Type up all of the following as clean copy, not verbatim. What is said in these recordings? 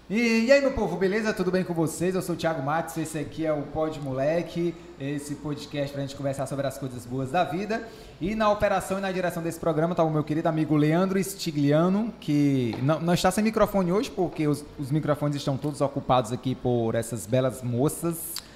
E aí, meu povo, beleza? Tudo bem com vocês? Eu sou o Thiago Matos, esse aqui é o Pod Moleque, esse podcast pra gente conversar sobre as coisas boas da vida. E na operação e na direção desse programa tá o meu querido amigo Leandro Stigliano, que não está sem microfone hoje, porque os microfones estão todos ocupados aqui por essas belas moças.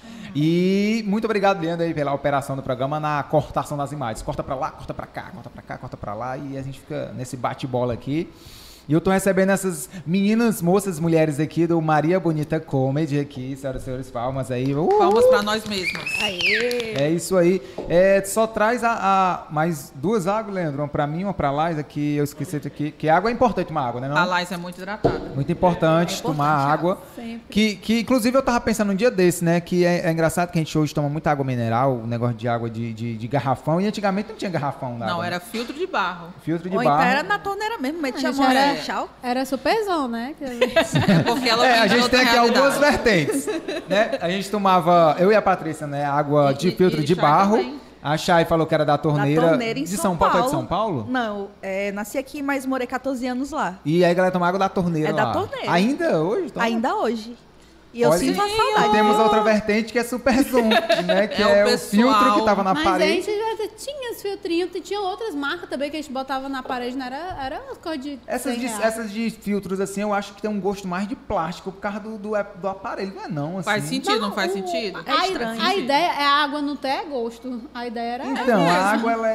E muito obrigado, Leandro, aí, pela operação do programa na cortação das imagens. Corta pra lá, corta pra cá, corta pra cá, corta pra lá, e a gente fica nesse bate-bola aqui. E eu tô recebendo essas meninas, moças, mulheres aqui do Maria Bonita Comedy aqui, senhoras e senhores, palmas aí. Palmas pra nós mesmos. Aê! É isso aí. Só traz mais duas águas, Leandro, uma pra mim, uma pra Laís, aqui eu esqueci aqui, que água é importante tomar água, né? Não? A Laís é muito hidratada. Muito importante tomar água. Que inclusive eu tava pensando um dia desse, né, que é engraçado que a gente hoje toma muita água mineral, o negócio de água de garrafão, e antigamente não tinha garrafão d'água. Não, era filtro de barro. Filtro de Ou barro. então era na torneira mesmo, metia a mão tchau. Era superzão, né? Porque ela a gente tem aqui algumas realidade. vertentes, né? A gente tomava, eu e a Patrícia, né, água de filtro de barro. Também. A Chay falou que era da torneira em de São Paulo. É de São Paulo? Não, nasci aqui, mas morei 14 anos lá. E aí a galera toma água da torneira lá. É da torneira. Ainda hoje? Toma? Ainda hoje. E eu Olha, sinto uma e saudade. temos outra vertente que é Super Zoom, né? Que É o é o pessoal. filtro que tava na Mas parede. a gente já tinha os filtrinhos, e tinha outras marcas também que a gente botava na parede, não era as coisas de Essas de filtros, assim, eu acho que tem um gosto mais de plástico por causa do aparelho. Não é não, assim. Faz sentido, não faz sentido? É estranho. A ideia é a água não ter gosto. A ideia era Então, essa. a água, ela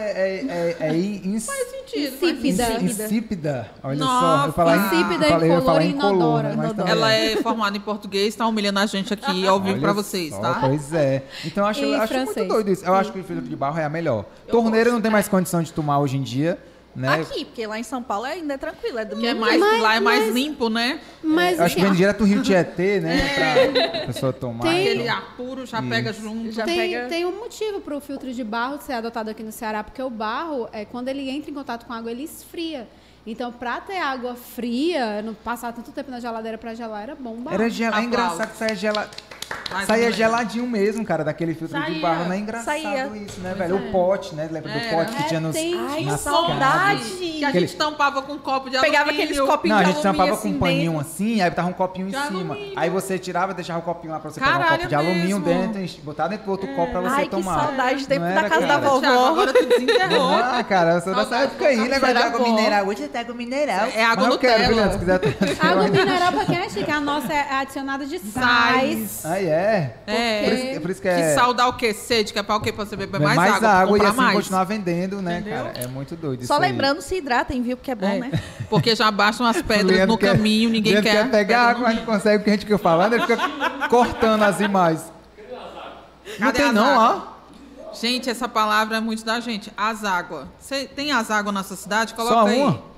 Faz sentido. Insípida. insípida. Olha Nossa. só, eu falar Insípida, eu ia falar incolor e incolor, inodora. mas também Ela é formada em português, tá humilhando a gente aqui ao vivo Olha pra vocês, só, tá? Pois é. Então eu acho E muito francês. doido isso. Eu acho que o filtro de barro é a melhor. Torneira não tem mais condição de tomar hoje em dia, né? Aqui, porque lá em São Paulo ainda é tranquilo. É do Que é mesmo mais, jeito. lá é mais limpo, né? Mas Eu acho que assim, vem direto do Rio Tietê, né? Pra pessoa tomar. Tem- Aquele então. ar puro já pega junto. Já tem, pega- tem um motivo para o filtro de barro ser adotado aqui no Ceará, porque o barro, quando ele entra em contato com a água, ele esfria. Então, para ter água fria, não passar tanto tempo na geladeira para gelar, era bom o barro. Era gelado. É Aplausos. engraçado que saia gelado. Mais Saía ou menos. geladinho mesmo, cara, daquele filtro de Saía. barro. Não é engraçado Saía. isso, né, velho? O pote, né? Lembra do pote que tinha nos. tem- Ai, nas saudade. casas? Que a Aquele- gente tampava com um copo de alumínio. Pegava aqueles copinhos Não, a de gente alumínio tampava com assim um paninho dentro. assim, aí botava um copinho em De cima. alumínio. Aí você tirava e deixava o copinho lá pra você pegar um Caralho, copo de alumínio mesmo. dentro e botar dentro do outro copo pra você Ai, que tomar. saudade, tempo Não da era, casa da cara? vovó. Thiago, agora tu desenterrou. Ah, cara, eu sou dessa Saudade época aí, do negócio de era água bom. mineral. Hoje você tem água mineral. É água Mas eu quero, Nutella. Juliana, se quiser. Água mineral, para quem é chique, a nossa é adicionada de sais. Aí é. É. Por isso que Que é. sal dá o quê? Sede, que é pra o quê? Pra você beber Mais, mais, água e comprar assim mais. continuar vendendo, né, Entendeu? cara? É muito doido Só isso aí. lembrando, se hidratem, viu? Porque é bom, É, né? porque já baixam as pedras Leandro no caminho, ninguém Leandro quer. pegar Pedra água, mas não consegue, porque a gente fica falando, ele fica cortando as imagens. Não Cadê tem as não, águas? ó. Gente, essa palavra é muito da gente. Azágua. Você tem azágua na sua cidade? Coloca Só aí. uma?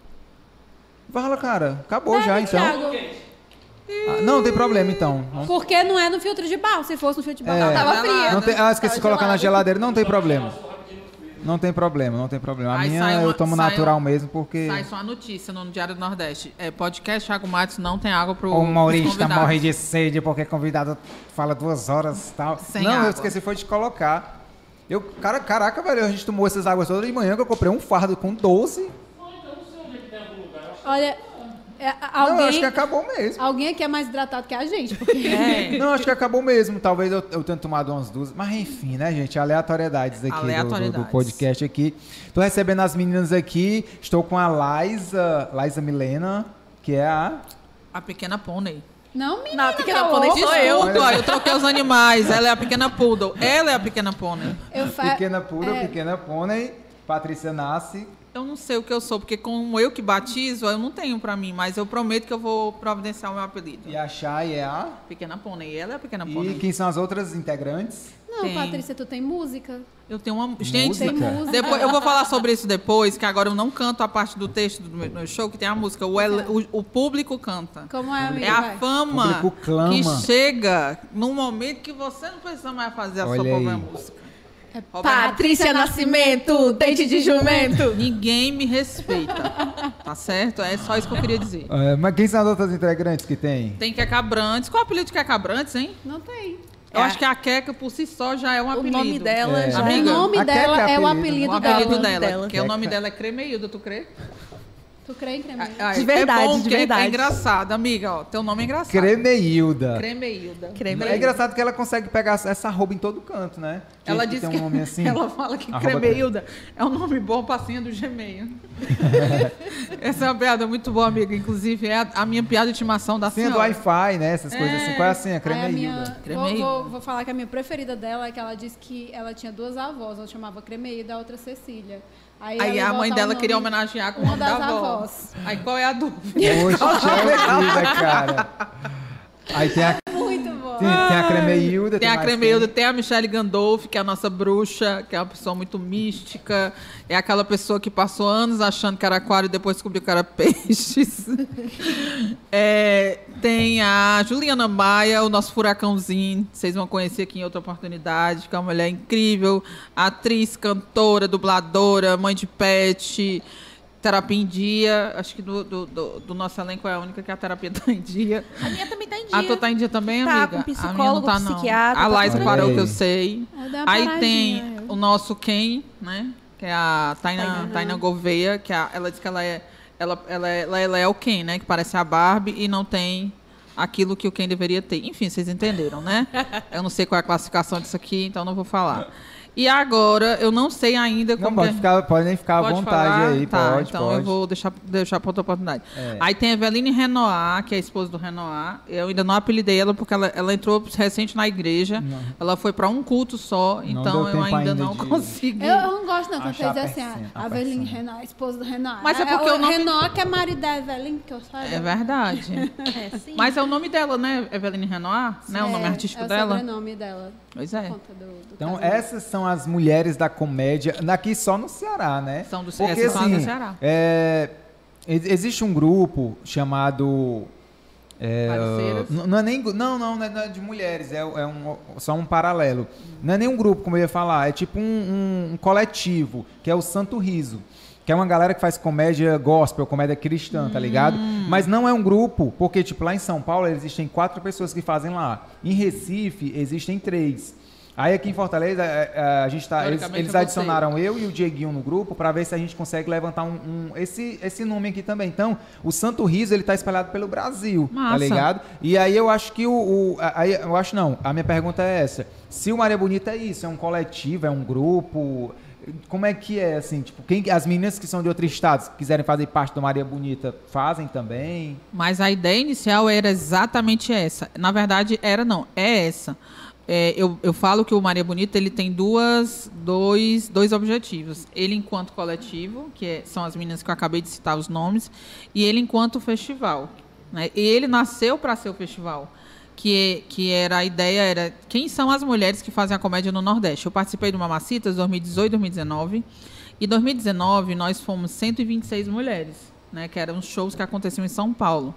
Fala, cara. Acabou já, então. Thiago, Ah, não tem problema, então. porque não é no filtro de barro. Se fosse no filtro de barro, É. ela tava Não, fria. Não tem, esqueci de colocar na gelado. geladeira. Não tem problema. Não tem problema, não tem problema. A Aí minha sai uma- eu tomo sai natural mesmo, porque Sai só a notícia no Diário do Nordeste. Podcast Thiago Matos não tem água pro o humorista convidados. morre de sede porque convidado fala 2 horas e tal. Sem não, água. eu esqueci foi de colocar. Caraca, velho, a gente tomou essas águas todas de manhã que eu comprei um fardo com 12. Olha, Não, eu acho que acabou mesmo. alguém aqui é mais hidratado que a gente. Porque... É. Não, acho que acabou mesmo. Talvez eu tenha tomado umas 2. Mas enfim, né, gente? Aleatoriedades aqui do podcast aqui. Tô recebendo as meninas aqui. Estou com a Laísa Milena, que é A pequena pônei. Não, menina, Não, pequena tá pônei louca. sou eu. Desculpa, eu troquei os animais. Ela é a pequena poodle. Ela é a pequena pônei. Pequena Pura, Pequena Pônei, Patrícia Nasce. Eu não sei o que eu sou, porque como eu que batizo, eu não tenho pra mim, mas eu prometo que eu vou providenciar o meu apelido. E a Chay é a... Pequena pônei. Ela é a pequena E pônei. quem são as outras integrantes? Não, Tem. Patrícia, tu tem música? Eu tenho uma. Gente, Música? Tem música. depois, eu vou falar sobre isso depois, que agora eu não canto a parte do texto do meu show, que tem a música. O público canta. Como é, amiga? É a Vai. fama Público clama. que chega num momento que você não precisa mais fazer a Olha sua própria aí. música. Patrícia Nascimento, dente de jumento. Ninguém me respeita. Tá certo? É só isso que eu queria dizer. Mas quem são as outras integrantes que tem? Tem Quecabrantes. Qual é o apelido de Quecabrantes, hein? Não tem. Eu acho que a Queca por si só já é um O apelido. nome dela É. já Amiga, O nome a dela Queca é é o apelido, apelido O apelido dela. dela, que o nome dela é Cremeilda, tu crê? Tu crê em Cremeilda? De verdade, é bom, de porque verdade. É engraçado, amiga, ó. Teu nome é engraçado. Cremeilda. Cremeilda. É engraçado que ela consegue pegar essa arroba em todo canto, né? Ela Que disse tem que um nome assim. ela fala que Arroba Cremeilda é um nome bom pra senha do Gmail. Essa é uma piada muito boa, amiga. Inclusive, é a minha piada de estimação da Senha do senhora. Wi-Fi, né? Essas coisas assim. Qual é a senha? Aí a Cremeilda. minha, Cremeilda. vou falar que a minha preferida dela é que ela disse que ela tinha duas avós. Ela chamava Cremeilda e a outra Cecília. Aí ela a mãe botar o dela nome- queria homenagear com o uma nome da das avó. avós. Aí qual é a dúvida? Poxa vida, cara. Aí tem a, Muito bom. tem a Cremeilda. Tem a mais Cremeilda, quem? tem a Michelle Gandolfo, que é a nossa bruxa, que é uma pessoa muito mística. É aquela pessoa que passou anos achando que era aquário e depois descobriu que era peixes. Tem a Juliana Maia, o nosso furacãozinho. Vocês vão conhecer aqui em outra oportunidade, que é uma mulher incrível. Atriz, cantora, dubladora, mãe de pet. Terapia em dia. Acho que do nosso elenco é a única que a terapia está em dia. A minha também tá em dia. A tua tá em dia também, Tá, amiga? com A psicólogo, minha não tá, não. psiquiatra, A tá Laís tudo parou, bem. que eu sei. Eu dei uma Aí paradinha, tem eu. o nosso Ken, né? Que é a Taina Gouveia, que ela diz que ela é o Ken, né? Que parece a Barbie e não tem aquilo que o Ken deveria ter. Enfim, vocês entenderam, né? Eu não sei qual é a classificação disso aqui, então não vou falar. E agora, eu não sei ainda Não, como podem ficar à Pode vontade falar? aí, Tá, pode, então pode. eu vou deixar para outra oportunidade. É. Aí tem a Eveline Renoir, que é a esposa do Renoir. Eu ainda não apelidei ela porque ela entrou recente na igreja. Não. Ela foi para um culto só, Não então deu eu tempo ainda ainda não de- consegui. Eu não gosto não, quando Achar vocês dizem a assim, persona, a a Evelyn persona. Renan, a esposa do Renan. Mas é porque o nome- Renan que é marido da Evelyn, que eu saiba. É verdade. É, sim. Mas é o nome dela, né? Eveline Renoir, né? O nome artístico é dela. o sobrenome dela. Pois Por é. conta do Então, casamento. essas são as mulheres da comédia, daqui só no Ceará, né? São do- Porque, essas são as do assim, Ceará. existe um grupo chamado... Parceiras? não é de mulheres, só um paralelo. Não é nem um grupo, como eu ia falar, é tipo um coletivo, que é o Santo Riso. Que é uma galera que faz comédia gospel, comédia cristã, tá ligado? Mas não é um grupo, porque, tipo, lá em São Paulo existem 4 pessoas que fazem lá. Em Recife, existem 3. Aí aqui em Fortaleza, a gente tá, Teoricamente, eles é você. adicionaram eu e o Dieguinho no grupo para ver se a gente consegue levantar esse nome aqui também. Então, o Santo Riso, ele tá espalhado pelo Brasil, tá Massa. ligado? E aí eu acho que a minha pergunta é essa. Se o Maria Bonita é isso, é um coletivo, é um grupo... Como é que é, assim, tipo, as meninas que são de outros estados, que quiserem fazer parte do Maria Bonita, fazem também? Mas a ideia inicial era exatamente essa. Na verdade, é essa. Eu falo que o Maria Bonita ele tem dois objetivos. Ele enquanto coletivo, são as meninas que eu acabei de citar os nomes, e ele enquanto festival, né? E ele nasceu para ser o festival. Que era a ideia era quem são as mulheres que fazem a comédia no Nordeste. Eu participei do Mamacitas 2018, 2019. E 2019 nós fomos 126 mulheres, né? Que eram os shows que aconteciam em São Paulo.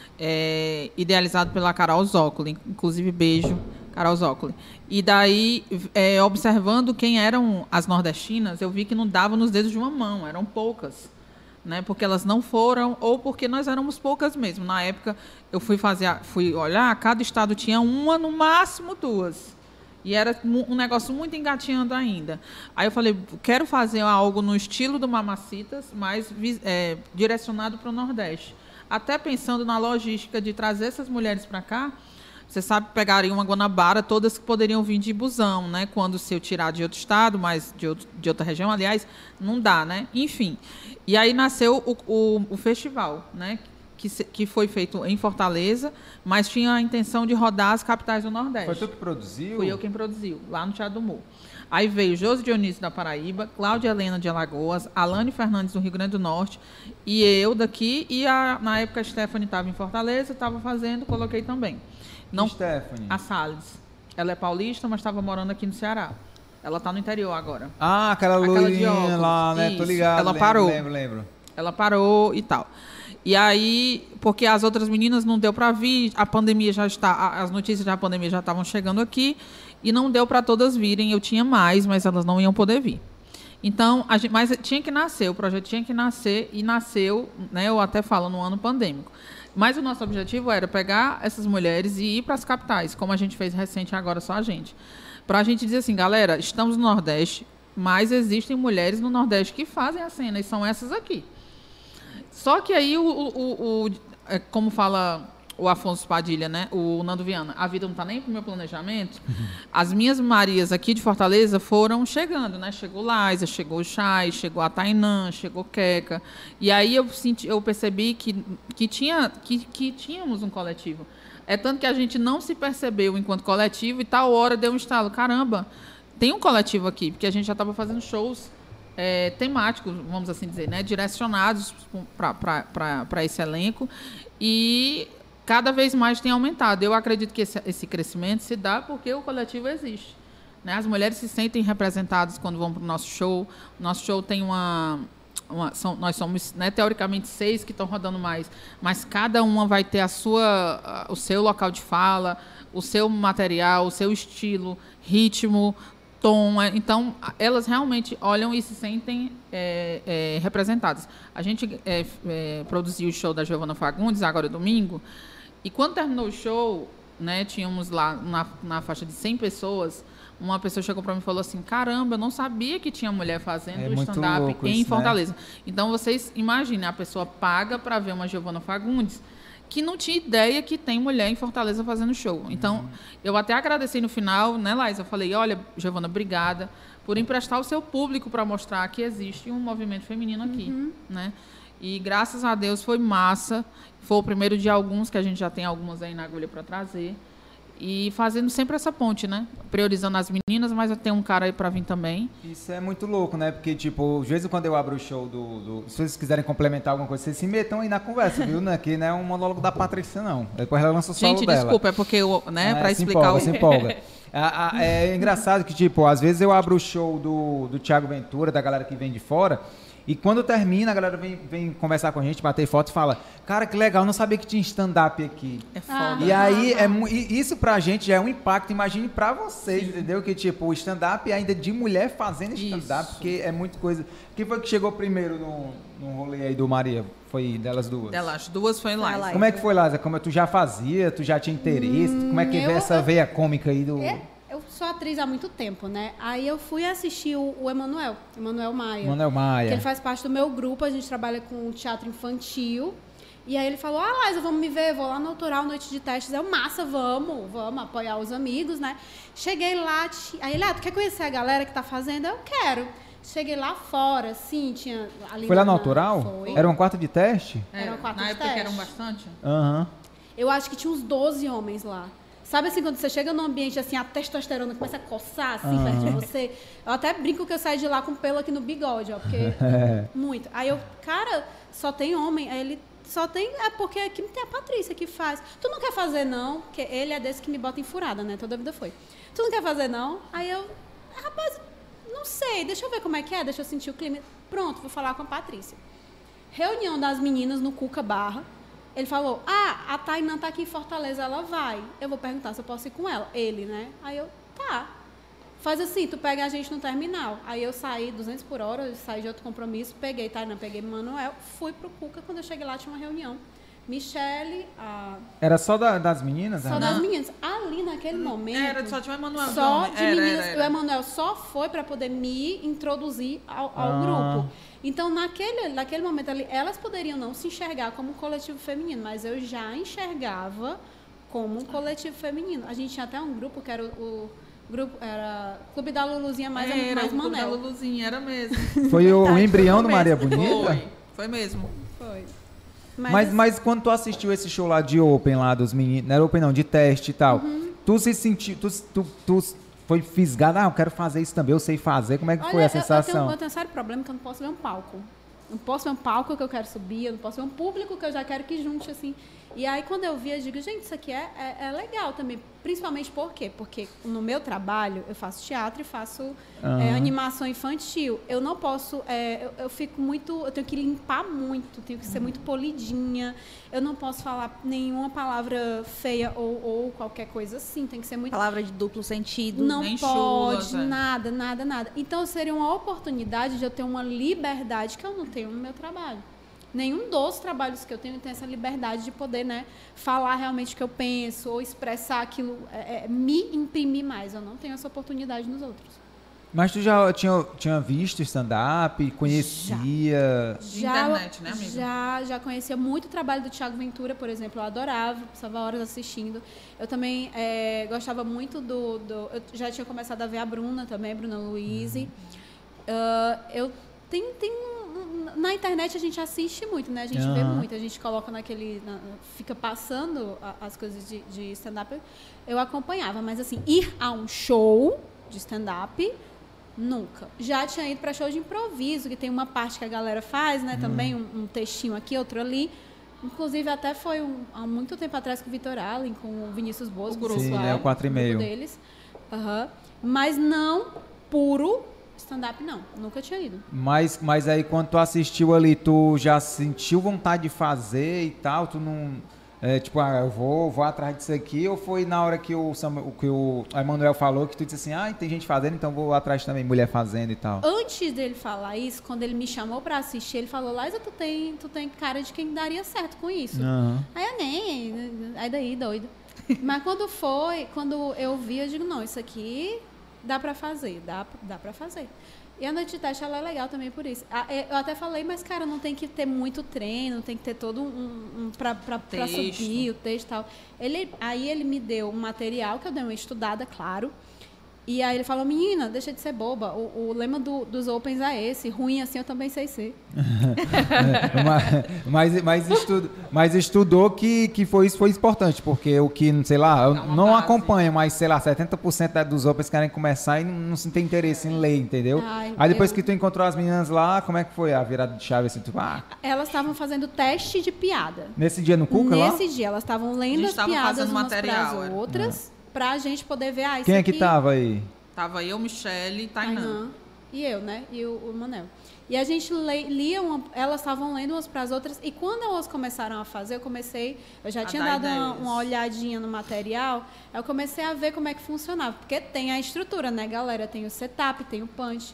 Idealizado pela Carol Zócoli. Inclusive, beijo, Carol Zócoli. E daí, observando quem eram as nordestinas, eu vi que não dava nos dedos de uma mão, eram poucas. Né, porque elas não foram, ou porque nós éramos poucas mesmo. Na época, eu fui olhar, cada estado tinha uma, no máximo 2. E era um negócio muito engatinhando ainda. Aí eu falei, quero fazer algo no estilo do Mamacitas, mas direcionado para o Nordeste. Até pensando na logística de trazer essas mulheres para cá, você sabe, pegaria uma Guanabara, todas que poderiam vir de busão, né? Quando se eu tirar de outro estado, mas de outra região, aliás, não dá, né? Enfim. E aí nasceu o festival, né? Que foi feito em Fortaleza, mas tinha a intenção de rodar as capitais do Nordeste. Foi tu que produziu? Fui eu quem produziu, lá no Teatro do Morro. Aí veio Josi Dionísio da Paraíba, Cláudia Helena de Alagoas, Alane Fernandes do Rio Grande do Norte, e eu daqui, e na época a Stephanie estava em Fortaleza, estava fazendo, coloquei também. Stephanie? A Salles. Ela é paulista, mas estava morando aqui no Ceará. Ela está no interior agora. Ah, aquela de loirinha óculos. lá, né? Tô Isso. ligado. Ela parou. Lembro. Ela parou e tal. E aí, porque as outras meninas não deu para vir, a pandemia já está, as notícias da pandemia já estavam chegando aqui e não deu para todas virem. Eu tinha mais, mas elas não iam poder vir. Então, mas tinha que nascer, o projeto tinha que nascer e nasceu, né? Eu até falo no ano pandêmico. Mas o nosso objetivo era pegar essas mulheres e ir para as capitais, como a gente fez recente agora, só a gente. Para a gente dizer assim, galera, estamos no Nordeste, mas existem mulheres no Nordeste que fazem a cena, e são essas aqui. Só que aí, como fala o Afonso Padilha, né? O Nando Viana, a vida não está nem pro meu planejamento. As minhas Marias aqui de Fortaleza foram chegando, né? Chegou Laisa, chegou o Chay, chegou a Tainã, chegou Queca. E aí eu percebi que tínhamos um coletivo. É tanto que a gente não se percebeu enquanto coletivo e tal hora deu um estalo. Caramba, tem um coletivo aqui, porque a gente já estava fazendo shows temáticos, vamos assim dizer, né? Direcionados para esse elenco. E cada vez mais tem aumentado. Eu acredito que esse crescimento se dá porque o coletivo existe, né? As mulheres se sentem representadas quando vão para o nosso show. O nosso show tem nós somos, né, teoricamente 6 que estão rodando mais, mas cada uma vai ter o seu local de fala, o seu material, o seu estilo, ritmo, tom. Então, elas realmente olham e se sentem representadas. A gente produziu o show da Giovana Fagundes, agora domingo, e quando terminou o show, né, tínhamos lá na faixa de 100 pessoas, uma pessoa chegou para mim e falou assim, caramba, eu não sabia que tinha mulher fazendo stand-up em Fortaleza. Né? Então, vocês imaginem, a pessoa paga para ver uma Giovana Fagundes que não tinha ideia que tem mulher em Fortaleza fazendo show. Então, eu até agradeci no final, né, Laisa? Eu falei, olha, Giovana, obrigada por emprestar o seu público para mostrar que existe um movimento feminino aqui, né? E, graças a Deus, foi massa. Foi o primeiro de alguns, que a gente já tem algumas aí na agulha para trazer. E fazendo sempre essa ponte, né? Priorizando as meninas, mas tem um cara aí pra vir também. Isso é muito louco, né? Porque, tipo, às vezes quando eu abro o show se vocês quiserem complementar alguma coisa, vocês se metam aí na conversa, viu? Né? Que não é um monólogo da Patrícia, não. Depois ela lança o solo dela. Gente, desculpa, é porque pra explicar se empolga. É engraçado que, tipo, às vezes eu abro o show do Thiago Ventura, da galera que vem de fora, e quando termina, a galera vem conversar com a gente, bater foto e fala, cara, que legal, não sabia que tinha stand-up aqui. É foda. E aí, isso pra gente já é um impacto, imagine pra vocês, entendeu? Que, tipo, o stand-up é ainda de mulher fazendo stand-up, porque é muita coisa. Quem foi que chegou primeiro no rolê aí do Maria? Foi delas duas? Delas duas foi lá. Como é que foi, Lázaro? Tu já fazia? Tu já tinha interesse? Como é que veio essa veia cômica aí do... Eu sou atriz há muito tempo, né? Aí eu fui assistir o Emanuel Maia. Emanuel Maia. Que ele faz parte do meu grupo, a gente trabalha com teatro infantil. E aí ele falou, Laisa, vamos me ver, vou lá no Autoral, noite de testes. Eu, massa, vamos apoiar os amigos, né? Cheguei lá, aí ele, tu quer conhecer a galera que tá fazendo? Eu quero. Cheguei lá fora, assim, tinha... Ali foi lá no Autoral? Foi. Era um quarto de teste? Era um quarto de teste. Na época que eram bastante? Aham. Eu acho que tinha uns 12 homens lá. Sabe assim, quando você chega num ambiente assim, a testosterona começa a coçar assim perto de você? Eu até brinco que eu saí de lá com pelo aqui no bigode, ó, porque muito. Aí eu, cara, só tem homem. Aí ele, só tem, porque aqui tem a Patrícia que faz. Tu não quer fazer não? Porque ele é desse que me bota em furada, né? Toda a vida foi. Tu não quer fazer não? Aí eu, rapaz, não sei, deixa eu ver como é que é, deixa eu sentir o clima. Pronto, vou falar com a Patrícia. Reunião das meninas no Cuca Barra. Ele falou, a Tainã tá aqui em Fortaleza, ela vai. Eu vou perguntar se eu posso ir com ela. Ele, né? Aí eu, tá. Faz assim, tu pega a gente no terminal. Aí eu saí 200 por hora, eu saí de outro compromisso, peguei Tainã, peguei Manuel, fui pro Cuca. Quando eu cheguei lá, tinha uma reunião. Michele, Era só das meninas? Só das meninas. Ali, naquele momento... Era, só tinha o Emanuel. Só de meninas. O Emanuel só foi para poder me introduzir ao grupo. Então, naquele momento ali, elas poderiam não se enxergar como um coletivo feminino, mas eu já enxergava como um coletivo feminino. A gente tinha até um grupo que era o grupo, era Clube da Luluzinha mais Manel. Clube da Luluzinha, era mesmo. Foi o embrião do Maria Bonita? Foi mesmo. Foi. Mas quando tu assistiu esse show lá de Open, lá dos meninos, não era Open não, de teste e tal, tu se sentiu, tu foi fisgada, eu quero fazer isso também, eu sei fazer, como é que foi a sensação? Eu tenho um sério problema que eu não posso ver um palco. Não posso ver um palco que eu quero subir, eu não posso ver um público que eu já quero que junte, assim. E aí, quando eu vi, eu digo, gente, isso aqui é legal também. Principalmente por quê? Porque no meu trabalho, eu faço teatro e faço animação infantil. Eu não posso... eu fico muito... Eu tenho que limpar muito, tenho que ser muito polidinha. Eu não posso falar nenhuma palavra feia ou qualquer coisa assim. Tem que ser muito... Palavra de duplo sentido. Não nem pode, chula, nada. Então, seria uma oportunidade de eu ter uma liberdade que eu não tenho no meu trabalho. Nenhum dos trabalhos que eu tenho tem essa liberdade de poder, né, falar realmente o que eu penso ou expressar aquilo, me imprimir mais. Eu não tenho essa oportunidade nos outros. Mas tu já tinha visto stand-up, conhecia? Internet, né, amiga? Já conhecia muito o trabalho do Thiago Ventura, por exemplo. Eu adorava, passava horas assistindo. Eu também gostava muito eu já tinha começado a ver a Bruna também, Bruna Luiz. Eu na internet a gente assiste muito, né? A gente vê muito, a gente coloca fica passando as coisas de stand-up. Eu acompanhava, mas assim, ir a um show de stand-up, nunca. Já tinha ido para show de improviso, que tem uma parte que a galera faz, né? Também um textinho aqui, outro ali. Inclusive, até foi há muito tempo atrás com o Vitor Allen, com o Vinícius Boas, o grupo. Sim, né? O 4,5 deles. Mas não puro stand-up, não. Nunca tinha ido. Mas aí, quando tu assistiu ali, tu já sentiu vontade de fazer e tal? Tu não... tipo, eu vou atrás disso aqui, ou foi na hora que o Emanuel falou que tu disse assim, tem gente fazendo, então vou atrás também, mulher fazendo e tal? Antes dele falar isso, quando ele me chamou pra assistir, ele falou, Laísa, tu tem cara de quem daria certo com isso. Aí eu nem, aí daí, doido. Mas quando eu vi, eu digo, não, isso aqui dá pra fazer, dá pra fazer. E a noite de teste, ela é legal também por isso. Eu até falei, mas, cara, não tem que ter muito treino, tem que ter todo pra subir o texto e tal. Aí ele me deu um material que eu dei uma estudada, claro. E aí ele falou, menina, deixa de ser boba. O lema dos Opens é esse. Ruim assim eu também sei ser. mas estudou que isso foi importante, porque o que, sei lá, eu não acompanho, mas, sei lá, 70% dos Opens querem começar e não se tem interesse em ler, entendeu? Aí depois que tu encontrou as meninas lá, como é que foi a virada de chave? Assim, Elas estavam fazendo teste de piada. Nesse dia no Cuca lá? Nesse dia, elas estavam lendo as piadas umas para as outras. Pra gente poder ver, Quem é que tava aí? Tava eu, Michele e Tainan. E eu, né? E o Manel. E a gente lia, elas estavam lendo umas para as outras, e quando elas começaram a fazer, eu já tinha dado uma olhadinha no material, eu comecei a ver como é que funcionava, porque tem a estrutura, né, galera? Tem o setup, tem o punch.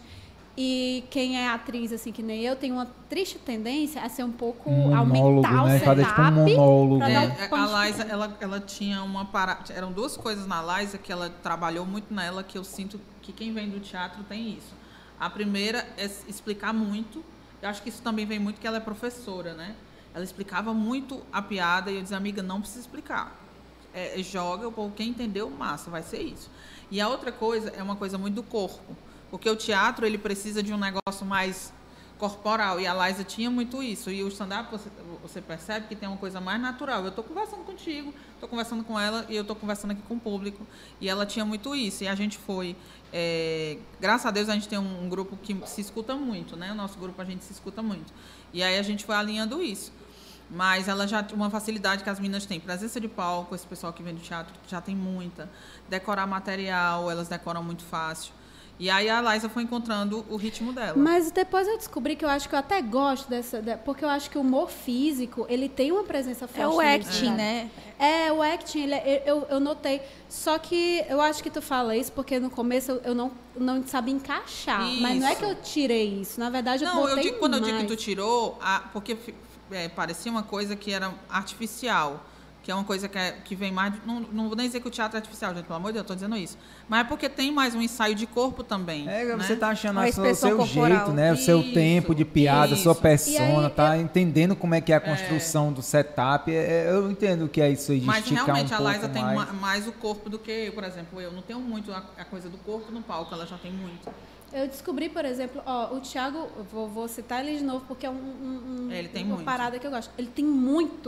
E quem é atriz, assim, que nem eu, tem uma triste tendência a ser um pouco aumentar o setup. Fazer tipo um monólogo. A Liza, ela tinha uma parada. Eram duas coisas na Liza que ela trabalhou muito nela, que eu sinto que quem vem do teatro tem isso. A primeira é explicar muito. Eu acho que isso também vem muito que ela é professora, né? Ela explicava muito a piada e eu dizia, amiga, não precisa explicar. Joga, o povo, quem entendeu, massa, vai ser isso. E a outra coisa é uma coisa muito do corpo. Porque o teatro, ele precisa de um negócio mais corporal. E a Liza tinha muito isso. E o stand-up, você percebe que tem uma coisa mais natural. Eu estou conversando contigo, estou conversando com ela e eu estou conversando aqui com o público. E ela tinha muito isso. E a gente foi... graças a Deus, a gente tem um grupo que se escuta muito, né? O nosso grupo, a gente se escuta muito. E aí a gente foi alinhando isso. Mas ela já tinha uma facilidade que as meninas têm. Presença de palco, esse pessoal que vem do teatro já tem muita. Decorar material, elas decoram muito fácil. E aí a Liza foi encontrando o ritmo dela. Mas depois eu descobri que eu acho que eu até gosto porque eu acho que o humor físico, ele tem uma presença forte. É o acting, né? O acting, eu notei. Só que eu acho que tu fala isso porque no começo eu não sabia encaixar. Isso. Mas não é que eu tirei isso. Na verdade, quando eu digo que tu tirou, porque parecia uma coisa que era artificial. Que é uma coisa que vem mais... Não vou nem dizer que o teatro é artificial, gente, pelo amor de Deus, estou dizendo isso. Mas é porque tem mais um ensaio de corpo também. Né? Você está achando o seu jeito, né? O seu tempo de piada, a sua persona, tá entendendo como é que é a construção do setup. Eu entendo o que é isso aí de esticar realmente um pouco a Liza tem mais o corpo do que eu, por exemplo. Eu não tenho muito a coisa do corpo no palco, ela já tem muito. Eu descobri, por exemplo, o Thiago, vou citar ele de novo, porque é ele tem uma parada que eu gosto. Ele tem muito.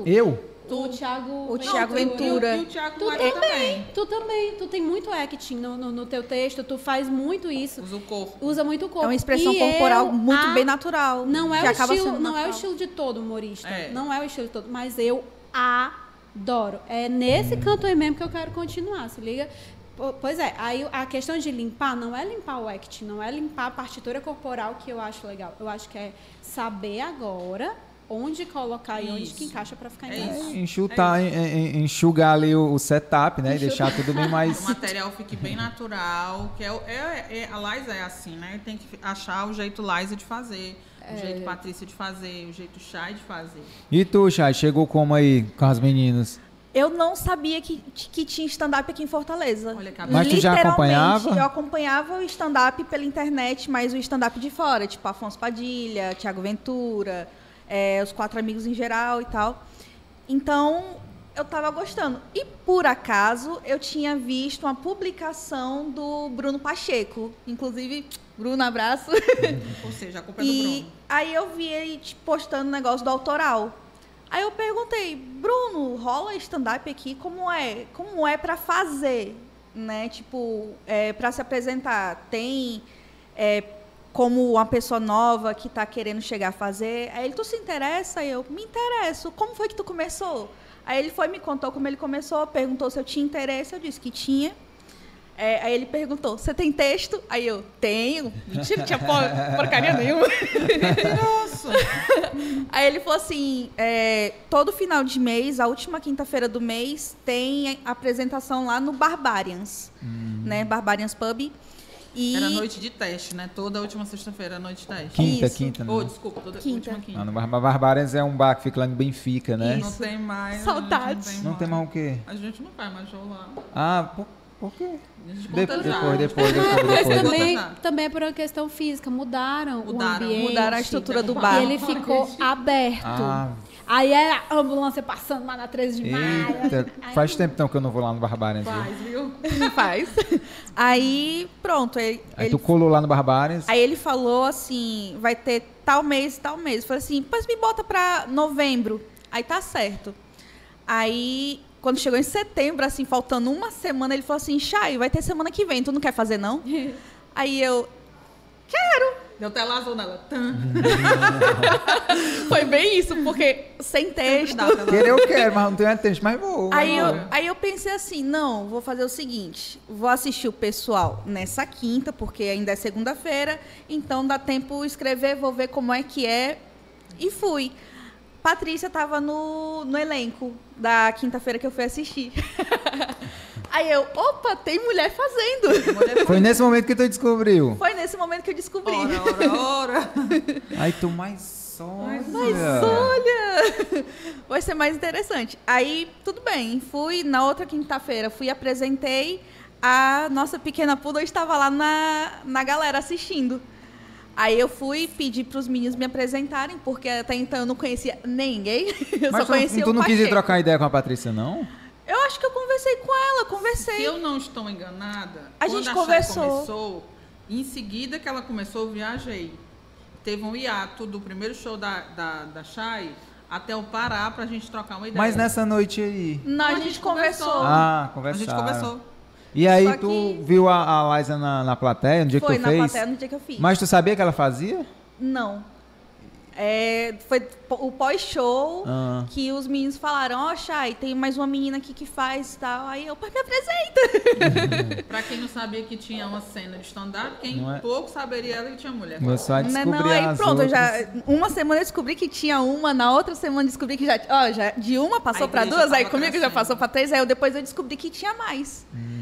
O Thiago Ventura. E o Thiago também. Tu também. Tu tem muito acting no teu texto, tu faz muito isso. Usa muito o corpo. É uma expressão corporal muito bem natural. Não é o estilo de todo humorista. Não é o estilo de todo, mas eu adoro. É nesse canto aí mesmo que eu quero continuar, se liga? Pois é, aí a questão de limpar não é limpar o acting, não é limpar a partitura corporal que eu acho legal. Eu acho que é saber agora onde colocar e onde que encaixa para ficar enxugar ali o setup, né? E deixar tudo bem mais... O material fique bem natural, que a Liza é assim, né? Tem que achar o jeito Liza de fazer, o jeito Patrícia de fazer, o jeito Chay de fazer. E tu, Chay, chegou como aí com as meninas? Eu não sabia que tinha stand-up aqui em Fortaleza. Olha que Mas tu já acompanhava? Eu acompanhava o stand-up pela internet, mas o stand-up de fora, tipo Afonso Padilha, Thiago Ventura, os Quatro Amigos em geral e tal. Então, eu estava gostando. E, por acaso, eu tinha visto uma publicação do Bruno Pacheco. Inclusive, Bruno, abraço. Ou seja, a culpa é do Bruno. Aí eu vi ele postando o negócio do autoral. Aí eu perguntei, Bruno, rola stand-up aqui? Como é? Como é para fazer? Né? Tipo, para se apresentar? Tem como uma pessoa nova que está querendo chegar a fazer? Aí ele, tu se interessa? Aí eu, me interesso. Como foi que tu começou? Aí ele me contou como ele começou, perguntou se eu tinha interesse, eu disse que tinha. Aí ele perguntou, você tem texto? Aí eu, tenho. Mentira, não tinha porcaria nenhuma. Nossa! Aí ele falou assim, todo final de mês, a última quinta-feira do mês, tem apresentação lá no Barbarians, né? Barbarians Pub. Era noite de teste, né? Toda última sexta-feira, noite de teste. Quinta, né? Desculpa, toda última quinta. No Barbarians é um bar que fica lá em Benfica, né? Não tem mais. Saudades. Não tem mais o quê? A gente não faz mais show lá. Ah, por quê? A gente Depois. Mas também é por uma questão física. Mudaram o ambiente. Mudaram a estrutura do bar. E ele ficou aberto. Aí era a ambulância passando lá na 13 de maio. Eita, faz tempo então que eu não vou lá no Barbarians. Faz, viu? Faz. Aí, pronto. Aí tu colou lá no Barbarians? Aí ele falou assim, vai ter tal mês e tal mês. Eu falei assim, mas me bota pra novembro. Aí tá certo. Aí, quando chegou em setembro, assim, faltando uma semana, ele falou assim, Chay, vai ter semana que vem, tu não quer fazer não? Aí eu, quero. Deu tela azul nela. Foi bem isso, porque sem texto. Querer eu quero, mas não tenho texto, mas vou. Aí eu pensei assim, não, vou fazer o seguinte, vou assistir o pessoal nessa quinta, porque ainda é segunda-feira, então dá tempo escrever, vou ver como é que é, e fui. Patrícia estava no elenco da quinta-feira que eu fui assistir. Aí eu, opa, tem mulher fazendo. Foi nesse momento que tu descobriu? Foi nesse momento que eu descobri. Ora. Aí tu, mas olha. Vai ser mais interessante. Aí, tudo bem, fui na outra quinta-feira, apresentei, a nossa pequena Poodle estava lá na galera assistindo. Aí eu fui pedir para os meninos me apresentarem, porque até então eu não conhecia ninguém. Mas só conhecia tu o não quis ir Pacheco. trocar ideia com a Patrícia, não? Eu acho que eu conversei com ela, Se eu não estou enganada, A gente conversou. começou, em seguida que ela começou, eu viajei. Teve um hiato do primeiro show da Chay até eu parar pra gente trocar uma ideia. Mas nessa noite aí... Não, a gente conversou. Conversaram. A gente conversou. E aí Só tu que- viu a Liza na plateia, no dia que Foi tu na fez? plateia no dia que eu fiz. Mas tu sabia que ela fazia? Não. Foi o pós-show Ah. que os meninos falaram, ó, Chay, tem mais uma menina aqui que faz e tal. Aí eu, pai, me apresenta. Pra quem não sabia que tinha uma cena de stand-up, quem Não é? pouco saberia ela que tinha mulher. Começou a Não, descobrir aí as pronto, outras. uma semana eu descobri que tinha uma, na outra semana eu descobri que já de uma passou A pra igreja duas, aí tava comigo já crescendo. passou pra três, aí depois eu descobri que tinha mais.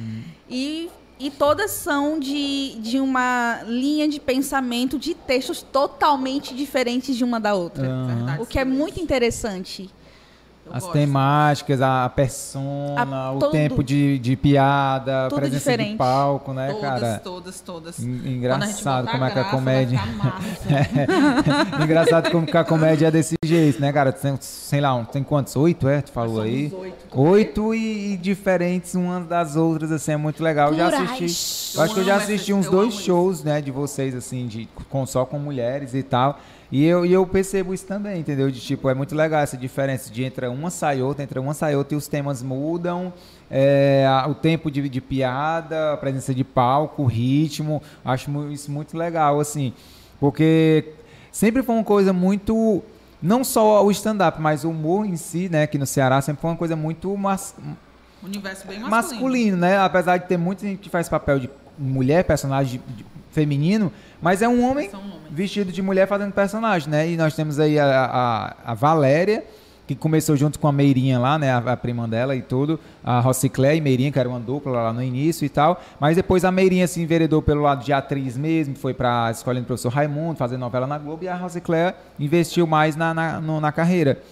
E todas são de uma linha de pensamento, de textos totalmente diferentes de uma da outra. Verdade, O que é sim. muito interessante. Eu As gosto. temáticas, a persona, o tudo. tempo de piada, a Tudo presença diferente. de palco, né, cara? Todas. Engraçado Quando como a é que a gente botar graça, comédia... vai ficar massa. Engraçado como que a comédia é desse jeito, né, cara? Tem, sei lá, tem quantos? 8, Tu falou Nós aí? somos 8 e diferentes umas das outras, assim, é muito legal. Eu já assisti... Eu acho que eu já assisti uns 2 shows, né, de vocês, assim, só com mulheres e tal. E eu percebo isso também, entendeu? De tipo, é muito legal essa diferença de entra uma sai outra e os temas mudam, o tempo de piada, a presença de palco, o ritmo. Acho isso muito legal, assim, porque sempre foi uma coisa muito, não só o stand-up, mas o humor em si, né, aqui no Ceará sempre foi uma coisa muito Universo bem masculino, né? Apesar de ter muita gente que faz papel de mulher, personagem feminino, mas é um homem São homens. vestido de mulher fazendo personagem, né? E nós temos aí a Valéria, que começou junto com a Meirinha lá, né? A prima dela e tudo, a Rociclé e Meirinha, que era uma dupla lá no início e tal, mas depois a Meirinha se enveredou pelo lado de atriz mesmo, foi pra Escolinha do Professor Raimundo, fazer novela na Globo, e a Rociclé investiu mais na carreira.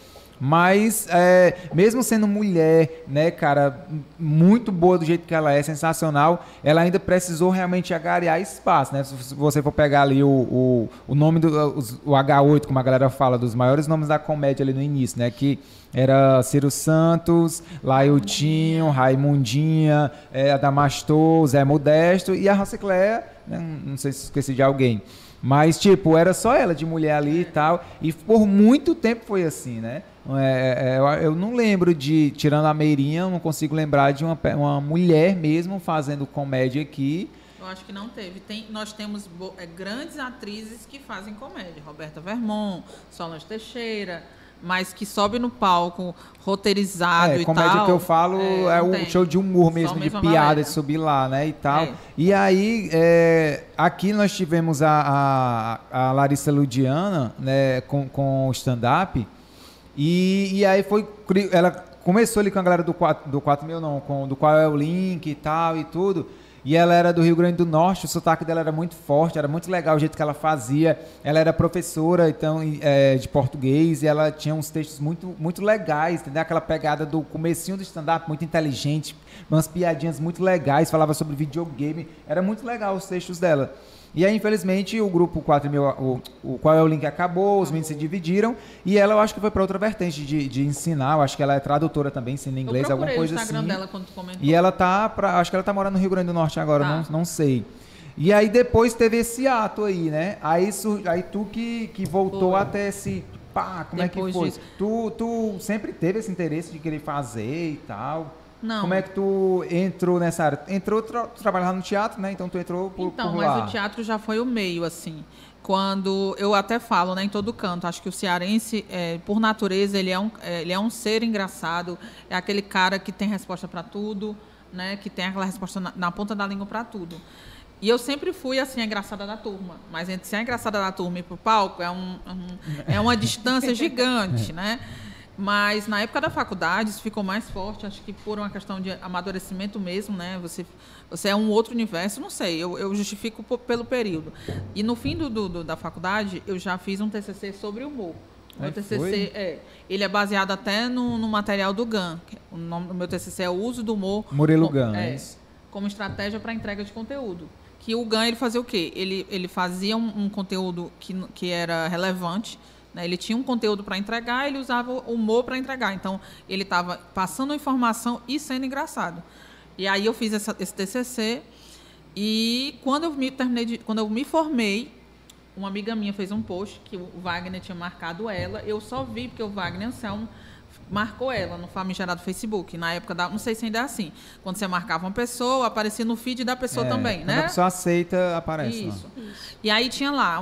Mas, mesmo sendo mulher, né, cara, muito boa do jeito que ela é, sensacional, ela ainda precisou realmente agariar espaço, né? Se você for pegar ali o nome o H8, como a galera fala, dos maiores nomes da comédia ali no início, né? Que era Ciro Santos, Lailtinho, Raimundinha, Adamastor, Zé Modesto e a Rosicléia, né? Não sei se esqueci de alguém. Mas, tipo, era só ela de mulher ali e tal. E por muito tempo foi assim, né? Eu não lembro tirando a Meirinha, eu não consigo lembrar de uma mulher mesmo fazendo comédia aqui. Eu acho que não teve. Nós temos grandes atrizes que fazem comédia. Roberta Vermont, Solange Teixeira, mas que sobe no palco, roteirizado e tal. Comédia que eu falo o show de humor mesmo, de piada, de subir lá, né, e tal. E aí, aqui nós tivemos a Larissa Ludiana, né, com o stand-up, e aí ela começou ali com a galera do 4000, não, do Qual é o Link e tal e tudo. E ela era do Rio Grande do Norte, o sotaque dela era muito forte, era muito legal o jeito que ela fazia. Ela era professora, então, de português, e ela tinha uns textos muito, muito legais, entendeu? Aquela pegada do comecinho do stand-up, muito inteligente, umas piadinhas muito legais, falava sobre videogame, era muito legal os textos dela. E aí, infelizmente, o grupo 4000, o Qual é o Link acabou, os meninos se dividiram, e ela, eu acho que foi para outra vertente de ensinar, eu acho que ela é tradutora também, ensina inglês, alguma coisa assim. Eu procurei o Instagram dela quando tu comentou. E ela acho que ela tá morando no Rio Grande do Norte agora, não sei. E aí depois teve esse ato aí, né? Aí tu que voltou até esse... Pá, como depois é que foi? Disso. Tu sempre teve esse interesse de querer fazer e tal... Não. Como é que tu entrou nessa área? Tu trabalhava no teatro, né? Então tu entrou por lá. Mas o teatro já foi o meio, assim. Quando eu até falo, né, em todo canto, acho que o cearense, por natureza, ele é um ser engraçado, é aquele cara que tem resposta para tudo, né? Que tem aquela resposta na ponta da língua para tudo. E eu sempre fui, assim, a engraçada da turma. Mas entre ser a engraçada da turma e ir pro palco é uma distância gigante, né? Mas na época da faculdade isso ficou mais forte, acho que por uma questão de amadurecimento mesmo, né? Você é um outro universo, não sei, eu justifico pelo período. E no fim da faculdade eu já fiz um TCC sobre humor. O meu TCC ele é baseado até no material do GAN. O nome do meu TCC é o uso do humor Murilo GAN, como estratégia para entrega de conteúdo. Que o GAN ele fazia o quê? Ele fazia um conteúdo que era relevante. Ele tinha um conteúdo para entregar, ele usava o humor para entregar. Então, ele estava passando informação e sendo engraçado. E aí eu fiz esse TCC e quando eu me formei, uma amiga minha fez um post que o Wagner tinha marcado ela. Eu só vi porque o Wagner Anselmo marcou ela no famigerado Facebook. Na época, não sei se ainda é assim. Quando você marcava uma pessoa, aparecia no feed da pessoa também, né? Quando a pessoa aceita, aparece. Isso. E aí tinha lá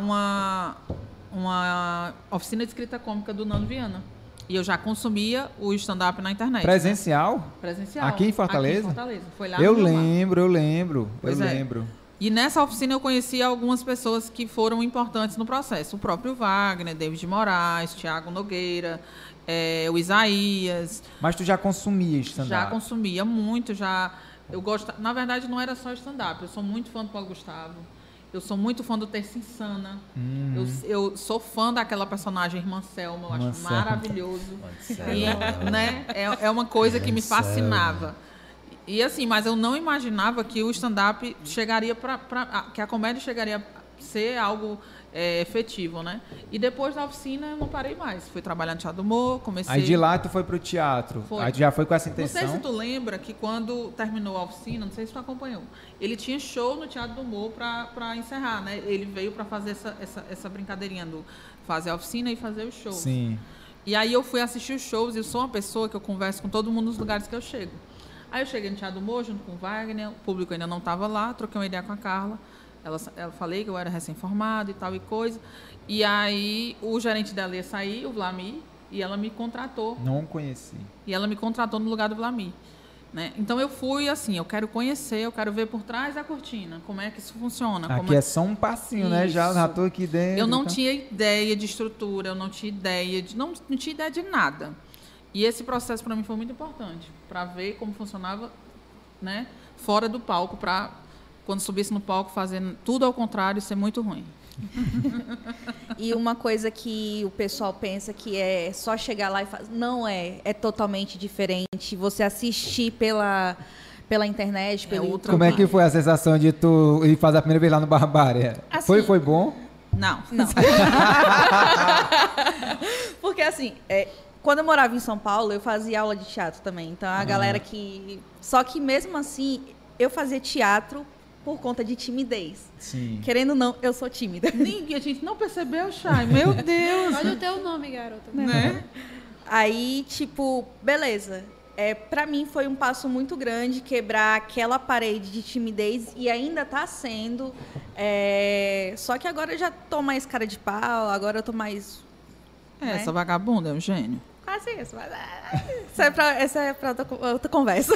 uma oficina de escrita cômica do Nando Viana. E eu já consumia o stand-up na internet. Presencial? Né? Presencial. Aqui em Fortaleza? Aqui em Fortaleza. Foi lá eu lembro. E nessa oficina eu conheci algumas pessoas que foram importantes no processo. O próprio Wagner, David Moraes, Thiago Nogueira, o Isaías. Mas tu já consumia stand-up? Já consumia muito, eu gosto. Na verdade, não era só stand-up. Eu sou muito fã do Paulo Gustavo. Eu sou muito fã do Terça Insana. Eu sou fã daquela personagem Irmã Selma. Eu acho maravilhoso. E, né, é uma coisa que me fascinava. E assim, mas eu não imaginava que o stand-up chegaria que a comédia chegaria a ser algo efetivo, né? E depois da oficina eu não parei mais. Fui trabalhar no Teatro do Humor, comecei... Aí de lá tu foi pro teatro. Aí tu já foi com essa intenção? Não sei se tu lembra que quando terminou a oficina, não sei se tu acompanhou, ele tinha show no Teatro do Humor para encerrar, né? Ele veio para fazer essa brincadeirinha do fazer a oficina e fazer os shows. Sim. E aí eu fui assistir os shows e eu sou uma pessoa que eu converso com todo mundo nos lugares que eu chego. Aí eu cheguei no Teatro do Humor junto com o Wagner, o público ainda não estava lá, troquei uma ideia com a Carla. Ela falei que eu era recém-formado e tal e coisa. E aí o gerente dela ia sair, o Vlamir, e ela me contratou. Não conheci. E ela me contratou no lugar do Vlamir. Né? Então eu fui assim, eu quero conhecer, eu quero ver por trás da cortina, como é que isso funciona. Aqui é só um passinho, né? Já estou aqui dentro. Eu não tinha ideia de estrutura, eu não tinha ideia de. Não tinha ideia de nada. E esse processo para mim foi muito importante, para ver como funcionava, né, fora do palco, para quando subisse no palco fazer tudo ao contrário e ser muito ruim. E uma coisa que o pessoal pensa que é só chegar lá e fazer. Não é. É totalmente diferente. Você assistir pela internet, pelo YouTube. Como é que foi a sensação de tu ir fazer a primeira vez lá no Barbária? Assim, Foi bom? Não. Porque assim, quando eu morava em São Paulo, eu fazia aula de teatro também. Então a galera que... Só que mesmo assim, eu fazia teatro por conta de timidez. Sim. Querendo ou não, eu sou tímida. A gente não percebeu, Chay. Meu Deus. Olha o teu nome, garota. Né? Aí, tipo, beleza. Pra mim foi um passo muito grande quebrar aquela parede de timidez e ainda tá sendo. Só que agora eu já tô mais cara de pau, agora eu tô mais... né? Essa vagabunda é um gênio. Quase isso, mas essa é pra outra conversa.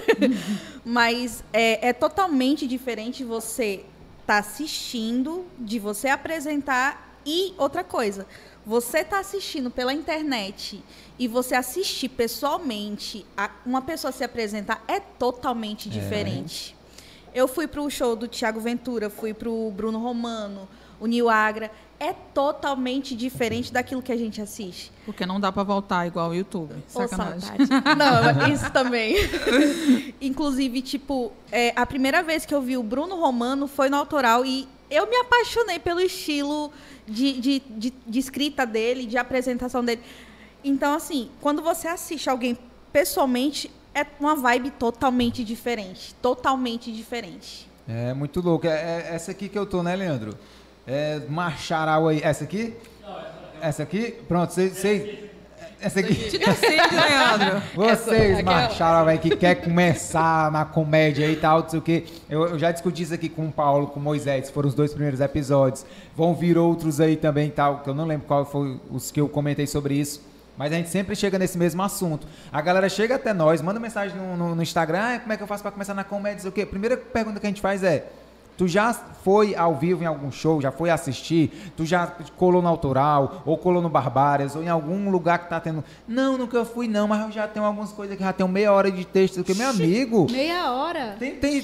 Mas é totalmente diferente você tá assistindo, de você apresentar e outra coisa. Você tá assistindo pela internet e você assistir pessoalmente uma pessoa se apresentar é totalmente diferente. Eu fui pro show do Thiago Ventura, fui pro Bruno Romano, o Nil Agra. É totalmente diferente daquilo que a gente assiste. Porque não dá pra voltar igual o YouTube. Sacanagem. Não, isso também. Inclusive, tipo, a primeira vez que eu vi o Bruno Romano foi no Autoral e eu me apaixonei pelo estilo de escrita dele, de apresentação dele. Então, assim, quando você assiste alguém pessoalmente, é uma vibe totalmente diferente. Totalmente diferente. É muito louco. Essa aqui que eu tô, né, Leandro? Marcharal aí. Essa aqui? Não, essa aqui? Pronto, vocês... Essa aqui. Te decide, Leandro. Vocês marcharam aí que quer começar na comédia e tal, não sei o quê. Eu já discuti isso aqui com o Paulo, com o Moisés, foram os 2 primeiros episódios. Vão vir outros aí também, tal, que eu não lembro qual foi os que eu comentei sobre isso. Mas a gente sempre chega nesse mesmo assunto. A galera chega até nós, manda mensagem no Instagram, como é que eu faço pra começar na comédia, não sei o quê. A primeira pergunta que a gente faz é: tu já foi ao vivo em algum show, já foi assistir, tu já colou no Autoral, ou colou no Barbárias, ou em algum lugar que tá tendo... Não, nunca fui não, mas eu já tenho algumas coisas que já tem meia hora de texto, porque meu amigo... Meia hora?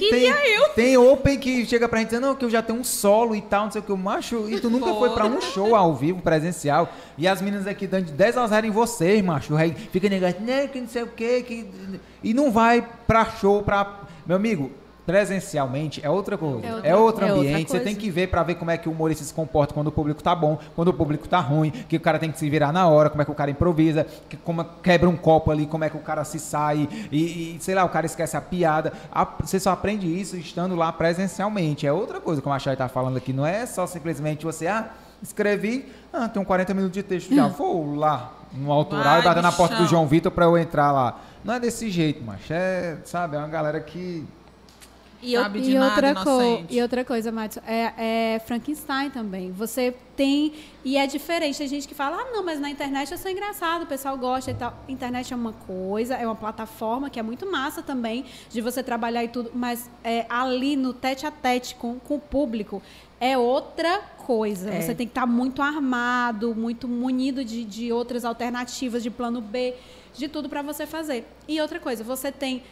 Tem open que chega pra gente dizendo, não, que eu já tenho um solo e tal, não sei o que, eu macho, e tu nunca foi pra um show ao vivo, presencial, e as meninas aqui dando de 10 a 0 em vocês, macho, aí fica negando, né, que não sei o que, e não vai pra show, Meu amigo... Presencialmente é outra coisa, é outro ambiente, você tem que ver pra ver como é que o humorista se comporta quando o público tá bom, quando o público tá ruim, que o cara tem que se virar na hora, como é que o cara improvisa, como quebra um copo ali, como é que o cara se sai e sei lá, o cara esquece a piada. Você só aprende isso estando lá presencialmente, é outra coisa, como a Chay tá falando aqui, não é só simplesmente você, escrevi, tenho 40 minutos de texto já, vou lá no Autoral e bater na porta do João Vitor pra eu entrar lá. Não é desse jeito, macho, sabe, é uma galera que... E outra coisa, Matheus, é Frankenstein também. Você tem... E é diferente. Tem gente que fala, não, mas na internet eu sou engraçado, o pessoal gosta e tal. Internet é uma coisa, é uma plataforma que é muito massa também, de você trabalhar e tudo, mas ali no tete-a-tete com o público é outra coisa. Você tem que estar muito armado, muito munido de outras alternativas, de plano B, de tudo para você fazer. E outra coisa, você tem...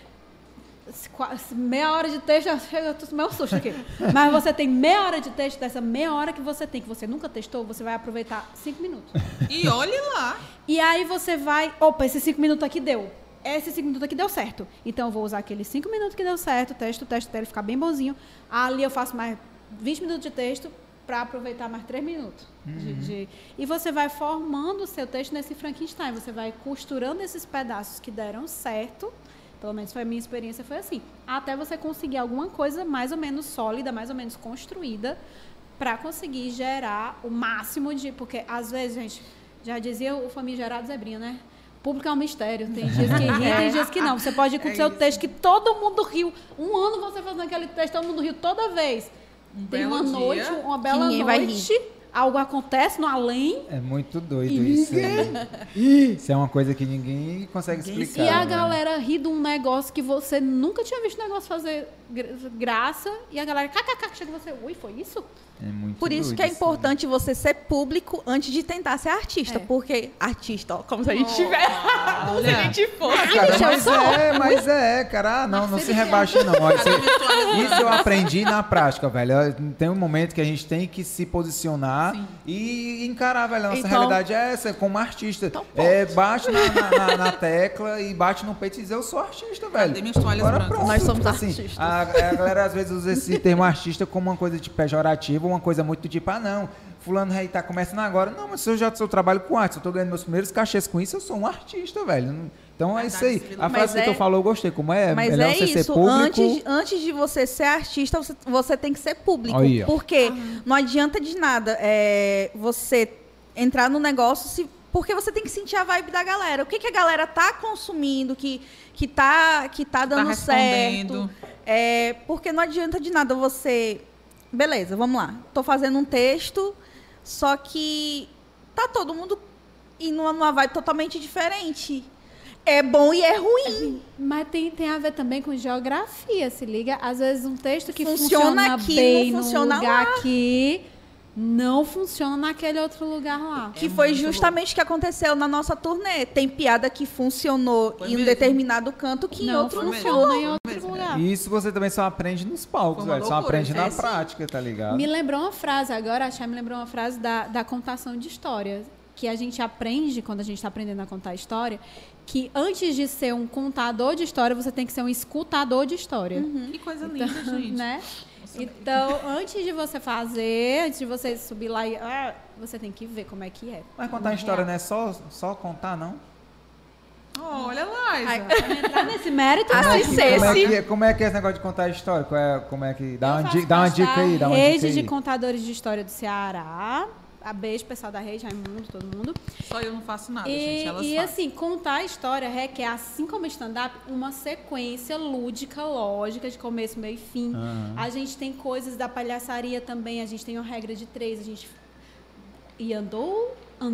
meia hora de texto, eu tô meio susto aqui. Mas você tem meia hora de texto, dessa meia hora que você nunca testou, você vai aproveitar 5 minutos. E olhe lá. E aí você vai, esses 5 minutos aqui deu. Esses 5 minutos aqui deu certo. Então eu vou usar aqueles 5 minutos que deu certo, testo até ele ficar bem bonzinho. Ali eu faço mais 20 minutos de texto para aproveitar mais 3 minutos. E você vai formando o seu texto nesse Frankenstein. Você vai costurando esses pedaços que deram certo. Pelo menos a minha experiência foi assim. Até você conseguir alguma coisa mais ou menos sólida, mais ou menos construída, para conseguir gerar o máximo de... Porque, às vezes, gente, já dizia o famigerado Zebrinha, né? O público é um mistério. Tem dias que ri, tem dias que não. Você pode ir com o seu texto que todo mundo riu. Um ano você fazendo aquele texto, todo mundo riu toda vez. Tem uma noite, uma bela noite... Algo acontece no além. É muito doido isso. Isso é uma coisa que ninguém consegue explicar. E a galera ri de um negócio que você nunca tinha visto o negócio fazer graça. E a galera, chega você, ui, foi isso? É muito Por isso que é importante você ser público antes de tentar ser artista. Porque artista, como se a gente tiver. Como se a gente fosse. Cara, mas cara. Não se rebaixe, não. Isso eu aprendi na prática, velho. Tem um momento que a gente tem que se posicionar lá Sim. e encarar, velho. A nossa Então- realidade é essa, como artista. Então, Bate na tecla e bate no peito e diz, eu sou artista, velho. Cadê minhas toalhas Agora brancas? pronto. Nós somos Assim, artistas. a galera às vezes usa esse termo artista como uma coisa de pejorativa, uma coisa muito tipo, não, fulano aí tá começando agora. Não, mas se eu trabalho com arte, se eu tô ganhando meus primeiros cachês com isso, eu sou um artista, velho. Então é isso aí. A frase que tu falou, eu gostei. Como é? Mas Melhor é você ser isso, público. antes de você ser artista, você tem que ser público. Aí, ó. Porque não adianta de nada você entrar no negócio porque você tem que sentir a vibe da galera. O que a galera tá consumindo, que tá dando respondendo. certo. Porque não adianta de nada você... Beleza, vamos lá. Tô fazendo um texto, só que tá todo mundo indo numa vibe totalmente diferente. É bom e é ruim. Mas tem a ver também com geografia, se liga. Às vezes um texto que Funciona funciona aqui, bem não num funciona lugar lá. aqui, não funciona naquele outro lugar lá. Que foi justamente o que aconteceu na nossa turnê. Tem piada que funcionou Foi em um mesmo. determinado canto que em Não outro não funciona funcionou. em outro lugar. E isso você também só aprende nos palcos, Foi uma velho. Só loucura, aprende na sim. prática, tá ligado? Me lembrou uma frase agora, a Chay me lembrou uma frase da contação de histórias. Que a gente aprende, quando a gente está aprendendo a contar história, que antes de ser um contador de história, você tem que ser um escutador de história. Que coisa linda, gente. Né? Então, antes de você fazer, antes de você subir lá e... você tem que ver como é que é. Mas contar história não é só contar, não? Olha, Laisa. Pra entrar nesse mérito, Assim não. Como é que é esse negócio de contar história? Como é que... Dá Eu uma faço dica parte aí, da dá uma dica rede de aí. contadores de história do Ceará. A beijo, pessoal da rede, Raimundo, todo mundo. Só eu não faço nada, gente. Elas E fazem. assim, contar a história requer, assim como stand-up, uma sequência lúdica, lógica, de começo, meio e fim. A gente tem coisas da palhaçaria também, a gente tem uma regra de 3, a gente... E andou.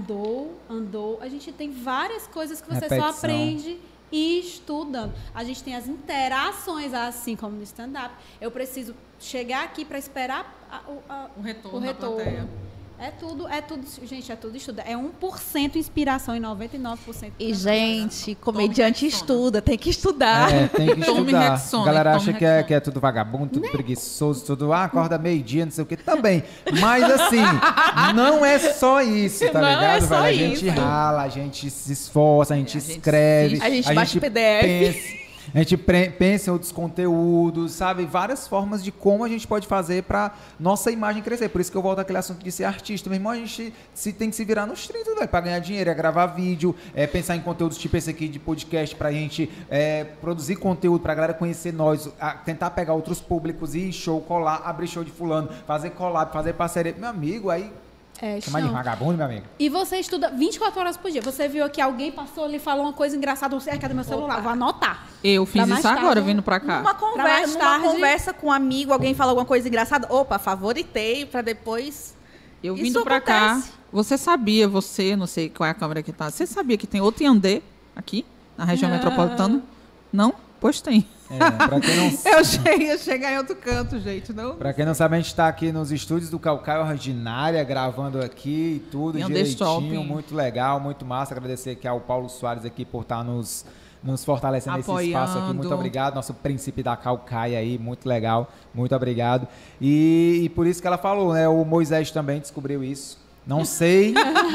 A gente tem várias coisas que você só Repetição. aprende estudando. A gente tem as interações, assim como no stand-up. Eu preciso chegar aqui para esperar O retorno o da retorno. plateia. É tudo, gente, é tudo estudo. É 1% inspiração e 99% E, gente, comediante Rexona. estuda, tem que estudar. Tem que Tome estudar. Rexona, A galera tome acha que Rexona. que é tudo vagabundo, tudo preguiçoso, tudo... acorda meio-dia, não sei o que. Também. Mas, assim, não é só isso, tá Não ligado, é só velho? A gente isso. rala, a gente se esforça, a gente A gente escreve. A gente baixa o PDF. A gente pensa em outros conteúdos, sabe? Várias formas de como a gente pode fazer pra nossa imagem crescer. Por isso que eu volto àquele assunto de ser artista. Meu irmão, a gente tem que se virar nos 30, velho, pra ganhar dinheiro. É gravar vídeo, pensar em conteúdos tipo esse aqui de podcast pra gente produzir conteúdo pra galera conhecer nós, tentar pegar outros públicos, ir em show, colar, abrir show de fulano, fazer collab, fazer parceria. Meu amigo, aí... Chamar de chão. vagabundo, meu amigo. E você estuda 24 horas por dia. Você viu que alguém passou ali e falou uma coisa engraçada, você cadê meu celular? Vou anotar. Eu fiz Pra mais isso agora, tarde, vindo pra cá. Numa mais tarde- conversa com um amigo, alguém fala alguma coisa engraçada, opa, favoritei pra depois... Eu Isso vindo pra cá, acontece. você sabia, não sei qual é a câmera que tá, você sabia que tem outro Iandê aqui, na região metropolitana? Não? Pois tem. Pra quem não Eu cheguei em outro canto, gente, não? Pra quem não sabe, a gente tá aqui nos estúdios do Caucaia Ordinária, gravando aqui e tudo Em direitinho, Shopping. muito legal, muito massa. Agradecer aqui ao Paulo Soares aqui por estar nos fortalecendo nesse espaço aqui. Apoiando. Muito obrigado, nosso príncipe da Caucaia aí, muito legal, muito obrigado. E por isso que ela falou, né, o Moisés também descobriu isso. Não sei.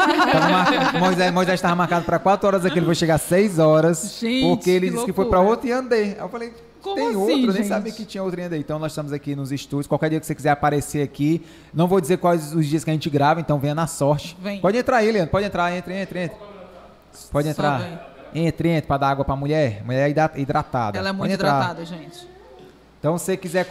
Moisés estava marcado para 4 horas aqui, ele vai chegar às 6 horas. Gente, porque ele que disse que foi loucura. para outro Iandê. Aí eu falei, Como tem assim, outro? Eu nem gente? sabia que tinha outro Iandê. Então nós estamos aqui nos estúdios. Qualquer dia que você quiser aparecer aqui, não vou dizer quais os dias que a gente grava, então venha na sorte. Vem. Pode entrar aí, Leandro, pode entrar, entre. Pode Só entrar. Entre para dar água para mulher. Mulher hidratada. Ela é Pode muito entrar. hidratada, gente. Então se você quiser...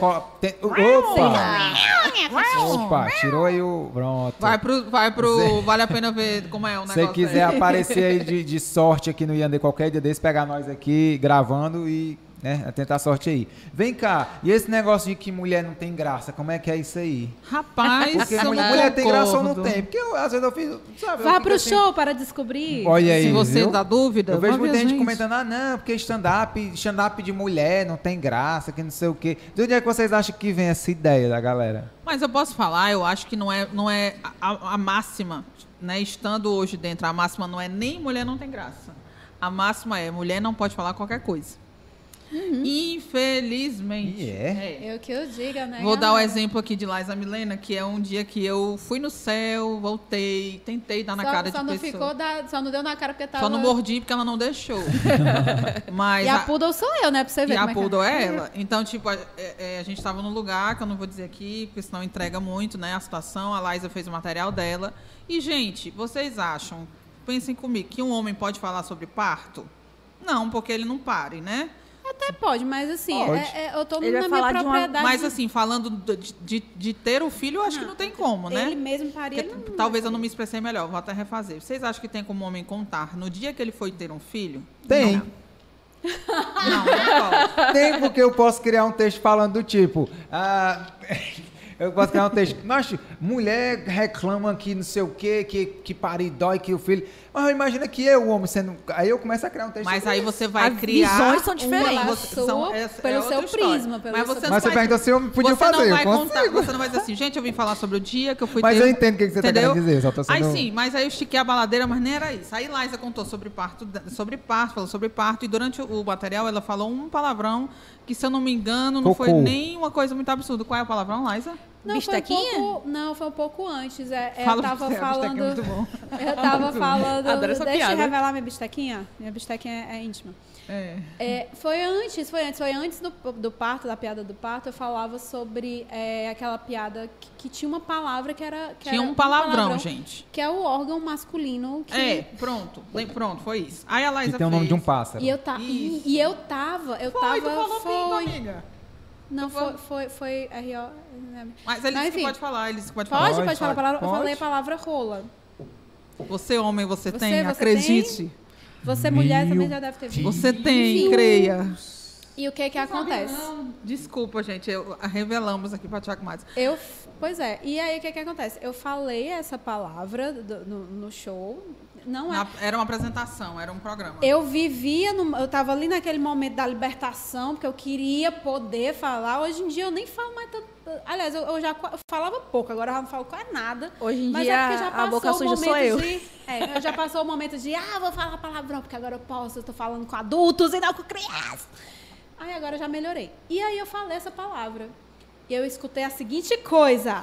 Opa, tirou aí o... Pronto. Vale a pena ver como é o Se negócio. você quiser aí. aparecer aí de sorte aqui no Iandê qualquer dia desse, pegar nós aqui gravando e tentar sorte aí. Vem cá, e esse negócio de que mulher não tem graça, como é que é isso aí? Rapaz, Porque eu mulher tem graça ou não concordo. tem? Porque às vezes eu fiz, sabe? Vá eu pro fico assim, show para descobrir. Olha aí, Se você viu? dá dúvida, Eu vejo vá ver muita a gente comentando, não, porque stand-up de mulher não tem graça, que não sei o quê. De onde é que vocês acham que vem essa ideia da galera? Mas eu posso falar, eu acho que não é a máxima, né? Estando hoje dentro, a máxima não é nem mulher não tem graça. A máxima é mulher não pode falar qualquer coisa. Infelizmente. E é? Eu que eu diga, né? Vou dar o galera? exemplo aqui de Liza Milena, que é um dia que eu fui no céu, voltei, tentei dar na cara Só de não pessoa. só não deu na cara porque tava... Só não mordi porque ela não deixou. Mas E a Poodle sou eu, né? Pra você ver E a como é que Poodle é ela. Então, tipo, a gente estava num lugar que eu não vou dizer aqui, porque senão entrega muito, né, a situação. A Liza fez o material dela. E, gente, vocês acham, pensem comigo, que um homem pode falar sobre parto? Não, porque ele não pare, né? Até pode, mas assim, Pode. eu tô Ele vai na minha falar de uma- propriedade. Mas, assim, falando de ter o filho, eu acho que não tem como, né? Ele mesmo faria. Porque talvez eu não me expressei melhor, vou até refazer. Vocês acham que tem como um homem contar no dia que ele foi ter um filho? Tem. Não pode. Tem, porque eu posso criar um texto falando do tipo... eu posso criar um texto... Mas mulher reclama que não sei o quê, que pare dói, que o filho... Mas imagina que eu, o homem, sendo... Aí eu começo a criar um texto... Mas sobre aí isso. você vai As criar... visões são uma- diferentes. Pelo outra seu história. prisma, pelo Mas seu- você não Mas você vai- perguntou se eu podia você fazer, não eu vai contar, consigo. você não vai dizer assim, gente, eu vim falar sobre o dia que eu fui Mas ter... eu entendo o que você tá Entendeu? querendo dizer, eu só tô sendo... Aí sim, mas aí eu estiquei a baladeira, mas nem era isso. Aí Liza contou sobre parto, falou sobre parto, e durante o material ela falou um palavrão que, se eu não me engano, não foi Cocô. nem uma coisa muito absurda. Qual é o palavrão, Liza? Não, foi um Bistequinha? pouco, não, foi um pouco antes. Fala Eu tava pra você, a bistequinha falando. é muito bom. Eu tava falando. Adoro essa Deixa eu piada. revelar minha bistequinha. Minha bistequinha é íntima. Foi antes do parto, da piada do parto, eu falava sobre aquela piada que tinha uma palavra que era. Tinha um palavrão, gente. Que é o órgão masculino que. Pronto, foi isso. Aí a Liza Que tem o nome fez. de um pássaro. E eu tava. Isso. E eu tava. Tu falou pinto, amiga. Não, foi R.O. Mas ele Mas, disse que enfim. pode falar, ele disse que pode Pode, falar. pode falar a palavra. Eu Pode. falei a palavra rola. Você, homem, você tem, você acredite. Você, mulher, Meu também já deve ter visto. Você tem, Enfim. creia. E o que acontece? Não, desculpa, gente, revelamos aqui para Thiago Matos. Pois é. E aí, o que acontece? Eu falei essa palavra no show. Não é. Era uma apresentação, era um programa. Eu tava ali naquele momento da libertação, porque eu queria poder falar. Hoje em dia eu nem falo mais tanto. Aliás, eu falava pouco, agora eu já não falo quase nada. Hoje em Mas dia, é porque já a passou boca o suja sou momento eu. já passou o momento de, vou falar palavrão, porque agora eu posso, eu tô falando com adultos e não com crianças. Aí agora eu já melhorei. E aí eu falei essa palavra. E eu escutei a seguinte coisa.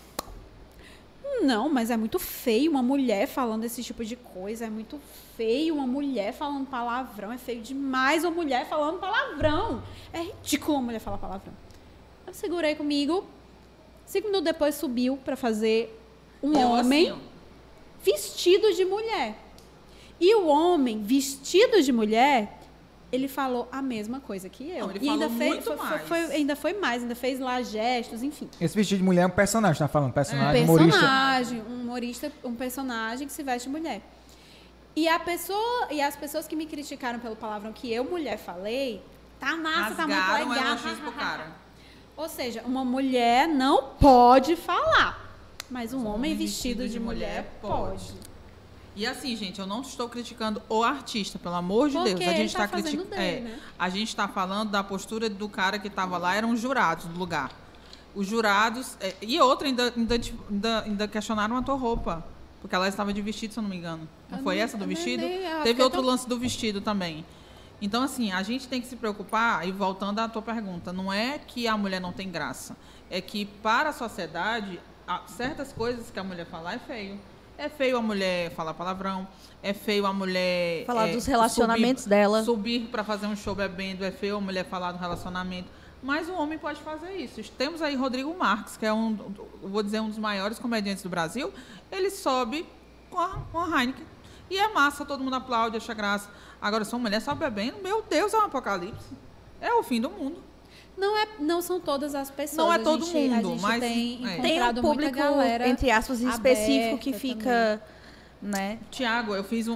Não, mas é muito feio uma mulher falando esse tipo de coisa. É muito feio uma mulher falando palavrão. É feio demais uma mulher falando palavrão. É ridículo uma mulher falar palavrão. Eu segurei comigo. 5 minutos depois subiu para fazer um homem assim, vestido de mulher. E o homem vestido de mulher, ele falou a mesma coisa que eu. Não, ele E ainda falou fez, muito mais. ainda foi mais, ainda fez lá gestos, enfim. Esse vestido de mulher é um personagem, tá falando? Personagem, humorista. Um personagem que se veste de mulher. E as pessoas que me criticaram pelo palavrão que eu, mulher, falei, tá massa, tá muito rasgaram legal. elogios pro cara. Ou seja, uma mulher não pode falar, mas um homem vestido de mulher pode. E assim, gente, eu não estou criticando o artista, pelo amor de Porque Deus. A ele gente tá está fazendo criticando. dele, né? A gente está falando da postura do cara que estava lá, eram os jurados do lugar. Os jurados. E outra, ainda questionaram a tua roupa. Porque ela estava de vestido, se eu não me engano. Não foi essa do vestido? Teve outro lance do vestido também. Então, assim, a gente tem que se preocupar, e voltando à tua pergunta, não é que a mulher não tem graça. É que, para a sociedade, certas coisas que a mulher falar é feio. É feio a mulher falar palavrão, é feio a mulher... Falar dos relacionamentos dela. Subir para fazer um show bebendo, é feio a mulher falar do relacionamento. Mas o homem pode fazer isso. Temos aí Rodrigo Marques, que é vou dizer, um dos maiores comediantes do Brasil. Ele sobe com a Heineken. E é massa, todo mundo aplaude, acha graça. Agora, se uma mulher só bebendo, meu Deus, é um apocalipse. É o fim do mundo. Não são todas as pessoas. Não é todo mundo, a gente mas tem Tem um encontrado público, muita galera entre aspas, específico que aberta fica, né? Tiago, eu fiz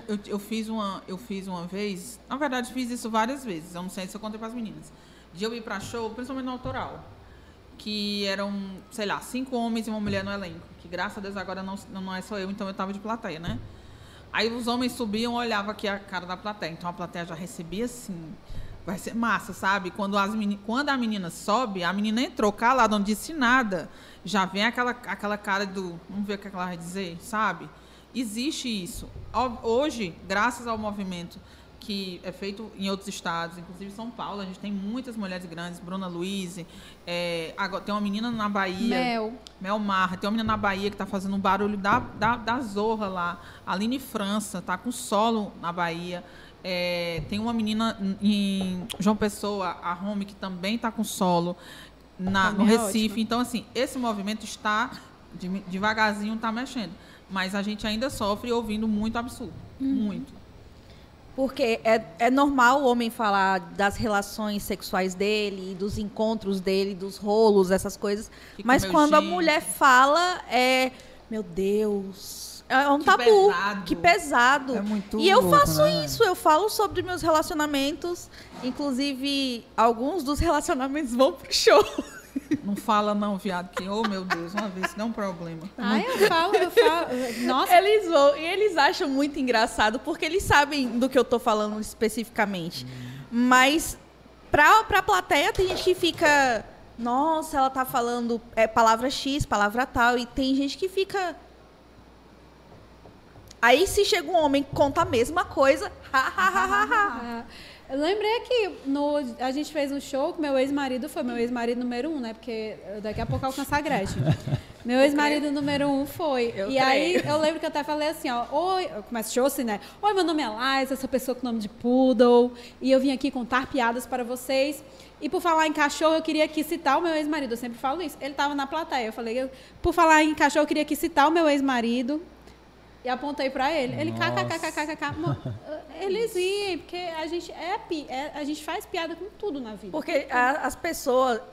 uma vez, na verdade fiz isso várias vezes, eu não sei se eu contei para as meninas, de eu ir para show, principalmente no autoral, que eram, sei lá, 5 homens e uma mulher no elenco, que graças a Deus agora não é só eu, então eu estava de plateia, né? Aí os homens subiam, olhavam aqui a cara da plateia, então a plateia já recebia assim, vai ser massa, sabe? Quando a menina sobe, a menina entrou calada, não disse nada, já vem aquela cara do, vamos ver o que ela vai dizer, sabe? Existe isso. Hoje, graças ao movimento que é feito em outros estados, inclusive São Paulo, a gente tem muitas mulheres grandes, Bruna Luiz, agora tem uma menina na Bahia, Mel Marra, tem uma menina na Bahia que está fazendo um barulho da zorra lá, Aline França, está com solo na Bahia, tem uma menina em João Pessoa, a Rome, que também está com solo no Recife. Ótimo. Então, assim, esse movimento está, devagarzinho, está mexendo. Mas a gente ainda sofre ouvindo muito absurdo. Muito. Porque é normal o homem falar das relações sexuais dele, dos encontros dele, dos rolos, essas coisas. Mas quando a mulher fala, meu Deus, é um tabu. Pesado. Que pesado. É muito e eu louco, faço né? isso, eu falo sobre meus relacionamentos. Inclusive, alguns dos relacionamentos vão pro show. Não fala não, viado, que, oh meu Deus, uma vez, não é um problema. Eu falo. Nossa. Eles vão, e eles acham muito engraçado, porque eles sabem do que eu tô falando especificamente. Mas, pra plateia, tem gente que fica, nossa, ela tá falando palavra X, palavra tal, e tem gente que fica... Aí, se chega um homem que conta a mesma coisa, Eu lembrei que a gente fez um show que meu ex-marido foi meu ex-marido número 1, né? Porque daqui a pouco alcança a Gretchen. Meu ex-marido número 1 foi. Aí eu lembro que eu até falei assim, ó, oi, começa o show assim, né? Oi, meu nome é Laís, eu sou pessoa com nome de Poodle, e eu vim aqui contar piadas para vocês. E por falar em cachorro, eu queria aqui citar o meu ex-marido, eu sempre falo isso. Ele estava na plateia, eu falei, por falar em cachorro, eu queria aqui citar o meu ex-marido. E apontei pra ele. Ele kkkkkk. Eles riem, porque a gente a gente faz piada com tudo na vida. Porque as pessoas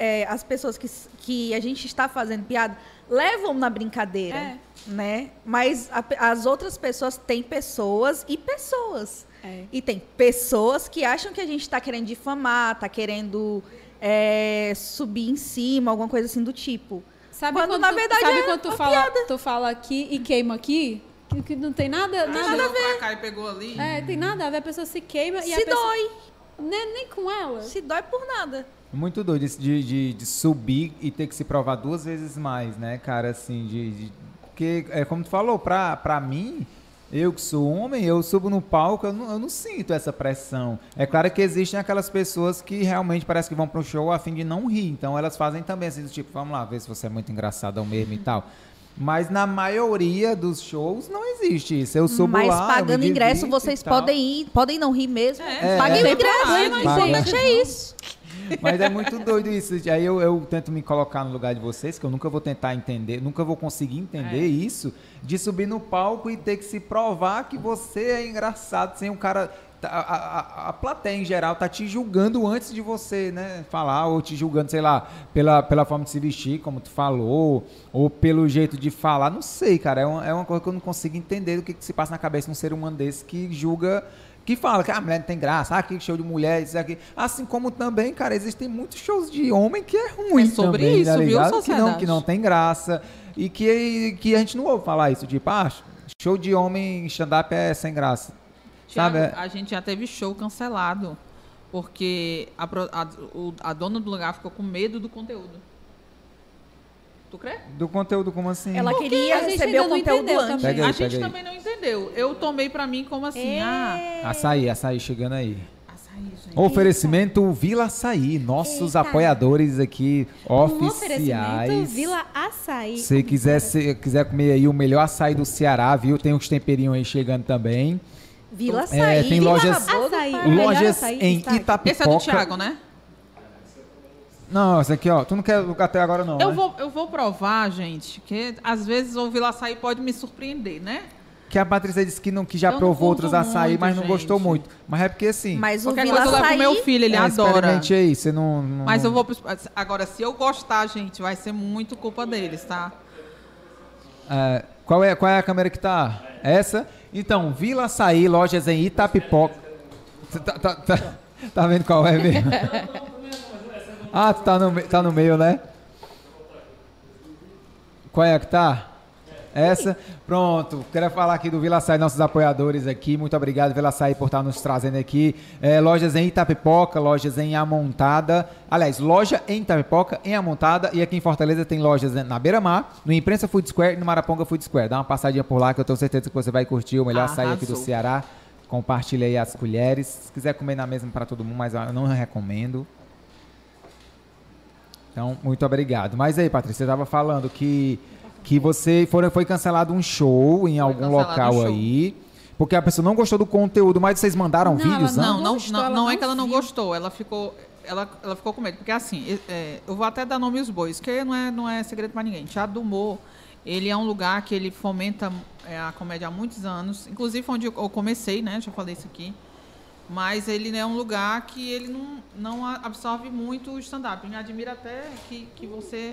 que a gente está fazendo piada levam na brincadeira, né? Mas as outras pessoas têm pessoas e pessoas. E tem pessoas que acham que a gente está querendo difamar, está querendo subir em cima, alguma coisa assim do tipo. Sabe quando na verdade quando tu fala aqui e queima aqui? Que não tem nada a ver. Pra cá e pegou ali. Tem nada a ver, a pessoa se queima e se dói. Nem com ela. Se dói por nada. Muito doido isso de subir e ter que se provar 2 vezes mais, né, cara, assim, porque, como tu falou, pra mim, eu que sou homem, eu subo no palco, eu não sinto essa pressão. É claro que existem aquelas pessoas que realmente parece que vão pro show a fim de não rir, então elas fazem também assim, do tipo, vamos lá, ver se você é muito engraçado mesmo e tal. Mas na maioria dos shows não existe isso. Eu subo lá, pagando ingresso, vocês podem não rir mesmo. Paguem o ingresso, o importante é isso. Mas é muito doido isso. Aí eu tento me colocar no lugar de vocês, que eu nunca vou tentar entender, nunca vou conseguir entender isso, de subir no palco e ter que se provar que você é engraçado, sem um cara... A plateia em geral tá te julgando antes de você, né, falar, ou te julgando, sei lá, pela forma de se vestir, como tu falou, ou pelo jeito de falar, não sei, cara, é uma coisa que eu não consigo entender do que se passa na cabeça de um ser humano desse que julga, que fala que a mulher não tem graça, que show de mulher, isso aqui. Assim como também, cara, existem muitos shows de homem que é ruim sobre também, isso, tá ligado? Viu, sociedade? Que não tem graça, e que a gente não ouve falar isso, tipo, show de homem stand-up é sem graça. Thiago, a gente já teve show cancelado, porque a dona do lugar ficou com medo do conteúdo. Tu crê? Do conteúdo, como assim? Ela queria receber o conteúdo antes. A gente também não entendeu. Eu tomei pra mim como assim, Açaí chegando aí. Açaí, gente. Oferecimento Vila Açaí, nossos apoiadores aqui oficiais. Oferecimento Vila Açaí. Se quiser comer aí o melhor açaí do Ceará, viu? Tem uns temperinhos aí chegando também. Vila Açaí. Tem lojas em Itapipoca. Esse é do Thiago, né? Não, esse aqui, ó. Tu não quer até agora, não, Eu vou provar, gente, que às vezes o Vila Açaí pode me surpreender, né? Que a Patrícia disse que já provou outros açaí, mas não gostou muito. Mas é porque assim... Mas o qualquer Vila coisa eu levo Açaí... pro meu filho, ele adora. Experimente aí, você não... Mas eu vou... Agora, se eu gostar, gente, vai ser muito culpa deles, tá? Qual é a câmera que tá? Essa? Então, Vila Açaí, lojas em Itapipoca. Tá vendo qual é mesmo? Tu tá no meio, né? Qual é que tá? Essa? Pronto. Quero falar aqui do Vila Açaí, nossos apoiadores aqui. Muito obrigado, Vila Açaí, por estar nos trazendo aqui. Lojas em Itapipoca, lojas em Amontada. Aliás, loja em Itapipoca, em Amontada. E aqui em Fortaleza tem lojas na Beira-Mar, no Imprensa Food Square e no Maraponga Food Square. Dá uma passadinha por lá que eu tenho certeza que você vai curtir o melhor açaí aqui do Ceará. Compartilha aí as colheres. Se quiser comer na mesa para todo mundo, mas eu não recomendo. Então, muito obrigado. Mas aí, Patrícia, você estava falando que você foi cancelado um show em algum local aí, porque a pessoa não gostou do conteúdo, mas vocês mandaram vídeos, não? Ela Não é que não ela não viu. gostou, ela ficou com medo, porque assim, eu vou até dar nome aos bois, que não é segredo para ninguém. Teatro do Humor, ele é um lugar que ele fomenta a comédia há muitos anos, inclusive onde eu comecei, né, já falei isso aqui. Mas ele é um lugar que ele não absorve muito o stand-up. Me admira até que você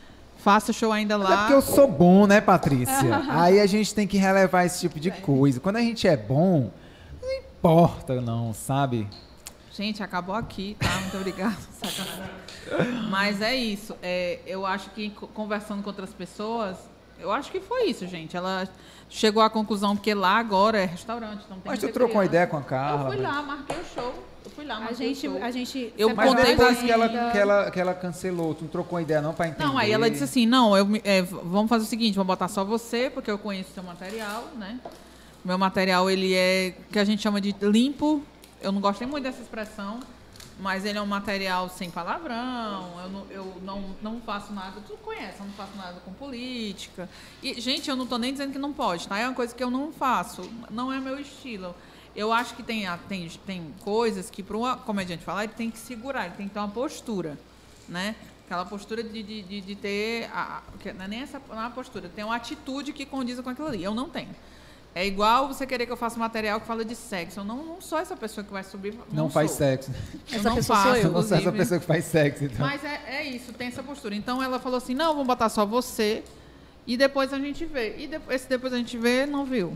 faça show ainda Mas lá. é porque eu sou bom, né, Patrícia? Aí a gente tem que relevar esse tipo de coisa. Quando a gente é bom, não importa não, sabe? Gente, acabou aqui, tá? Muito obrigada. Sacanagem. Mas é isso. Eu acho que conversando com outras pessoas, eu acho que foi isso, gente. Ela chegou à conclusão, porque lá agora é restaurante. Então tem Mas tu muita trocou uma criança. ideia com a Carla? Eu fui lá, marquei o show. Eu fui lá, A marquei o gente, show. a gente Eu Mas contei depois pra que ela cancelou, tu não trocou uma ideia não pra entender? Não, aí ela disse assim, não, vamos fazer o seguinte, vamos botar só você, porque eu conheço o seu material, né? Meu material, ele é, que a gente chama de limpo. Eu não gostei muito dessa expressão, mas ele é um material sem palavrão, eu não faço nada, tu conhece, eu não faço nada com política. E, gente, eu não tô nem dizendo que não pode, tá? É uma coisa que eu não faço, não é meu estilo. Eu acho que tem coisas que para um comediante falar, ele tem que segurar, ele tem que ter uma postura, né? Aquela postura de ter, não é nem essa não é uma postura, tem uma atitude que condiza com aquilo ali. Eu não tenho. É igual você querer que eu faça um material que fala de sexo. Eu não sou essa pessoa que vai subir. Não faz sou. sexo. Eu Essa não pessoa faço, sou eu. Eu não sou essa inclusive. pessoa que faz sexo, então. Mas é isso, tem essa postura. Então ela falou assim, não, vamos botar só você e depois a gente vê. E depois a gente vê, não viu.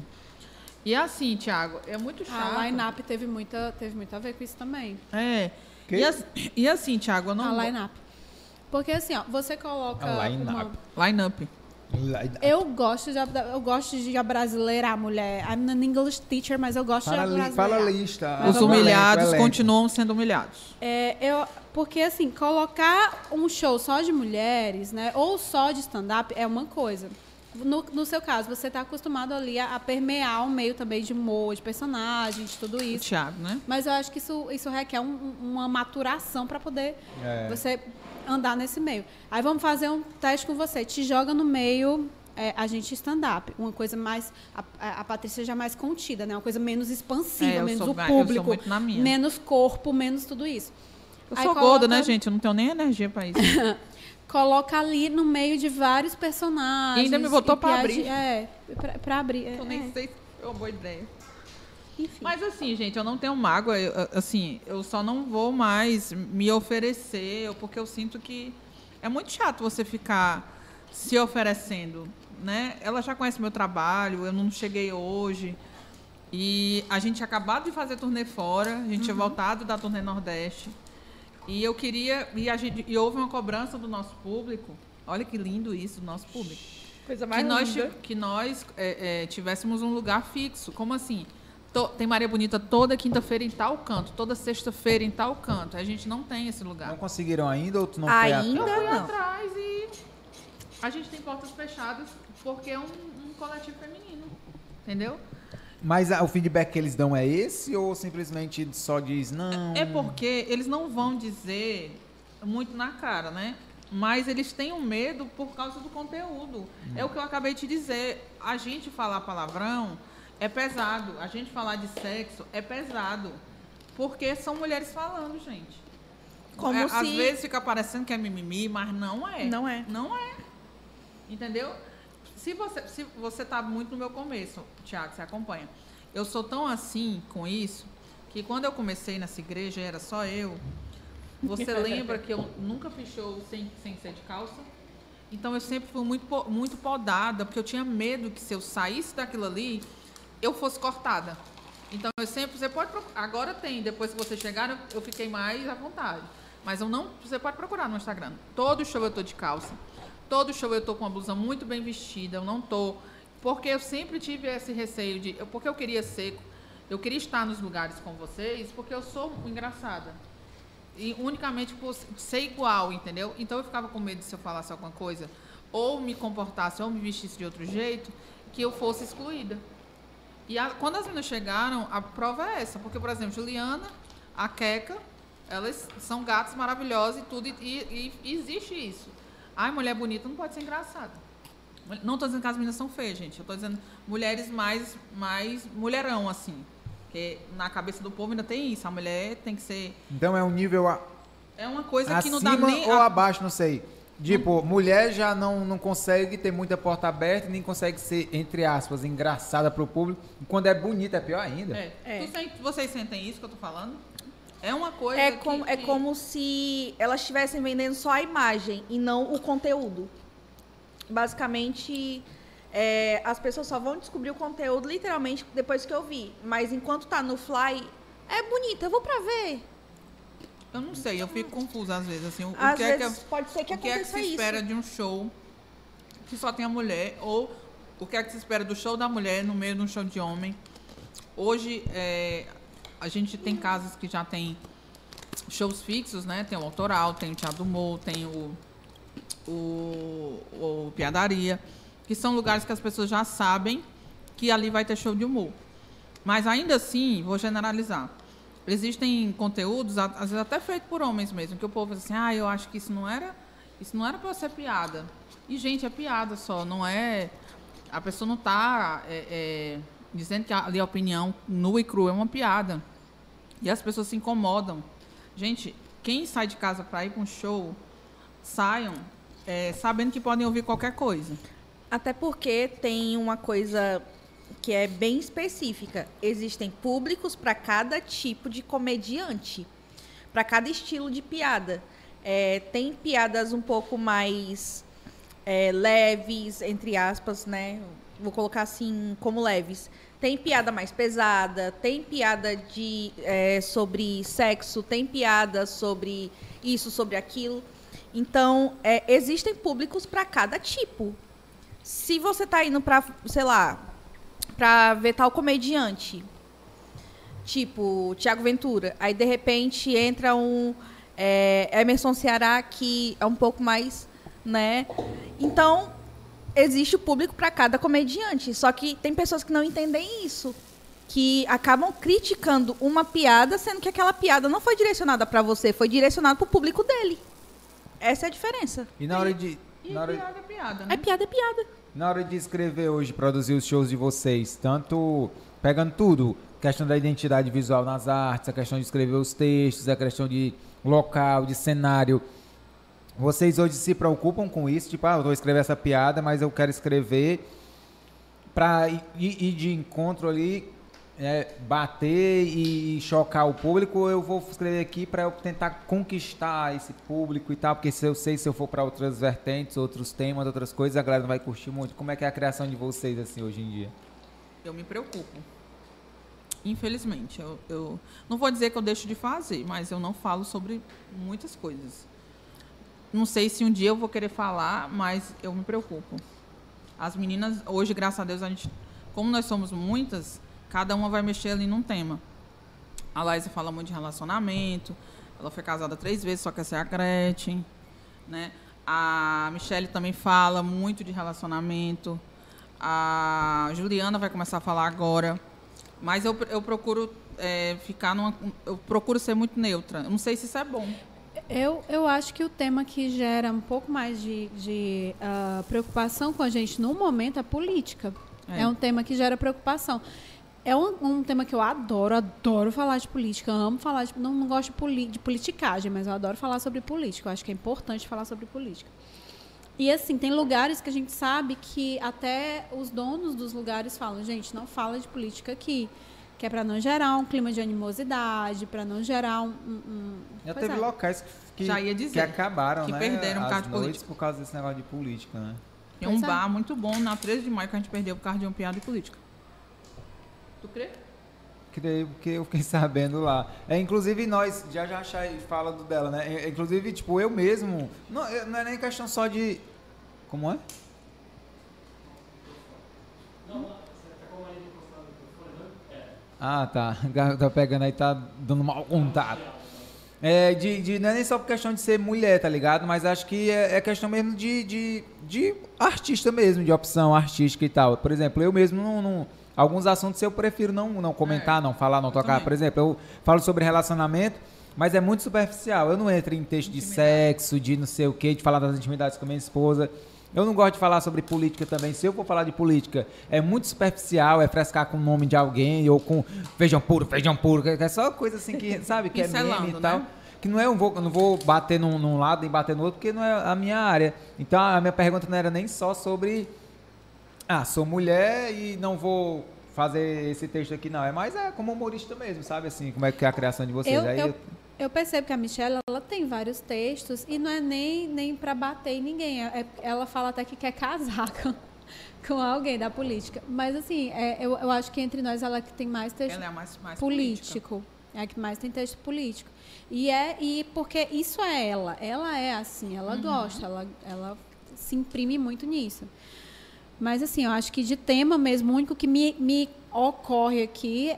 E assim, Thiago, é muito chato. A line-up teve muito a ver com isso também. É. Que? E assim, Thiago, eu não... A line-up. Porque assim, ó, você coloca A line-up. Line-up. Eu gosto de abrasileirar a mulher. I'm an English teacher, mas eu gosto de abrasileirar. Fala a lista. Os o humilhados elenco. continuam sendo humilhados. Porque, assim, colocar um show só de mulheres, né? Ou só de stand-up é uma coisa. No seu caso, você está acostumado ali a permear um meio também de humor, de personagens, de tudo O isso. Thiago, né? Mas eu acho que isso requer uma maturação para poder você andar nesse meio. Aí vamos fazer um teste com você. Te joga no meio a gente stand-up. Uma coisa mais... A Patrícia já mais contida, né? Uma coisa menos expansiva, menos o eu sou público, muito na minha. menos corpo, menos tudo isso. Eu Aí sou coloca- gorda, né, gente? Eu não tenho nem energia pra isso. Coloca ali no meio de vários personagens. E ainda me botou pra piadinha- abrir. Pra abrir. Eu nem sei se foi uma boa ideia. Enfim. Mas assim, gente, eu não tenho mágoa. Eu só não vou mais me oferecer, porque eu sinto que é muito chato você ficar se oferecendo, né? Ela já conhece meu trabalho, eu não cheguei hoje. E a gente tinha acabado de fazer turnê fora, a gente tinha voltado da turnê Nordeste. E eu queria... E houve uma cobrança do nosso público. Olha que lindo isso, do nosso público. Coisa Que nós tivéssemos um lugar fixo. Como assim? Tem Maria Bonita toda quinta-feira em tal canto, toda sexta-feira em tal canto. A gente não tem esse lugar. Não conseguiram ainda ou tu não Ainda? foi atrás? Eu fui Não. atrás e a gente tem portas fechadas porque é um coletivo feminino. Entendeu? Mas o feedback que eles dão é esse ou simplesmente só diz não? É porque eles não vão dizer muito na cara, né? Mas eles têm um medo por causa do conteúdo. É o que eu acabei de dizer. A gente falar palavrão é pesado. A gente falar de sexo é pesado. Porque são mulheres falando, gente. Como Às se- vezes fica parecendo que é mimimi, mas não é. Não é. Não é. Entendeu? Se você tá muito no meu começo, Thiago, você acompanha. Eu sou tão assim com isso, que quando eu comecei nessa igreja, era só eu. Você lembra que eu nunca fiz show sem ser de calça? Então eu sempre fui muito podada, porque eu tinha medo que se eu saísse daquilo ali, eu fosse cortada. Então eu sempre, você pode procurar, agora tem, depois que você chegar, eu fiquei mais à vontade. Mas você pode procurar no Instagram. Todo show eu tô de calça. Todo show eu tô com uma blusa muito bem vestida, eu não tô... Porque eu sempre tive esse receio porque eu queria estar nos lugares com vocês, porque eu sou engraçada. E unicamente por ser igual, entendeu? Então eu ficava com medo de se eu falasse alguma coisa, ou me comportasse, ou me vestisse de outro jeito, que eu fosse excluída. E quando as meninas chegaram, a prova é essa. Porque, por exemplo, Juliana, a Queca, elas são gatos maravilhosos e tudo. E existe isso. Ai, mulher bonita não pode ser engraçada. Não estou dizendo que as meninas são feias, gente. Eu estou dizendo mulheres mais mulherão, assim. Porque na cabeça do povo ainda tem isso. A mulher tem que ser... Então é um nível É uma coisa que acima não dá nem... ou abaixo, não sei. Tipo, mulher já não consegue ter muita porta aberta, nem consegue ser, entre aspas, engraçada pro público. E quando é bonita, é pior ainda. Vocês sentem isso que eu tô falando? É uma coisa É como se elas estivessem vendendo só a imagem e não o conteúdo. Basicamente, as pessoas só vão descobrir o conteúdo literalmente depois que eu vi. Mas enquanto tá no fly, é bonita, eu vou pra ver. Eu não sei, eu fico confusa às vezes. Assim, Às vezes pode ser que o que é que aconteça se isso. espera de um show que só tem a mulher? Ou o que é que se espera do show da mulher no meio de um show de homem? Hoje, a gente tem casas que já tem shows fixos, né? Tem o Autoral, tem o Teatro do Humor, tem o Piadaria, que são lugares que as pessoas já sabem que ali vai ter show de humor. Mas ainda assim, vou generalizar. Existem conteúdos, às vezes até feitos por homens mesmo, que o povo diz assim, eu acho que isso não era para ser piada. E, gente, é piada só, não é... A pessoa não está dizendo que ali a opinião nua e crua é uma piada. E as pessoas se incomodam. Gente, quem sai de casa para ir para um show, saiam sabendo que podem ouvir qualquer coisa. Até porque tem uma coisa que é bem específica. Existem públicos para cada tipo de comediante, para cada estilo de piada. Tem piadas um pouco mais leves, entre aspas, né? Vou colocar assim como leves. Tem piada mais pesada, tem piada sobre sexo, tem piada sobre isso, sobre aquilo. Então, existem públicos para cada tipo. Se você está indo para, sei lá, para ver tal comediante, tipo Thiago Ventura, aí de repente entra um Emerson Ceará, que é um pouco mais, né? Então, existe o público para cada comediante. Só que tem pessoas que não entendem isso, que acabam criticando uma piada, sendo que aquela piada não foi direcionada para você, foi direcionada para o público dele. Essa é a diferença. E na hora de... piada é piada, né? Piada é piada. Na hora de escrever hoje, produzir os shows de vocês, tanto pegando tudo, questão da identidade visual nas artes, a questão de escrever os textos, a questão de local, de cenário, vocês hoje se preocupam com isso? Tipo, eu vou escrever essa piada, mas eu quero escrever para ir de encontro ali, bater e chocar o público, ou eu vou escrever aqui para eu tentar conquistar esse público e tal, porque se eu for para outras vertentes, outros temas, outras coisas, a galera não vai curtir muito. Como é que é a criação de vocês assim hoje em dia? Eu me preocupo. Infelizmente. Eu não vou dizer que eu deixo de fazer, mas eu não falo sobre muitas coisas. Não sei se um dia eu vou querer falar, mas eu me preocupo. As meninas, hoje, graças a Deus, como nós somos muitas, cada uma vai mexer ali num tema. A Laísa fala muito de relacionamento, ela foi casada 3 vezes, só quer ser a Gretchen, né? A Michelle também fala muito de relacionamento. A Juliana vai começar a falar agora. Mas eu procuro eu procuro ser muito neutra. Eu não sei se isso é bom. Eu acho que o tema que gera um pouco mais de preocupação com a gente no momento é política. É um tema que gera preocupação. É um tema que eu adoro falar de política. Eu amo falar não gosto de politicagem, mas eu adoro falar sobre política. Eu acho que é importante falar sobre política. E assim, tem lugares que a gente sabe que até os donos dos lugares falam, gente, não fala de política aqui. Que é para não gerar um clima de animosidade, para não gerar Já teve locais que já ia dizer, que acabaram, que né? perderam por causa de política por causa desse negócio de política, né? Tem um bar muito bom na 13 de maio que a gente perdeu por causa de uma piada de política. Tu crê? Creio, porque eu fiquei sabendo lá. Inclusive, nós, já fala dela, né? Inclusive, tipo, eu mesmo... Não é nem questão só de... Como é? Ah, tá. Tá pegando aí, tá dando mau contato. Não é nem só por questão de ser mulher, tá ligado? Mas acho que é questão mesmo de artista mesmo, de opção artística e tal. Por exemplo, eu mesmo alguns assuntos eu prefiro não comentar, não falar, não tocar. também. Por exemplo, eu falo sobre relacionamento, mas é muito superficial. Eu não entro em texto de sexo, de não sei o quê, de falar das intimidades com a minha esposa. Eu não gosto de falar sobre política também. Se eu for falar de política, é muito superficial, é frescar com o nome de alguém, ou com feijão puro, que é só coisa assim que, sabe, que é meme e tal. Né? Que não é, eu não vou bater num lado e bater no outro, porque não é a minha área. Então, a minha pergunta não era nem só sobre, sou mulher e não vou fazer esse texto aqui, não. É mais como humorista mesmo, sabe, assim, como é que é a criação de vocês. Eu percebo que a Michelle, ela tem vários textos e não é nem para bater em ninguém. Ela fala até que quer casar com alguém da política. Mas, assim, eu acho que entre nós ela que tem mais texto Ela é a mais político. É a que mais tem texto político. E porque isso é ela. Ela é assim, ela gosta, ela se imprime muito nisso. Mas, assim, eu acho que de tema mesmo, o único que me ocorre aqui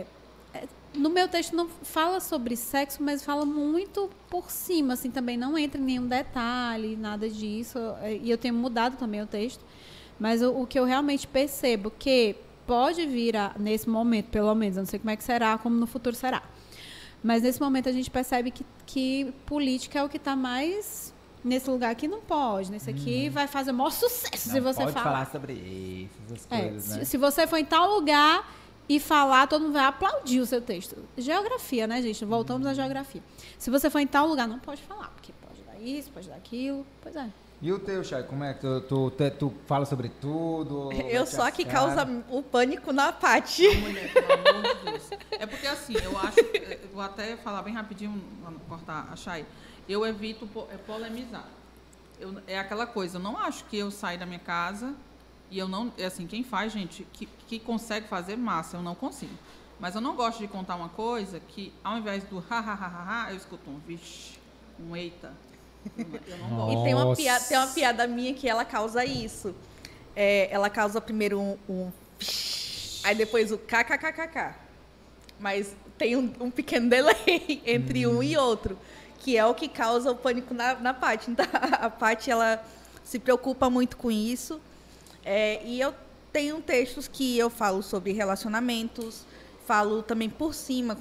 no meu texto não fala sobre sexo, mas fala muito por cima, assim, também não entra em nenhum detalhe, nada disso. E eu tenho mudado também o texto. Mas o que eu realmente percebo que pode vir nesse momento, pelo menos, eu não sei como é que será, como no futuro será. Mas nesse momento a gente percebe que política é o que está mais nesse lugar que não pode. Nesse aqui vai fazer o maior sucesso se você pode falar. falar sobre isso, essas coisas, né? Se você for em tal lugar e falar, todo mundo vai aplaudir o seu texto. Geografia, né, gente? Voltamos à geografia. Se você for em tal lugar, não pode falar, porque pode dar isso, pode dar aquilo. Pois é. E o teu, Chay, como é que tu fala sobre tudo? Eu sou a que causa o pânico na Paty. Mulher, pelo amor de Deus. É porque assim, eu acho, vou até falar bem rapidinho, pra não cortar a Chay, eu evito polemizar. É aquela coisa, eu não acho que eu saio da minha casa e eu não, assim, quem faz, gente, que consegue fazer, massa, eu não consigo. Mas eu não gosto de contar uma coisa que, ao invés do eu escuto um vixe, um eita. Eu não gosto. E tem uma piada minha que ela causa isso. Ela causa primeiro um aí depois o kkkk. Mas tem um pequeno delay entre um e outro, que é o que causa o pânico na Paty. Então, a Paty, ela se preocupa muito com isso. E eu tenho textos que eu falo sobre relacionamentos, falo também por cima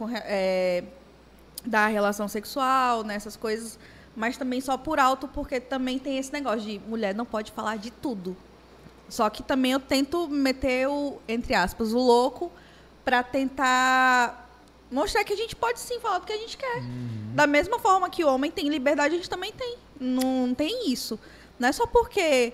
da relação sexual, nessas coisas, mas também só por alto, porque também tem esse negócio de mulher não pode falar de tudo. Só que também eu tento meter entre aspas, o louco, para tentar mostrar que a gente pode sim falar do que a gente quer. Da mesma forma que o homem tem liberdade, a gente também tem. Não tem isso. Não é só porque...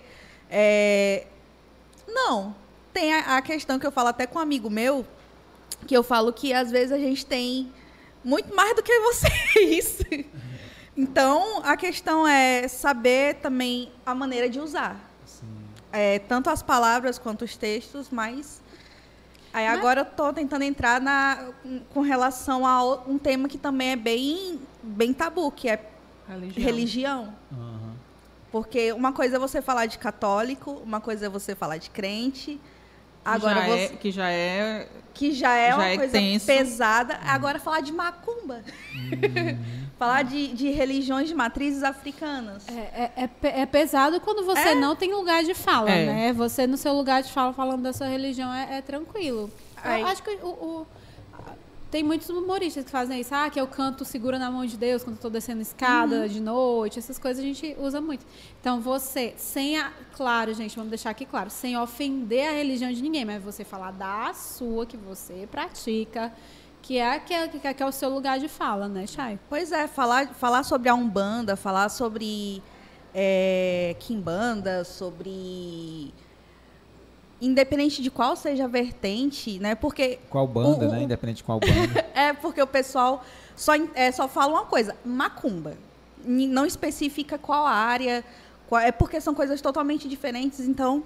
Não. Tem a questão que eu falo até com um amigo meu, que eu falo que às vezes a gente tem muito mais do que vocês. Então, a questão é saber também a maneira de usar. Tanto as palavras quanto os textos, mas agora eu estou tentando entrar com relação a um tema que também é bem tabu, que é religião. Porque uma coisa é você falar de católico, uma coisa é você falar de crente. Que já é uma coisa tenso, pesada. Agora falar de macumba. Falar de religiões de matrizes africanas. É pesado quando você não tem lugar de fala, né? Você no seu lugar de fala falando da sua religião é tranquilo. Eu acho que tem muitos humoristas que fazem isso. Que eu canto Segura na Mão de Deus quando estou descendo escada de noite. Essas coisas a gente usa muito. Então, você, claro, gente, vamos deixar aqui claro, sem ofender a religião de ninguém, mas você falar da sua, que você pratica, que é o seu lugar de fala, né, Chay? Pois é, falar sobre a Umbanda, falar sobre Quimbanda, sobre... Independente de qual seja a vertente, né? Porque... Qual banda, né? Independente de qual banda. Porque o pessoal só fala uma coisa, macumba. Não especifica qual área, porque são coisas totalmente diferentes. Então,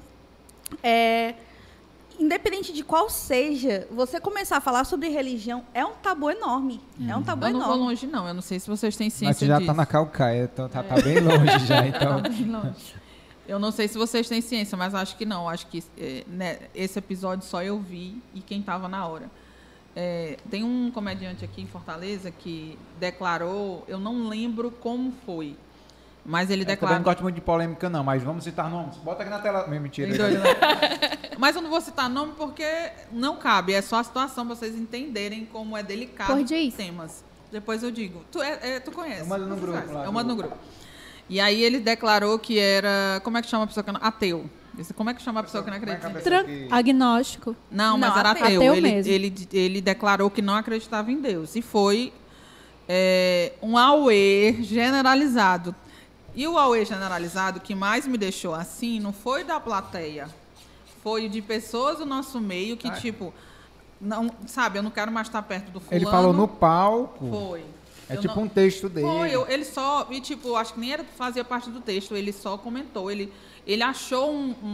independente de qual seja, você começar a falar sobre religião é um tabu enorme. É um tabu enorme. Eu não vou longe, não. Eu não sei se vocês têm ciência disso. Mas você já está na calcaia, então tá bem longe já. Então. Tá bem longe. Eu não sei se vocês têm ciência, mas acho que não. Acho que esse episódio só eu vi e quem estava na hora. Tem um comediante aqui em Fortaleza que declarou, eu não lembro como foi, mas ele declarou... Eu não gosto muito de polêmica, não, mas vamos citar nomes. Bota aqui na tela. Mentira. Mas eu não vou citar nome porque não cabe. É só a situação para vocês entenderem como é delicado os temas. Depois eu digo. Tu conhece. Eu mando no grupo lá. Eu mando no grupo. E aí ele declarou que era... Como é que chama a pessoa que não... Ateu. Como é que chama a pessoa que não acredita? Agnóstico. Não, mas era ateu. Ele declarou que não acreditava em Deus. E foi um auê generalizado. E o auê generalizado que mais me deixou assim não foi da plateia. Foi de pessoas do nosso meio que, tipo... Não, sabe, eu não quero mais estar perto do fulano. Ele falou no palco. Foi. Um texto dele. Foi, ele só... E, tipo, acho que nem fazia parte do texto. Ele só comentou. Ele achou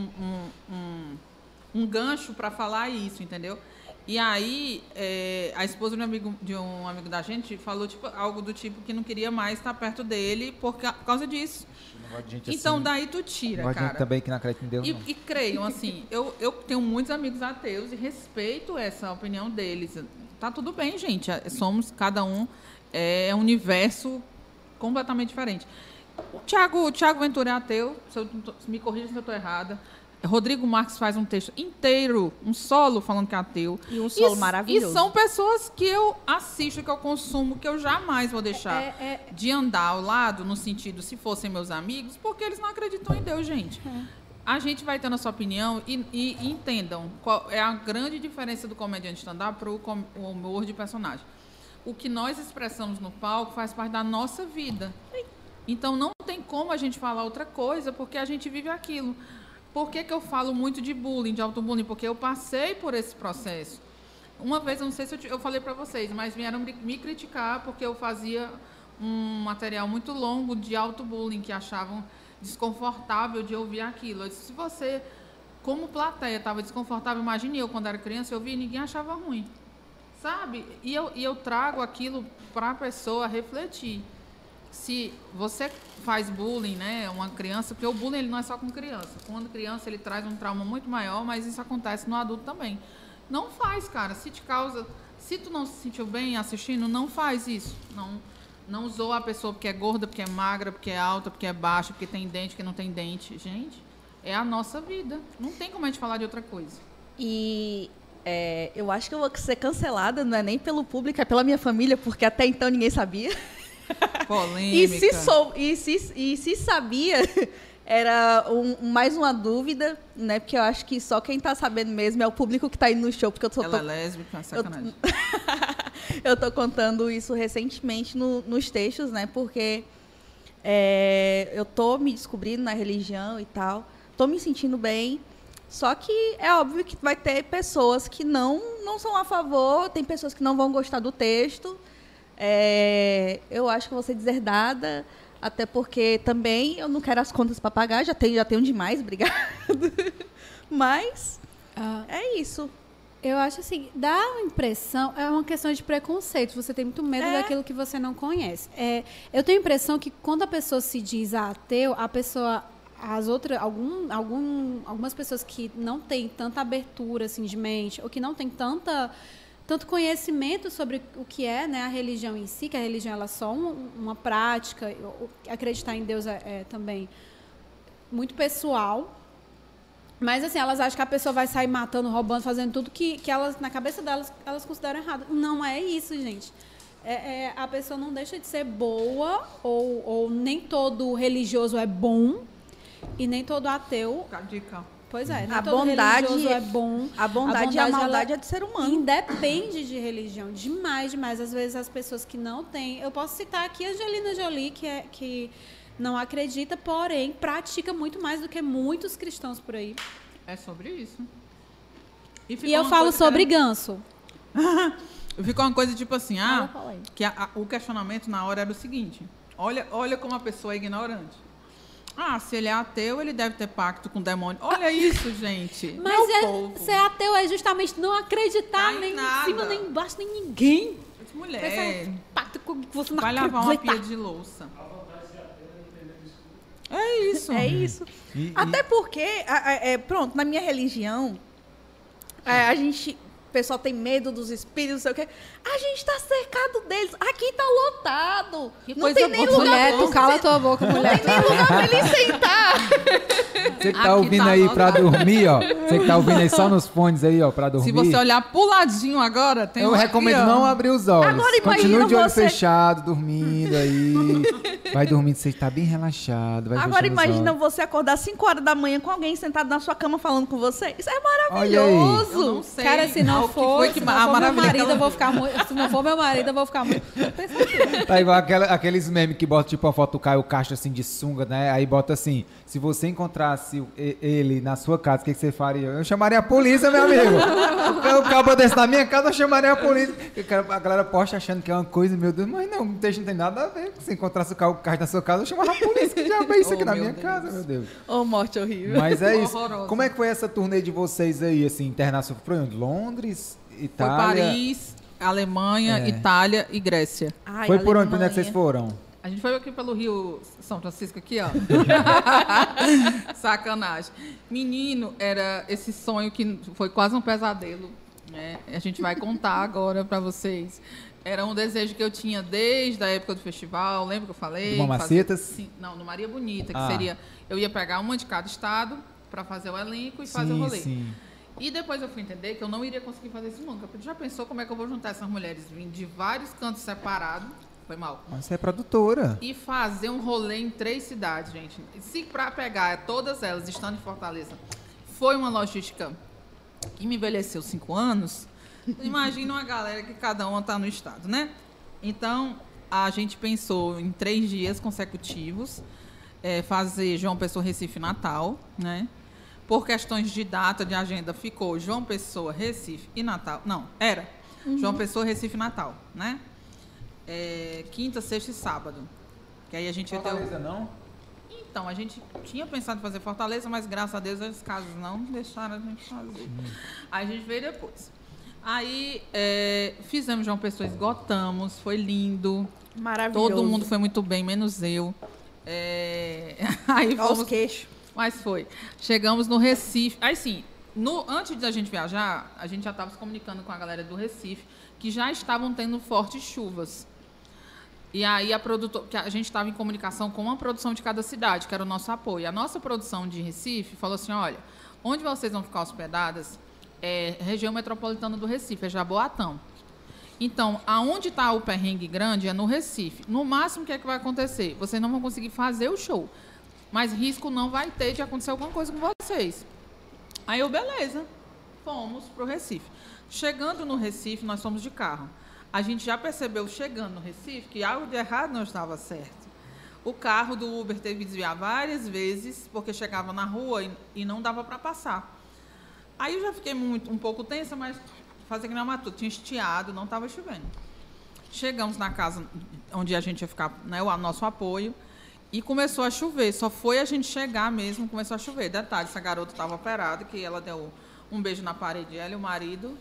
um gancho para falar isso, entendeu? E aí, a esposa de um amigo da gente falou tipo, algo do tipo que não queria mais estar perto dele por causa disso. Então, assim, daí tu tira, cara. Gente também que não acredita em Deus, não. E creiam, assim, eu tenho muitos amigos ateus e respeito essa opinião deles. Tá tudo bem, gente. Somos, cada um, um universo completamente diferente. O Thiago Ventura é ateu, me corrija se eu estou errada. Rodrigo Marques faz um texto inteiro, um solo falando que é ateu. E um solo maravilhoso. E são pessoas que eu assisto, que eu consumo, que eu jamais vou deixar de andar ao lado, no sentido, se fossem meus amigos, porque eles não acreditam em Deus, gente. A gente vai tendo a sua opinião e entendam qual é a grande diferença do comediante stand-up para o humor de personagem. O que nós expressamos no palco faz parte da nossa vida. Então, não tem como a gente falar outra coisa, porque a gente vive aquilo. Por que eu falo muito de bullying, de autobullying? Porque eu passei por esse processo. Uma vez, eu não sei se eu falei para vocês, mas vieram me criticar porque eu fazia um material muito longo de autobullying, que achavam desconfortável de ouvir aquilo. Eu disse, se você, como plateia, estava desconfortável, imagine eu, quando era criança, eu via e ninguém achava ruim. Sabe? E eu trago aquilo para a pessoa refletir. Se você faz bullying, né, uma criança, porque o bullying ele não é só com criança. Quando criança ele traz um trauma muito maior, mas isso acontece no adulto também. Não faz, cara. Se tu não se sentiu bem assistindo, não faz isso. Não zoa a pessoa porque é gorda, porque é magra, porque é alta, porque é baixa, porque tem dente, porque não tem dente. Gente, é a nossa vida. Não tem como a gente falar de outra coisa. E eu acho que eu vou ser cancelada, não é nem pelo público, é pela minha família, porque até então ninguém sabia. Polêmica. E se sabia, era mais uma dúvida, né? Porque eu acho que só quem tá sabendo mesmo é o público que tá indo no show, porque Ela é lésbica, sacanagem. Eu tô contando isso recentemente nos textos, né? Porque eu tô me descobrindo na religião e tal, tô me sentindo bem. Só que é óbvio que vai ter pessoas que não são a favor, tem pessoas que não vão gostar do texto. Eu acho que eu vou ser deserdada, até porque também eu não quero as contas para pagar, já tenho demais, obrigada. Mas é isso. Eu acho assim, dá a impressão, é uma questão de preconceito, você tem muito medo daquilo que você não conhece. Eu tenho a impressão que quando a pessoa se diz ateu, a pessoa, algumas pessoas que não têm tanta abertura assim, de mente, ou que não têm tanto conhecimento sobre o que é, né, a religião em si, que a religião ela é só uma prática, acreditar em Deus é também muito pessoal, mas assim, elas acham que a pessoa vai sair matando, roubando, fazendo tudo que elas, na cabeça delas, elas consideram errado. Não é isso, gente. A pessoa não deixa de ser boa, ou nem todo religioso é bom, e nem todo ateu... Pois é, nem todo religioso é bom. A bondade e a maldade é do ser humano. Independe de religião. Demais. Às vezes as pessoas que não têm... Eu posso citar aqui a Angelina Jolie, que não acredita, porém pratica muito mais do que muitos cristãos por aí. É sobre isso. E eu falo sobre ganso. Ficou uma coisa tipo assim, que o questionamento na hora era o seguinte. Olha como a pessoa é ignorante. Se ele é ateu, ele deve ter pacto com o demônio. Olha isso, gente. Mas ser ateu é justamente não acreditar nem em cima, nem embaixo, nem em ninguém. Mulher, pacto com que você não vai acredita. lavar uma pia de louça. É isso. É isso. Até porque, pronto, na minha religião, o pessoal tem medo dos espíritos, não sei o quê. A gente tá cercado deles. Aqui tá lotado. Não tem nem lugar mulher, tu cala tua boca, mulher. Não tem nem lugar pra ele sentar. Você que tá ouvindo aí pra dormir, ó. Você que tá ouvindo aí só nos fones aí, ó, pra dormir. Se você olhar pro ladinho agora, tem eu recomendo aqui, não abrir os olhos. Agora Continue de olho você... fechado, dormindo aí. Vai dormindo, você tá bem relaxado. Vai Agora imagina os você acordar 5 horas da manhã com alguém sentado na sua cama falando com você. Isso é Olha aí. maravilhoso. Eu não sei. Cara, se não for, que se a não for meu maravilha marido, que eu vou ficar muito. Se não for meu marido, eu vou ficar muito. Tá igual aqueles memes que botam tipo a foto do Caio Castro assim de sunga, né? Aí bota assim: se você encontrasse ele na sua casa, o que você faria? Eu chamaria a polícia, meu amigo. O cabo desse na minha casa, eu chamaria a polícia. A galera posta achando que é uma coisa, meu Deus, mas não tem nada a ver. Se encontrasse o Caio Castro na sua casa, eu chamava a polícia, que já veio isso aqui na minha casa, meu Deus. Ô, morte horrível. Mas é isso. Horroroso. Como é que foi essa turnê de vocês aí, assim, internacional? Foi onde? Londres, Foi Itália? Paris, Alemanha, É. Itália e Grécia. Ai, Foi por onde? Por onde é Alemanha. que vocês foram? A gente foi aqui pelo Rio São Francisco, aqui, ó. Sacanagem. Menino, era esse sonho que foi quase um pesadelo, né? A gente vai contar agora pra vocês. Era um desejo que eu tinha desde a época do festival, lembra que eu falei? De Mamacetas? Sim, não, no Maria Bonita, que Ah. seria... Eu ia pegar uma de cada estado pra fazer o elenco e fazer o rolê. Sim. E depois eu fui entender que eu não iria conseguir fazer isso nunca. Porque já pensou como é que eu vou juntar essas mulheres vindo de vários cantos separados? Foi mal. Mas você é produtora. E fazer um rolê em 3 cidades, gente. Se pra pegar todas elas estando em Fortaleza foi uma logística que me envelheceu 5 anos, imagina uma galera que cada uma tá no estado, né? Então, a gente pensou em 3 dias consecutivos, fazer João Pessoa, Recife, Natal, né? Por questões de data, de agenda, ficou João Pessoa, Recife e Natal. Não, era João Pessoa, Recife, Natal, né? Quinta, sexta e sábado. Que aí a gente Fortaleza não? Então, a gente tinha pensado em fazer Fortaleza, mas graças a Deus as casas não deixaram a gente fazer. Aí a gente veio depois. Aí fizemos João Pessoa, esgotamos, foi lindo. Maravilhoso. Todo mundo foi muito bem, menos eu. Aí Olha os fomos, queixos. mas foi. Chegamos no Recife. Aí sim, antes da gente viajar, a gente já estava se comunicando com a galera do Recife, que já estavam tendo fortes chuvas. E aí que a gente estava em comunicação com uma produção de cada cidade, que era o nosso apoio. A nossa produção de Recife falou assim, olha, onde vocês vão ficar hospedadas é região metropolitana do Recife, é Jaboatão. Então, aonde está o perrengue grande é no Recife. No máximo, o que é que vai acontecer? Vocês não vão conseguir fazer o show. Mas risco não vai ter de acontecer alguma coisa com vocês. Aí eu, beleza, fomos para o Recife. Chegando no Recife, nós fomos de carro. A gente já percebeu, chegando no Recife, que algo de errado não estava certo. O carro do Uber teve que desviar várias vezes, porque chegava na rua e não dava para passar. Aí eu já fiquei um pouco tensa, mas fazer que não matou. Tinha estiado, não estava chovendo. Chegamos na casa onde a gente ia ficar, né, o nosso apoio, e começou a chover. Só foi a gente chegar mesmo, começou a chover. Detalhe, essa garota estava operada, que ela deu um beijo na parede, ela e o marido.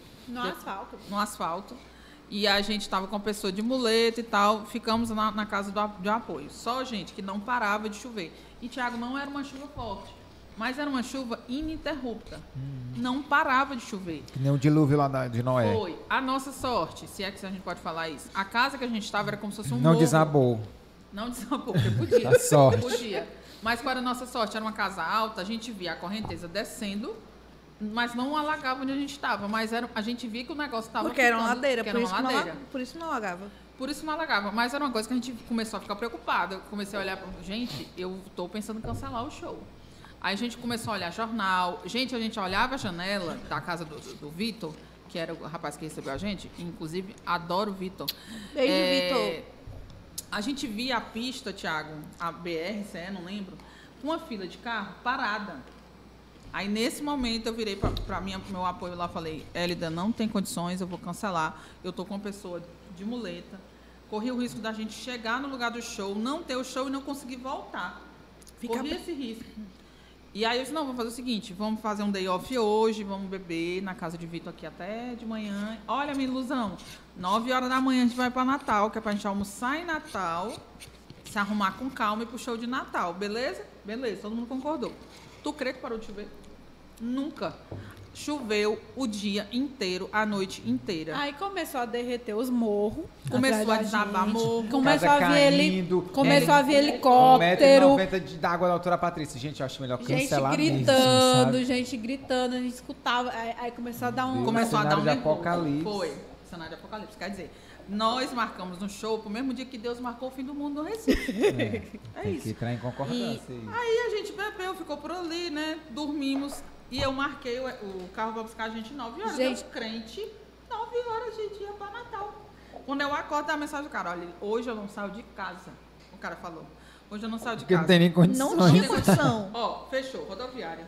No asfalto. E a gente estava com a pessoa de muleta e tal, ficamos na casa de apoio. Só, gente, que não parava de chover. E, Tiago, não era uma chuva forte, mas era uma chuva ininterrupta. Não parava de chover. Que nem o dilúvio lá de Noé. Foi. A nossa sorte, se é que a gente pode falar isso, a casa que a gente estava era como se fosse um Não morro. desabou. Não desabou, porque podia. A sorte. Podia. Mas qual era a nossa sorte? Era uma casa alta, a gente via a correnteza descendo, mas não alagava onde a gente estava. Mas a gente via que o negócio estava Porque era uma ladeira, por isso não alagava. Por isso não alagava. Mas era uma coisa que a gente começou a ficar preocupada. Eu comecei a olhar para... Gente, eu estou pensando em cancelar o show. Aí a gente começou a olhar jornal. Gente, a gente olhava a janela da casa do Vitor, que era o rapaz que recebeu a gente. Inclusive, adoro o Vitor. Beijo, Vitor. A gente via a pista, Thiago, a BR, não lembro, com uma fila de carro parada. Aí, nesse momento, eu virei para meu apoio lá e falei, Hélida, não tem condições, eu vou cancelar. Eu estou com uma pessoa de muleta. Corri o risco da gente chegar no lugar do show, não ter o show e não conseguir voltar. Corri esse risco. E aí eu disse, não, vamos fazer o seguinte, vamos fazer um day off hoje, vamos beber na casa de Vitor aqui até de manhã. Olha, minha ilusão, 9 horas da manhã a gente vai para Natal, que é pra gente almoçar em Natal, se arrumar com calma e pro show de Natal, beleza? Beleza, todo mundo concordou. Tu crê que parou de chover? Nunca. Choveu o dia inteiro, a noite inteira. Aí começou a derreter os morros. Começou atrás a da desabar gente. morro. Começou Casa a vir caindo, começou a vir 1,90 helicóptero. m d'água da altura Patrícia. Gente, eu acho melhor Gente cancelar gritando, mesmo, gente gritando, a gente escutava. Aí começou a dar um. Começou a dar cenário um de nervoso. apocalipse. Foi. Cenário de apocalipse. Quer dizer, nós marcamos no show pro mesmo dia que Deus marcou o fim do mundo no Recife. Tem isso. que entrar em concordância aí. Aí a gente bebeu, ficou por ali, né? Dormimos. E eu marquei o carro pra buscar a gente 9 horas. Gente. Eu crente, 9 horas a gente ia pra Natal. Quando eu acordo, dá a mensagem do cara: olha, hoje eu não saio de casa. O cara falou: hoje eu não saio de Porque casa. não tem nem condições. Não tinha condição. Ó, fechou, rodoviária.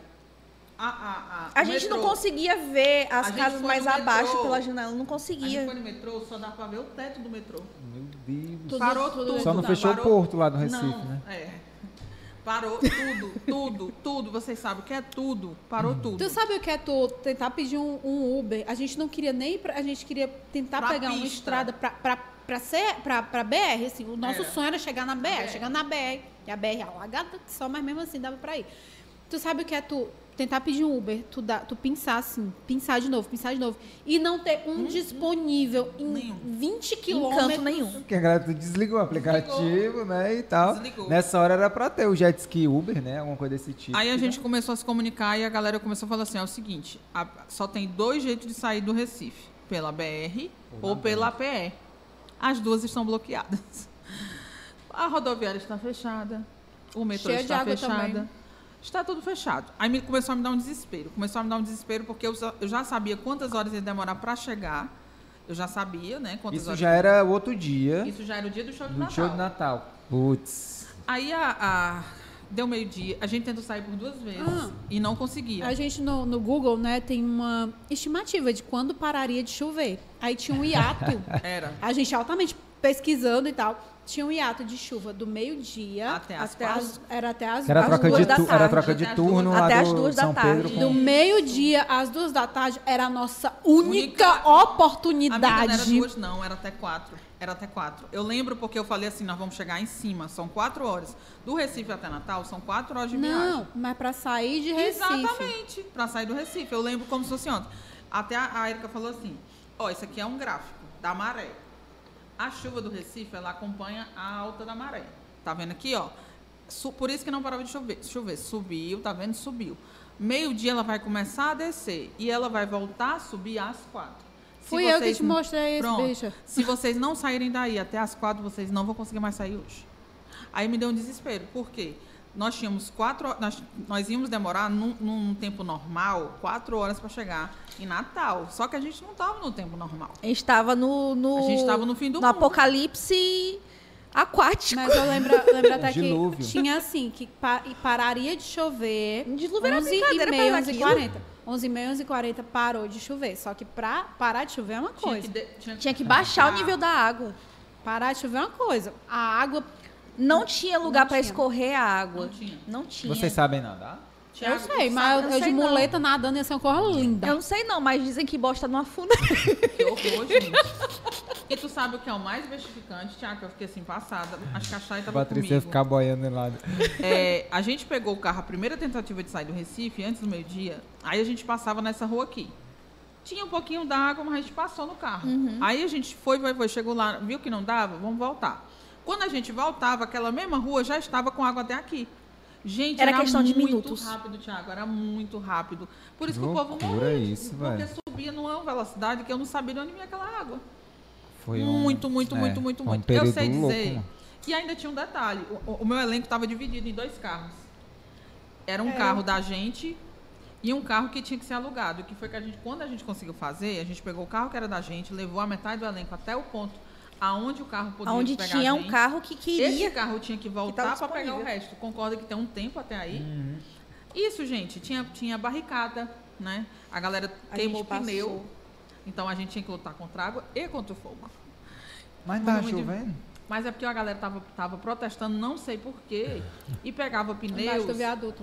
A O gente não metrô. conseguia ver A as gente casas foi mais no abaixo metrô. pela janela, não A gente conseguia. foi no metrô, só dá pra ver o teto do metrô. Meu Deus. Tudo- Parou tudo tudo. Só não Parou- fechou o porto lá no Recife, Não, né? Parou tudo. Vocês sabem o que é tudo. Parou tudo. Tu sabe o que é tu tentar pedir um Uber? A gente não queria nem ir pra, a gente queria tentar Pra pegar uma pista. estrada pra BR, assim. O nosso Era. sonho era chegar na BR, BR. chegar na BR. E a BR é alagada que só, mas mesmo assim dava pra ir. Tu sabe o que é tu tentar pedir um Uber, tu pensar assim, pensar de novo, e não ter um disponível em Nenhum. 20 Em canto quilômetros. nenhum. Porque a galera desligou o aplicativo, né, e tal. Desligou. Nessa hora era pra ter o jet ski Uber, né, alguma coisa desse tipo. Aí a gente começou a se comunicar e a galera começou a falar assim: é o seguinte, só tem 2 jeitos de sair do Recife: pela BR ou pela PE. As duas estão bloqueadas. A rodoviária está fechada, o metrô Cheia de está água fechada. também. Está tudo fechado. Aí começou a me dar um desespero. Porque eu já sabia quantas horas ia demorar para chegar. Eu já sabia, né? Quantas Isso horas. já era outro dia Isso já era o dia do show de do Natal. show de Natal. Putz. Aí deu meio-dia, a gente tentou sair por 2 vezes e não conseguia. A gente no Google, né, tem uma estimativa de quando pararia de chover. Aí tinha um hiato. Era. A gente altamente pesquisando e tal. Tinha um hiato de chuva do meio-dia Até as Até 4. as- era até as Era Às troca duas de, da era tarde. troca de Até as turno duas- lá até as do 2 da São tarde. Pedro do com... meio-dia às 2 da tarde era a nossa única Amiga, não era oportunidade. 2 não, era até 4. Era até 4. Eu lembro porque eu falei assim, nós vamos chegar em cima, são 4 horas. Do Recife até Natal, são 4 horas de viagem. Não, mas para sair de Recife. Exatamente, para sair do Recife. Eu lembro como se fosse ontem. Até a Erika falou assim, ó, isso aqui é um gráfico da maré. A chuva do Recife, ela acompanha a alta da maré. Tá vendo aqui, ó? Por isso que não parava de chover. Subiu, tá vendo? Subiu. Meio-dia ela vai começar a descer e ela vai voltar a subir às 4. Se Fui eu que vocês te mostrei esse Pronto. bicho. Se vocês não saírem daí até às 4, vocês não vão conseguir mais sair hoje. Aí me deu um desespero. Por quê? Nós tínhamos 4 horas, nós íamos demorar num tempo normal 4 horas para chegar em Natal. Só que a gente não estava no tempo normal. A gente estava A gente estava no fim do no mundo. apocalipse aquático. Mas eu lembro até Dilúvio. que tinha assim, que pararia de chover. Dilúvio era 11h30, brincadeira perto 11h40. 11h30, 11h40 parou de chover. Só que pra parar de chover é uma coisa. Tinha que baixar o nível da água. Parar de chover é uma coisa. A água. Não tinha lugar Não para tinha. escorrer a água. Não tinha. Não tinha. Vocês sabem nadar? Eu sei, mas eu de sei não. muleta nadando ia ser uma coisa linda. Eu não sei não, mas dizem que bosta não afunda. Que horror, gente. E tu sabe o que é o mais bestificante, Tiago? Eu fiquei assim, passada. Acho que a Chay A tava Patrícia ia comigo. ficar boiando lá. A gente pegou o carro, a primeira tentativa de sair do Recife, antes do meio-dia, aí a gente passava nessa rua aqui. Tinha um pouquinho d'água, mas a gente passou no carro. Aí a gente foi, chegou lá, viu que não dava, vamos voltar. Quando a gente voltava, aquela mesma rua já estava com água até aqui. Gente, Era questão de muito minutos. rápido, Thiago, era muito rápido. Por isso Que que o povo loucura morreu. isso, porque velho. subia numa velocidade que eu não sabia de onde vinha aquela água. Foi Muito. um Eu período sei louco, dizer. mano. E ainda tinha um detalhe. O meu elenco estava dividido em 2 carros. Era um carro da gente e um carro que tinha que ser alugado. Que foi que quando a gente conseguiu fazer, a gente pegou o carro que era da gente, levou a metade do elenco até o ponto aonde o carro podia Onde pegar tinha a um gente. carro que queria. Esse carro tinha que voltar tava para pegar o disponível. resto. Concorda que tem um tempo até aí? Uhum. Isso, gente. Tinha barricada, né? A galera A queimou o gente passou. pneu. Então a gente tinha que lutar contra a água e contra o fogo. Mas não tava Muito chovendo? Mas é porque a galera tava protestando, não sei porquê, e pegava Embaixo pneus, do viaduto.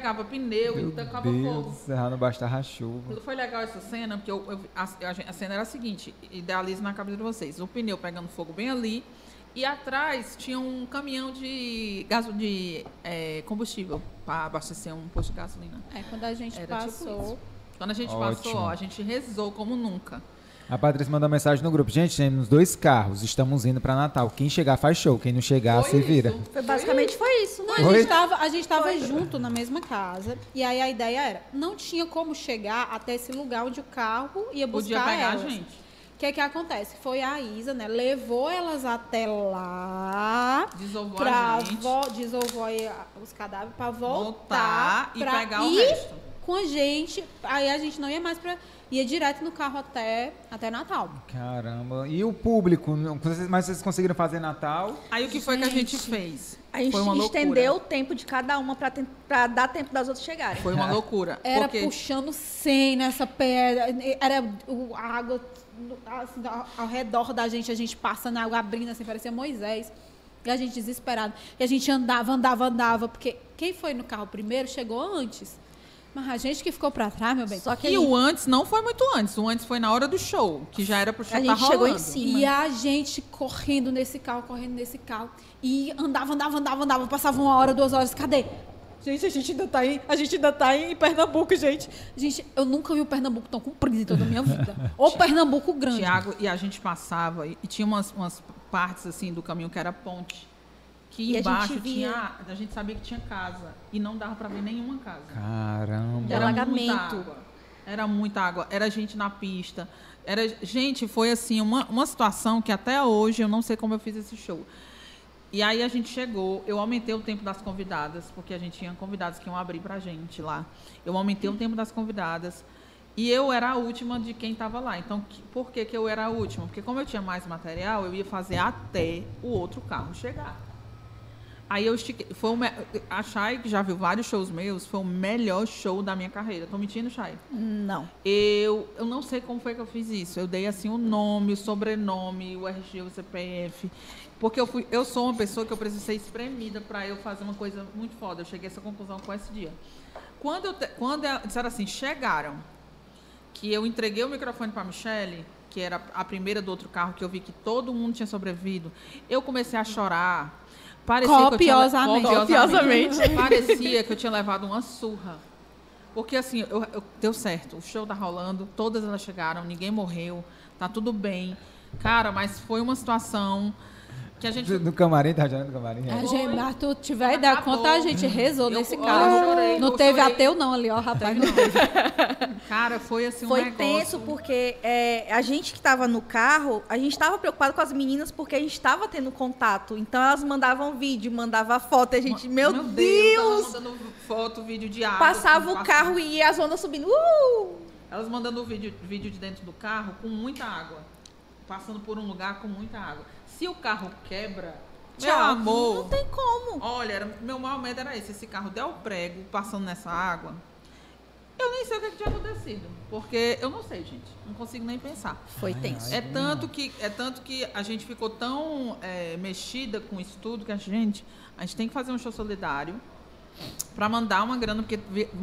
e tacava Deus fogo. do céu, não bastava a chuva. Foi legal essa cena, porque a cena era a seguinte, idealize na cabeça de vocês, o pneu pegando fogo bem ali, e atrás tinha um caminhão de combustível para abastecer um posto de gasolina. Quando a gente Era tipo passou... isso. Quando a gente Ótimo. passou, ó, a gente rezou como nunca. A Patrícia mandou mensagem no grupo. Gente, temos 2 carros, estamos indo pra Natal. Quem chegar faz show, quem não chegar se vira. Basicamente foi isso. Não, Oi? a gente tava junto na mesma casa. E aí a ideia era, não tinha como chegar até esse lugar onde o carro ia buscar Podia pegar elas. a gente. O que acontece? Foi a Isa, né? Levou elas até lá. Desovou a gente. Desovou aí os cadáveres pra Voltar e pra pegar o ir resto. com a gente. Aí a gente não ia mais pra... Ia direto no carro até Natal. Caramba. E o público? Mas vocês conseguiram fazer Natal? Aí o que foi que a gente fez? A gente Foi uma loucura. estendeu o tempo de cada uma pra dar tempo das outras chegarem. Foi uma loucura. Era porque puxando 100 nessa pedra. Era a água assim, ao redor da gente, a gente passando a água, abrindo assim, parecia Moisés. E a gente desesperado. E a gente andava, porque quem foi no carro primeiro chegou antes. Mas a gente que ficou pra trás, meu bem. Só que E o antes não foi muito antes. O antes foi na hora do show, que já era pro show a tá gente rolando. chegou em cima. E a gente correndo nesse carro. E andava, passava 1 hora, 2 horas. Cadê? Gente, a gente ainda tá em Pernambuco, gente. Gente, eu nunca vi o Pernambuco tão comprido em toda a minha vida. Ou Pernambuco grande. Tiago, e a gente passava, e tinha umas partes assim do caminho que era ponte. Que E a embaixo gente via. a gente sabia que tinha casa. E não dava pra ver nenhuma casa. Caramba. Era muita Alagamento. água. Era muita água. Era gente na pista. Gente, foi assim, uma situação que até hoje eu não sei como eu fiz esse show. E aí a gente chegou, eu aumentei o tempo das convidadas, porque a gente tinha convidadas que iam abrir pra gente lá. Eu aumentei o tempo das convidadas. E eu era a última de quem estava lá. Então, por que eu era a última? Porque como eu tinha mais material, eu ia fazer até o outro carro chegar. Aí eu estiquei. A Chay, que já viu vários shows meus, foi o melhor show da minha carreira. Tô mentindo, Chay? Não. Eu não sei como foi que eu fiz isso. Eu dei assim o nome, o sobrenome, o RG, o CPF. Porque eu sou uma pessoa que eu preciso ser espremida para eu fazer uma coisa muito foda. Eu cheguei a essa conclusão com esse dia. Quando disseram assim, chegaram, que eu entreguei o microfone para a Michelle, que era a primeira do outro carro, que eu vi que todo mundo tinha sobrevivido, eu comecei a chorar. Copiosamente. Parecia que eu tinha levado uma surra. Porque, assim, deu certo. O show tá rolando, todas elas chegaram, ninguém morreu, tá tudo bem. Cara, mas foi uma situação que a gente... No camarim, tá já no camarim? A gente, mas tu tiver ideia Acabou. quanto a gente rezou nesse Eu carro. chorei, Não eu teve chorei. ateu não ali, ó, rapaz. Não. Cara, foi assim um Foi negócio... tenso porque a gente que estava no carro, a gente estava preocupado com as meninas porque a gente estava tendo contato. Então elas mandavam vídeo, mandavam foto. E a gente, meu Deus! Elas mandando foto, vídeo de água. Passava assim, o carro e as ondas subindo. Elas mandando vídeo de dentro do carro com muita água. Passando por um lugar com muita água. Se o carro quebra... Meu Tchau. amor, Não tem como. olha, meu maior medo era esse carro der o prego passando nessa água, eu nem sei o que tinha acontecido, porque eu não sei, gente, não consigo nem pensar. Foi tenso. É tanto que a gente ficou tão mexida com isso tudo que a gente tem que fazer um show solidário para mandar uma grana, porque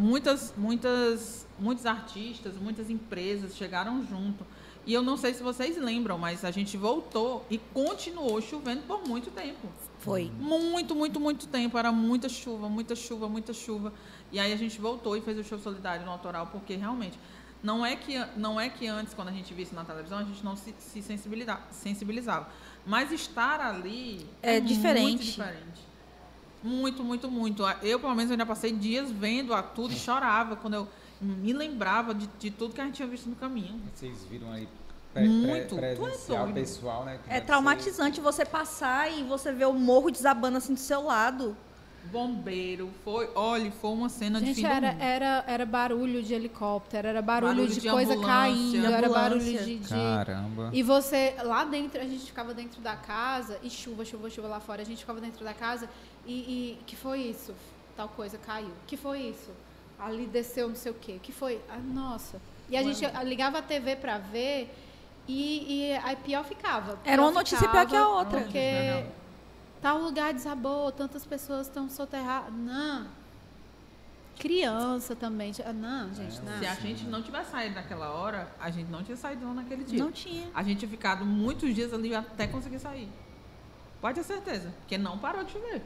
muitos artistas, muitas empresas chegaram junto. E eu não sei se vocês lembram, mas a gente voltou e continuou chovendo por muito tempo. Foi. Muito tempo. Era muita chuva. E aí a gente voltou e fez o show solidário no Autoral, porque realmente não é que antes, quando a gente via isso na televisão, a gente não se sensibilizava. Mas estar ali É diferente. Muito diferente. Muito. Eu, pelo menos, ainda passei dias vendo tudo e chorava quando eu me lembrava de tudo que a gente tinha visto no caminho. Vocês viram aí Muito. presencial, Tu é doido. pessoal, né? É traumatizante você passar e você ver o morro desabando assim do seu lado. Bombeiro, foi uma cena de Gente, fim do mundo. era barulho de helicóptero, era barulho, Barulho de de coisa ambulância. caindo, era barulho de... Caramba. E você, lá dentro, a gente ficava dentro da casa, e chuva lá fora, a gente ficava dentro da casa, e que foi isso? Tal coisa caiu. Que foi isso? Ali desceu não sei o quê. Que foi? Nossa. E a gente ligava a TV pra ver, e aí pior ficava. Era uma notícia pior que a outra. Porque tal lugar desabou, tantas pessoas estão soterradas. Não. Criança também. Não, gente, não. Se a gente não tivesse saído naquela hora, a gente não tinha saído lá naquele dia. Não tinha. A gente tinha ficado muitos dias ali até conseguir sair. Pode ter certeza, porque não parou de chover.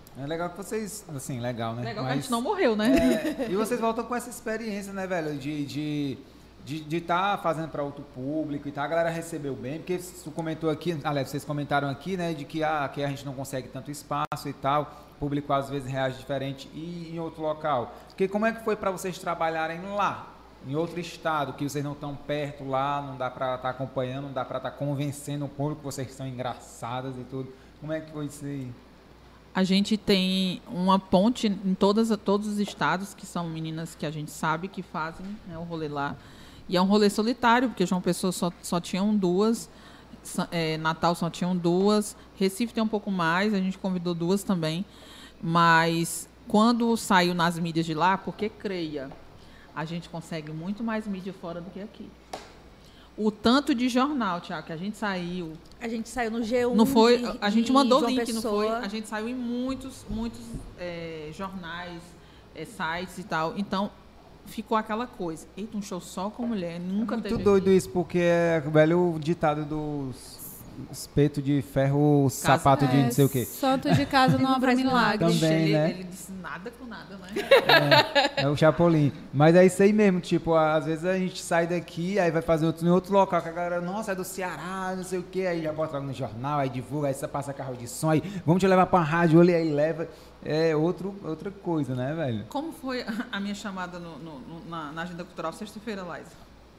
É legal que vocês, assim, legal, né? Legal que a gente não morreu, né? E vocês voltam com essa experiência, né, velho? De estar fazendo para outro público e tal. A galera recebeu bem, porque tu comentou aqui, aliás, vocês comentaram aqui, né, de que aqui a gente não consegue tanto espaço e tal. O público às vezes reage diferente e em outro local. Porque como é que foi para vocês trabalharem lá? Em outro estado, que vocês não estão perto lá, não dá para estar acompanhando, não dá para estar convencendo o público que vocês são engraçadas e tudo. Como é que foi isso aí? A gente tem uma ponte em todos os estados, que são meninas que a gente sabe que fazem, né, o rolê lá. E é um rolê solitário, porque João Pessoa só tinham 2, Natal só tinham 2, Recife tem um pouco mais, a gente convidou 2 também. Mas quando saiu nas mídias de lá, porque creia, a gente consegue muito mais mídia fora do que aqui. O tanto de jornal, Tiago, que a gente saiu... A gente saiu no G1. Não foi, a gente mandou João link, Pessoa. não foi? A gente saiu em muitos jornais, sites e tal. Então, ficou aquela coisa. Eita, um show só com mulher, nunca teve. Muito doido isso, porque é o velho ditado dos espeto de ferro, sapato de não sei o quê. Santo de casa não abre milagre. Também, né? Ele disse nada com nada, né? É o Chapolin. Mas é isso aí mesmo, tipo, às vezes a gente sai daqui, aí vai fazer em outro local, que a galera, nossa, é do Ceará, não sei o quê, aí já bota logo no jornal, aí divulga, aí você passa carro de som, aí vamos te levar pra rádio, olha aí, leva. É outra coisa, né, velho? Como foi a minha chamada na Agenda Cultural sexta-feira, Laisa?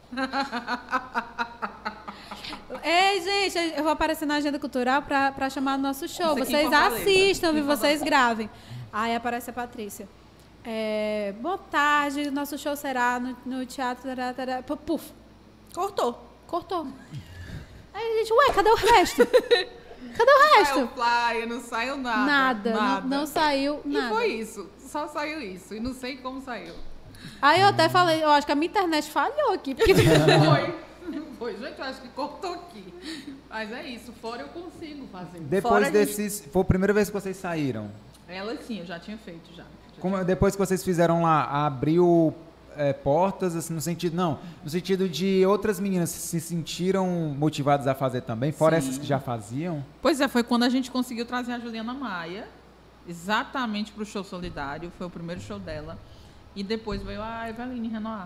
Ei, gente, eu vou aparecer na Agenda Cultural pra chamar o nosso show. Isso aqui em Vocês Fortaleza. assistam e Em vocês gravem. Aí aparece a Patrícia. Boa tarde, nosso show será no teatro. Puf, cortou. Aí a gente, ué, cadê o resto? Cadê o resto? Saiu flyer, não saiu nada. Nada. Não saiu E nada. foi isso, só saiu isso. E não sei como saiu. Aí eu até falei, eu acho que a minha internet falhou aqui. Porque... Foi, gente, eu acho que cortou aqui. Mas é isso, fora eu consigo fazer. Depois Fora desses, foi a primeira vez que vocês saíram. Ela sim, eu já tinha feito já. Depois que vocês fizeram lá, abriu portas, assim, no sentido de outras meninas se sentiram motivadas a fazer também, fora Sim. essas que já faziam? Pois é, foi quando a gente conseguiu trazer a Juliana Maia, exatamente para o show solidário, foi o primeiro show dela. E depois veio a Eveline Renoir.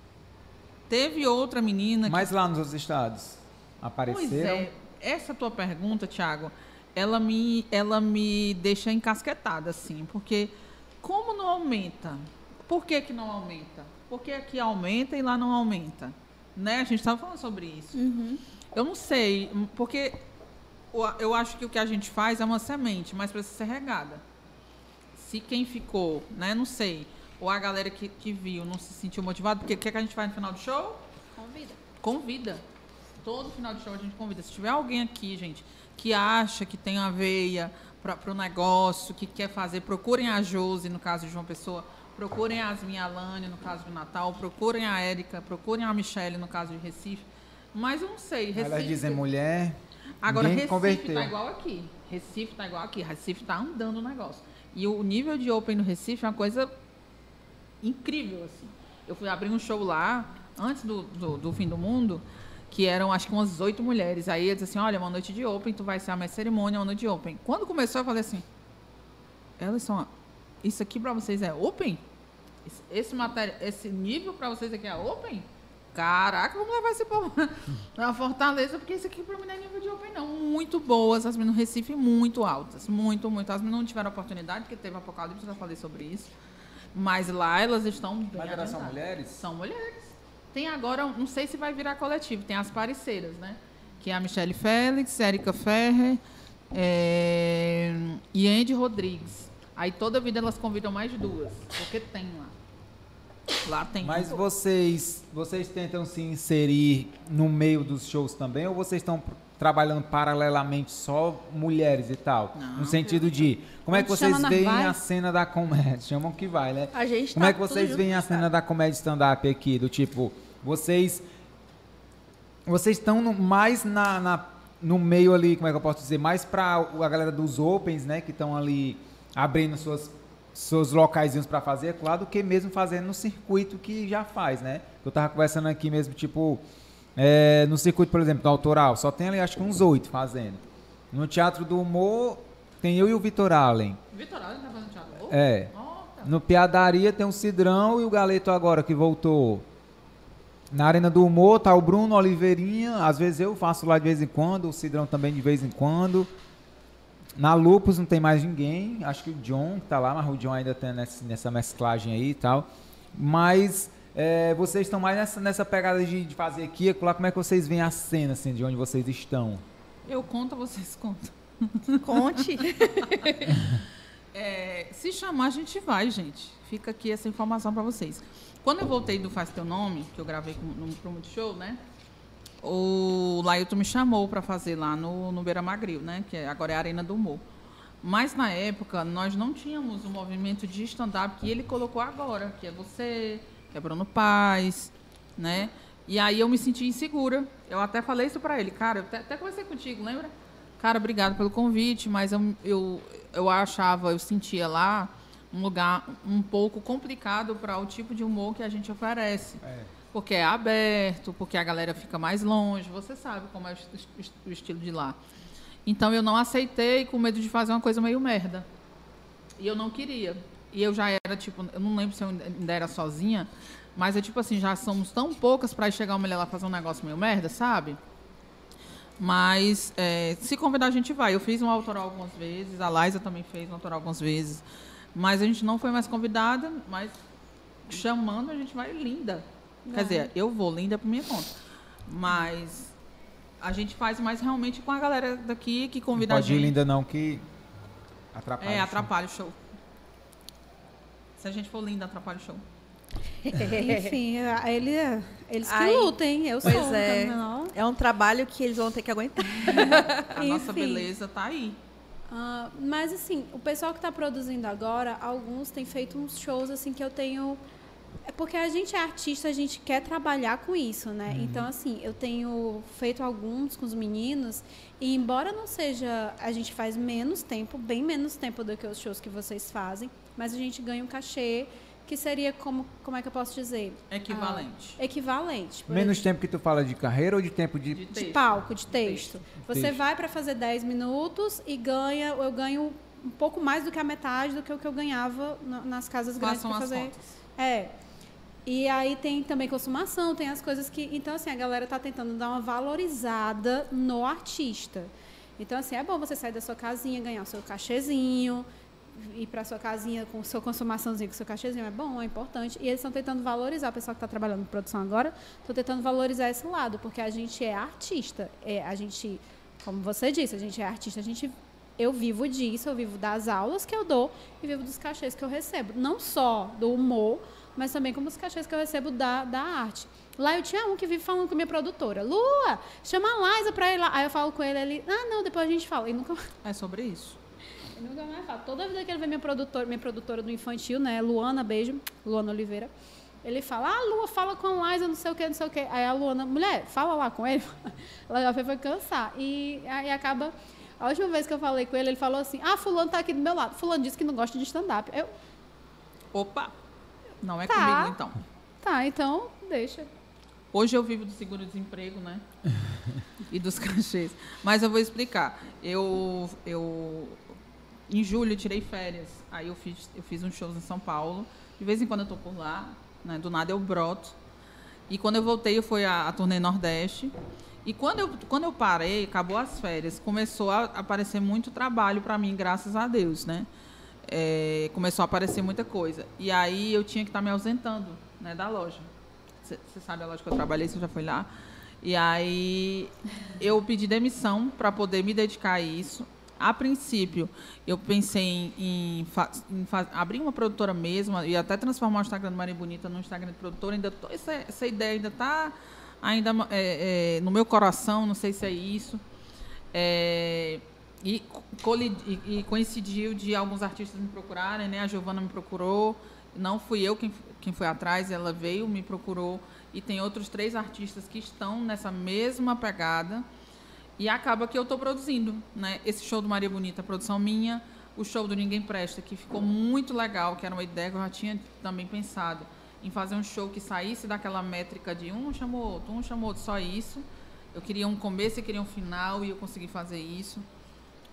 Teve outra menina que... Mas lá nos outros estados, apareceram? Pois é, essa tua pergunta, Thiago, ela me deixa encasquetada, assim, porque como não aumenta? Por que não aumenta? Porque aqui aumenta e lá não aumenta, né? A gente estava falando sobre isso. Uhum. Eu não sei, porque eu acho que o que a gente faz é uma semente, mas precisa ser regada. Se quem ficou, né, não sei, ou a galera que viu não se sentiu motivado, porque o que a gente faz no final do show? Convida. Todo final de show a gente convida. Se tiver alguém aqui, gente, que acha que tem a veia para o negócio, que quer fazer, procurem a Josi, no caso de João Pessoa, procurem a Yasmin e a Alane, no caso de Natal, procurem a Érica, procurem a Michele, no caso de Recife. Mas eu não sei. Recife, Elas dizem mulher, agora, ninguém Recife converteu. tá igual aqui. Recife tá igual aqui. Recife tá andando o negócio. E o nível de Open no Recife é uma coisa incrível, assim. Eu fui abrir um show lá, antes do fim do mundo, que eram, acho que umas 8 mulheres. Aí eles assim, olha, uma noite de Open, tu vai ser a minha cerimônia, uma noite de Open. Quando começou, eu falei assim, elas são, isso aqui pra vocês é Open? Esse nível pra vocês aqui é Open? Caraca, vamos levar esse povo na Fortaleza, porque isso aqui pra mim não é nível de Open, não. Muito boas, as meninas no Recife muito altas, muito. As meninas não tiveram oportunidade, porque teve Apocalipse, já falei sobre isso. Mas lá elas estão bem Mas elas são adiantadas. mulheres? São mulheres. Tem agora, não sei se vai virar coletivo, tem as parceiras, né? Que é a Michele Félix, Érica Ferrer e Andy Rodrigues. Aí toda vida elas convidam mais de 2, porque tem lá. Lá tem. Mas vocês tentam se inserir no meio dos shows também, ou vocês estão trabalhando paralelamente só mulheres e tal? Não, no sentido de, como é que Quando vocês chama, veem vai. a cena da comédia? Chamam que vai, né? A gente Como tá é que tudo vocês junto, veem a cena da comédia stand-up aqui? Do tipo, vocês estão mais no meio ali, como é que eu posso dizer? Mais pra a galera dos opens, né? Que estão ali abrindo seus locaizinhos para fazer, claro, do que mesmo fazendo no circuito que já faz, né? Eu tava conversando aqui mesmo, tipo, no circuito, por exemplo, do autoral, só tem ali acho que uns 8 fazendo. No Teatro do Humor, tem eu e o Vitor Allen. Vitor Allen tá fazendo teatro? É. No Piadaria tem o Cidrão e o Galeto agora, que voltou. Na Arena do Humor tá o Bruno Oliveirinha, às vezes eu faço lá de vez em quando, o Cidrão também de vez em quando. Na Lupus não tem mais ninguém, acho que o John que tá lá, mas o John ainda tem nessa mesclagem aí e tal. Mas vocês estão mais nessa pegada de fazer aqui, lá, como é que vocês veem a cena, assim, de onde vocês estão? Eu conto, vocês contam. Conte. Se chamar, a gente vai, gente. Fica aqui essa informação para vocês. Quando eu voltei do Faz Teu Nome, que eu gravei pro Multishow, né? O Lailton me chamou para fazer lá no Beira Magril, né? Que agora é a Arena do Humor. Mas, na época, nós não tínhamos um movimento de stand-up que ele colocou agora, que é você, que é Bruno Paz, né? E aí eu me senti insegura. Eu até falei isso para ele. Cara, eu até conversei contigo, lembra? Cara, obrigado pelo convite, mas eu sentia lá um lugar um pouco complicado para o tipo de humor que a gente oferece. Porque é aberto, porque a galera fica mais longe, você sabe como é o estilo de lá. Então eu não aceitei com medo de fazer uma coisa meio merda. E eu não queria. E eu já era, tipo, eu não lembro se eu ainda era sozinha, mas é tipo assim, já somos tão poucas para chegar uma mulher lá fazer um negócio meio merda, sabe? Mas se convidar a gente vai. Eu fiz um autoral algumas vezes, a Laísa também fez um autoral algumas vezes, mas a gente não foi mais convidada, mas chamando a gente vai linda. Quer dizer, eu vou linda por minha conta. Mas a gente faz mais realmente com a galera daqui que convida a gente. Não pode ir linda não, que atrapalha. Atrapalha o show. Se a gente for linda, atrapalha o show. Enfim, eles que lutem, eu sou. Pois é. É um trabalho que eles vão ter que aguentar. A nossa beleza tá aí. Mas assim, o pessoal que está produzindo agora, alguns têm feito uns shows assim que eu tenho... É porque a gente é artista, a gente quer trabalhar com isso, né? Então, assim, eu tenho feito alguns com os meninos e, embora não seja... A gente faz menos tempo, bem menos tempo do que os shows que vocês fazem, mas a gente ganha um cachê que seria, como é que eu posso dizer? Equivalente. Equivalente. Menos tempo que tu fala de carreira ou de tempo de palco, de texto. Você vai para fazer 10 minutos e eu ganho um pouco mais do que a metade do que o que eu ganhava nas casas grandes para fazer. E aí tem também consumação, tem as coisas que... Então, assim, a galera tá tentando dar uma valorizada no artista. Então, assim, é bom você sair da sua casinha, ganhar o seu cachezinho, ir para sua casinha com sua consumaçãozinha, com o seu cachezinho, é bom, é importante. E eles estão tentando valorizar, o pessoal que está trabalhando em produção agora, estão tentando valorizar esse lado, porque a gente é artista. A gente, como você disse, a gente é artista, eu vivo disso, eu vivo das aulas que eu dou e vivo dos cachês que eu recebo. Não só do humor, mas também como os cachês que eu recebo da arte. Lá eu tinha um que vive falando com a minha produtora. Lua, chama a Laísa pra ir lá. Aí eu falo com ele, não, depois a gente fala. E nunca... É sobre isso. Ele nunca mais fala. Toda vida que ele vê minha produtora do infantil, né, Luana, beijo, Luana Oliveira, ele fala, Lua, fala com a Laísa, não sei o que. Aí a Luana, mulher, fala lá com ele. Ela já foi cansar. E aí acaba... A última vez que eu falei com ele, ele falou assim, fulano tá aqui do meu lado. Fulano disse que não gosta de stand-up. Opa! Não é comigo, então. Tá, então deixa. Hoje eu vivo do seguro-desemprego, né? E dos cachês. Mas eu vou explicar. Eu em julho, tirei férias. Aí eu fiz uns shows em São Paulo. De vez em quando eu tô por lá, né? Do nada eu broto. E quando eu voltei, eu fui a turnê Nordeste. E quando eu parei, acabou as férias, começou a aparecer muito trabalho para mim, graças a Deus, né? Começou a aparecer muita coisa. E aí eu tinha que estar me ausentando, né, da loja. Você sabe a loja que eu trabalhei, você já foi lá. E aí eu pedi demissão para poder me dedicar a isso. A princípio, eu pensei em abrir uma produtora mesmo e até transformar o Instagram do Maria Bonita no Instagram de produtora. Essa ideia ainda está no meu coração, não sei se é isso. E coincidiu de alguns artistas me procurarem, né? A Giovana me procurou, não fui eu quem foi atrás, ela veio, me procurou, e tem outros 3 artistas que estão nessa mesma pegada, e acaba que eu estou produzindo, né? Esse show do Maria Bonita, produção minha, o show do Ninguém Presta, que ficou muito legal, que era uma ideia que eu já tinha também pensado, em fazer um show que saísse daquela métrica de um chamou outro, só isso. Eu queria um começo e queria um final, e eu consegui fazer isso.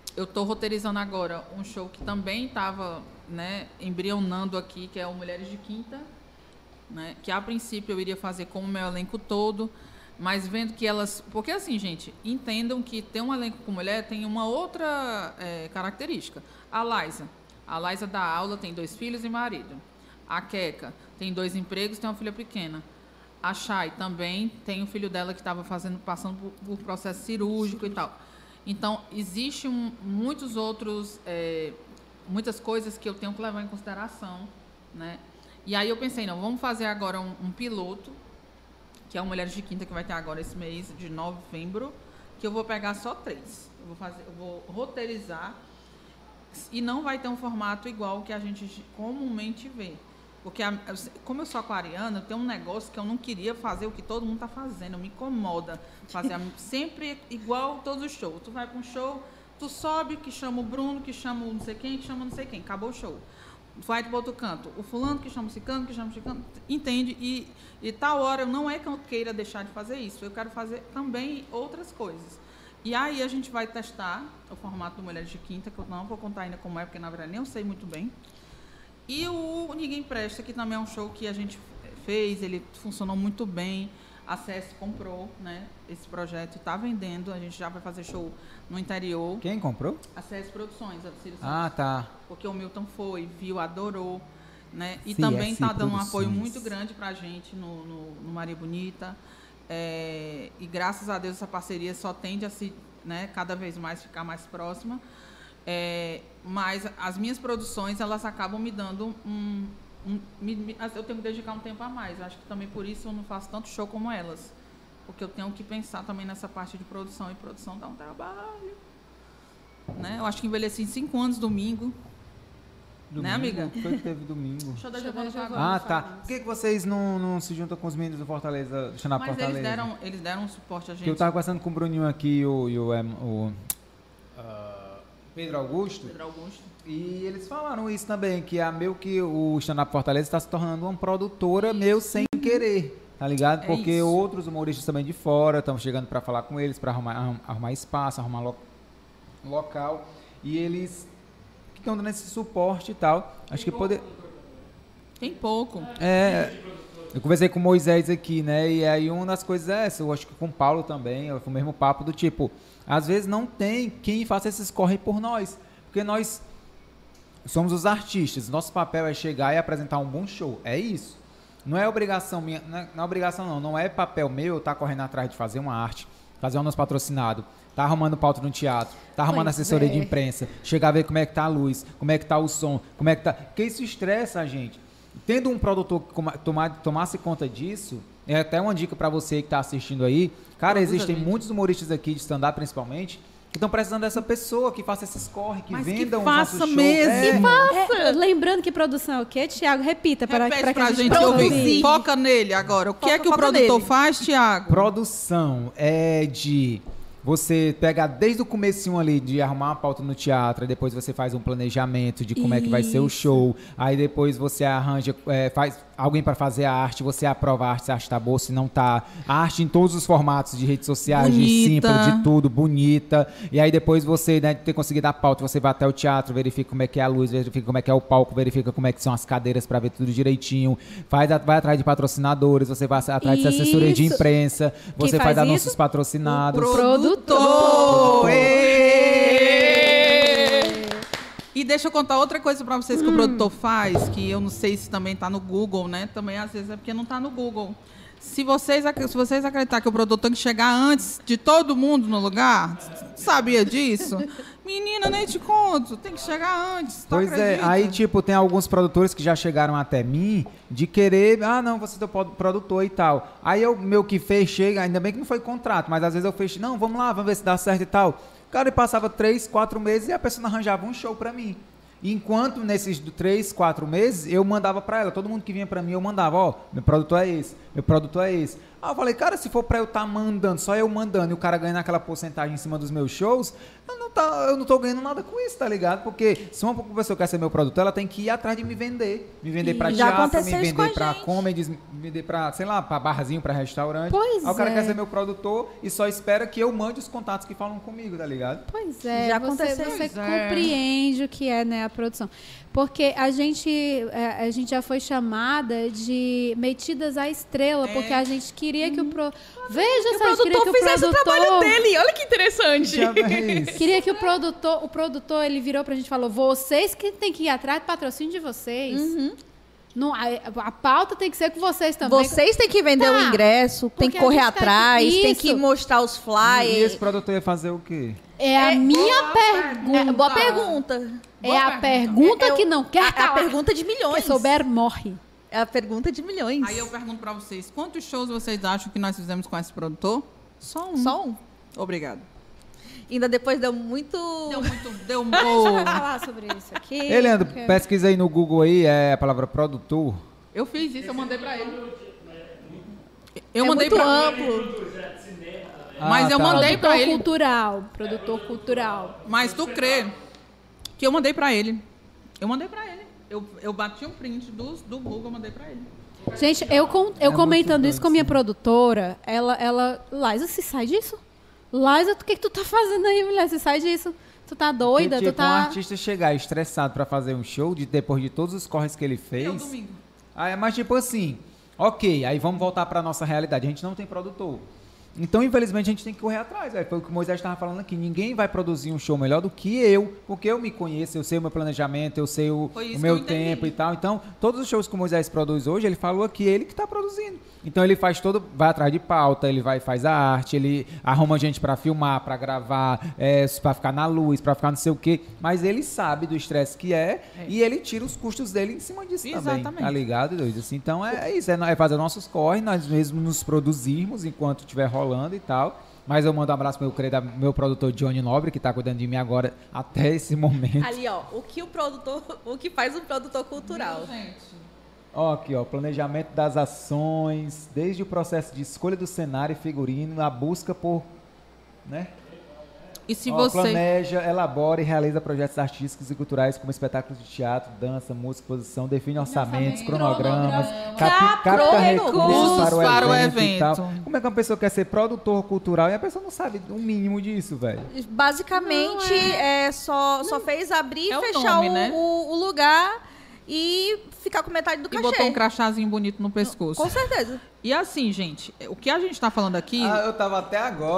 eu estou roteirizando agora um show que também estava, né, embrionando aqui, que é o Mulheres de Quinta, né, que a princípio eu iria fazer com o meu elenco todo, mas vendo que elas... Porque assim, gente, entendam que ter um elenco com mulher tem uma outra característica. A Laísa dá aula, tem 2 filhos e marido. A Queca tem 2 empregos, tem uma filha pequena. A Chay também tem um filho dela que estava passando por processo cirúrgico e tal. Então, existe muitos outros... muitas coisas que eu tenho que levar em consideração, né? E aí eu pensei, não, vamos fazer agora um piloto, que é o Mulheres de Quinta, que vai ter agora esse mês de novembro, que eu vou pegar só 3. Eu vou roteirizar e não vai ter um formato igual que a gente comumente vê. Porque, como eu sou aquariana, tem um negócio que eu não queria fazer o que todo mundo está fazendo. Me incomoda fazer sempre igual todos os shows. Tu vai para um show, tu sobe, que chama o Bruno, que chama o não sei quem, que chama não sei quem. Acabou o show. Vai para outro canto. O fulano que chama o cicano, que chama o cicano. Entende? E tal hora, não é que eu queira deixar de fazer isso. Eu quero fazer também outras coisas. E aí a gente vai testar o formato do Mulheres de Quinta, que eu não vou contar ainda como é, porque na verdade nem eu sei muito bem. E o Ninguém Presta, que também é um show que a gente fez, ele funcionou muito bem. A CS comprou, né, esse projeto, está vendendo. A gente já vai fazer show no interior. Quem comprou? A CS Produções, a do Ciro Santos. Ah, tá. Porque o Milton foi, viu, adorou, né? E CS também está dando um apoio Produções. muito grande para a gente no Maria Bonita. E graças a Deus essa parceria só tende a se, né, cada vez mais ficar mais próxima. Mas as minhas produções, elas acabam me dando eu tenho que dedicar um tempo a mais. Eu acho que também por isso eu não faço tanto show como elas. Porque eu tenho que pensar também nessa parte de produção. E produção dá um trabalho. Né? Eu acho que envelheci em 5 anos domingo. Né, amiga? Foi que teve domingo. Show da Giovana Pagode. Ah, tá. Por que vocês não se juntam com os meninos do Fortaleza, do Xanap Mas Fortaleza? eles deram um suporte a gente. Porque eu tava conversando com o Bruninho aqui e o Pedro Augusto. E eles falaram isso também, que meio que o Stand-Up Fortaleza está se tornando uma produtora meio sem querer, tá ligado? Porque isso. outros humoristas também de fora estão chegando para falar com eles, para arrumar espaço, arrumar local. E eles estão dando esse suporte e tal. Acho que poder... Tem pouco. Eu conversei com o Moisés aqui, né? E aí uma das coisas é essa, eu acho que com o Paulo também, foi o mesmo papo do tipo, às vezes não tem quem faça esses corre por nós. Porque nós somos os artistas, nosso papel é chegar e apresentar um bom show, é isso. Não é obrigação minha, não é obrigação não é papel meu estar correndo atrás de fazer uma arte, fazer um nosso patrocinado, tá arrumando pauta no teatro, tá arrumando assessoria de imprensa, chegar a ver como é que tá a luz, como é que tá o som, como é que tá... Porque isso estressa a gente. Tendo um produtor que tomasse conta disso, é até uma dica para você que tá assistindo aí, cara, existem muitos humoristas aqui de stand-up principalmente, que estão precisando dessa pessoa que faça esses corre, que vendam os nossos shows. Mesmo. Lembrando que produção é o quê, Thiago? Repita para que a gente ouvir. Foca nele agora. O que é que o produtor faz, Thiago? Produção é de você pegar desde o comecinho ali de arrumar uma pauta no teatro, aí depois você faz um planejamento de como é que vai ser o show, aí depois você arranja, faz alguém para fazer a arte, você aprova a arte, se a arte tá boa, se não tá. A arte em todos os formatos de redes sociais, bonita. De simples, de tudo, bonita. E aí depois você, né, de ter conseguido a pauta, você vai até o teatro, verifica como é que é a luz, verifica como é que é o palco, verifica como é que são as cadeiras para ver tudo direitinho. Vai atrás de patrocinadores, você vai atrás de assessoria de imprensa, você faz anúncios patrocinados. O produtor! E deixa eu contar outra coisa para vocês que o produtor faz, que eu não sei se também está no Google, né? Também às vezes é porque não está no Google. Se vocês acreditarem que o produtor tem que chegar antes de todo mundo no lugar, sabia disso? Menina, nem te conto, tem que chegar antes. Pois acredita? Aí tipo, tem alguns produtores que já chegaram até mim de querer, não, você é produtor e tal. Aí eu meio que fechei, ainda bem que não foi contrato, mas às vezes eu fechei, não, vamos lá, vamos ver se dá certo e tal. Cara, ele passava 3, 4 meses e a pessoa não arranjava um show pra mim. Enquanto nesses 3, 4 meses, eu mandava pra ela. Todo mundo que vinha pra mim, eu mandava, meu produtor é esse, meu produtor é esse. Aí eu falei, cara, se for pra eu estar mandando, só eu mandando e o cara ganhando aquela porcentagem em cima dos meus shows, eu não tô ganhando nada com isso, tá ligado? Porque se uma pessoa quer ser meu produtor, ela tem que ir atrás de me vender. Me vender pra Já teatro, me aconteceu isso com vender a pra gente. comedies, me vender pra, sei lá, pra barzinho, pra restaurante. Pois Aí o cara é. quer ser meu produtor e só espera que eu mande os contatos que falam comigo, tá ligado? Pois é, Já você aconteceu isso. compreende o que é, né, a produção. Porque a gente já foi chamada de metidas à estrela, porque a gente queria que o Veja, O Sérgio, queria que produtor o fizesse o trabalho produtor... dele. Olha que interessante. Já é isso. Queria que o produtor, ele virou pra gente e falou, vocês que tem que ir atrás do patrocínio de vocês. Não, a pauta tem que ser com vocês também. Vocês têm que vender Tá, o ingresso, tem porque que a correr gente tá aqui- atrás, tem Isso. que mostrar os E flyers. esse produtor ia fazer o quê? É a minha pergunta. Boa pergunta. É a pergunta É, que não quer É a calar. pergunta de milhões. Quem souber, morre. É a pergunta de milhões. Aí eu pergunto pra vocês, quantos shows vocês acham que nós fizemos com esse produtor? Só um. Só um. Obrigado. Ainda depois deu muito... Deu um Deixa gol. eu falar sobre isso aqui. Ei, Leandro, porque- pesquisa aí no Google aí, a palavra produtor. Eu fiz isso, eu mandei pra ele. Eu é mandei muito pra amplo. Mas eu tá. mandei pra ele. Produtor cultural. Mas tu crê que eu mandei pra ele. Eu mandei pra ele. Eu bati um print do Google, eu mandei pra ele. Gente, eu comentando muito isso com a minha produtora, ela... Liza, se sai disso? Liza, o que tu tá fazendo aí, mulher? Se sai disso? Tu tá doida? Porque, Tu tipo, um tá... artista chegar estressado pra fazer um show, depois de todos os corres que ele E o fez... domingo? Mas tipo assim, ok, aí vamos voltar pra nossa realidade. A gente não tem produtor. Então, infelizmente, a gente tem que correr atrás. Foi o que o Moisés estava falando aqui. Ninguém vai produzir um show melhor do que eu, porque eu me conheço, eu sei o meu planejamento, eu sei o Foi isso meu que eu entendi. tempo e tal. Então, todos os shows que o Moisés produz hoje, ele falou aqui, ele que está produzindo. Então, ele faz vai atrás de pauta, ele faz a arte, ele arruma gente para filmar, para gravar, para ficar na luz, para ficar não sei o quê. Mas ele sabe do estresse que e ele tira os custos dele em cima disso também. Exatamente. Tá ligado, doido? Assim, então, é isso. É fazer nossos corre, nós mesmos nos produzirmos enquanto estiver rolando e tal. Mas eu mando um abraço pro meu produtor Johnny Nobre, que tá cuidando de mim agora até esse momento. Ali, ó, o que faz um produtor cultural. Ó, aqui, ó, planejamento das ações, desde o processo de escolha do cenário e figurino, a busca por, né? E se Ó, você... planeja, elabora e realiza projetos artísticos e culturais como espetáculos de teatro, dança, música, exposição, define orçamentos, cronogramas, capta recursos para o evento e tal. Como é que uma pessoa quer ser produtor cultural e a pessoa não sabe o mínimo disso, velho? Basicamente, só fez abrir É e o fechar nome, né? o lugar e ficar com metade do E cachê. botou um crachazinho bonito no pescoço. Com certeza. E assim, gente, o que a gente tá falando aqui... Eu tava até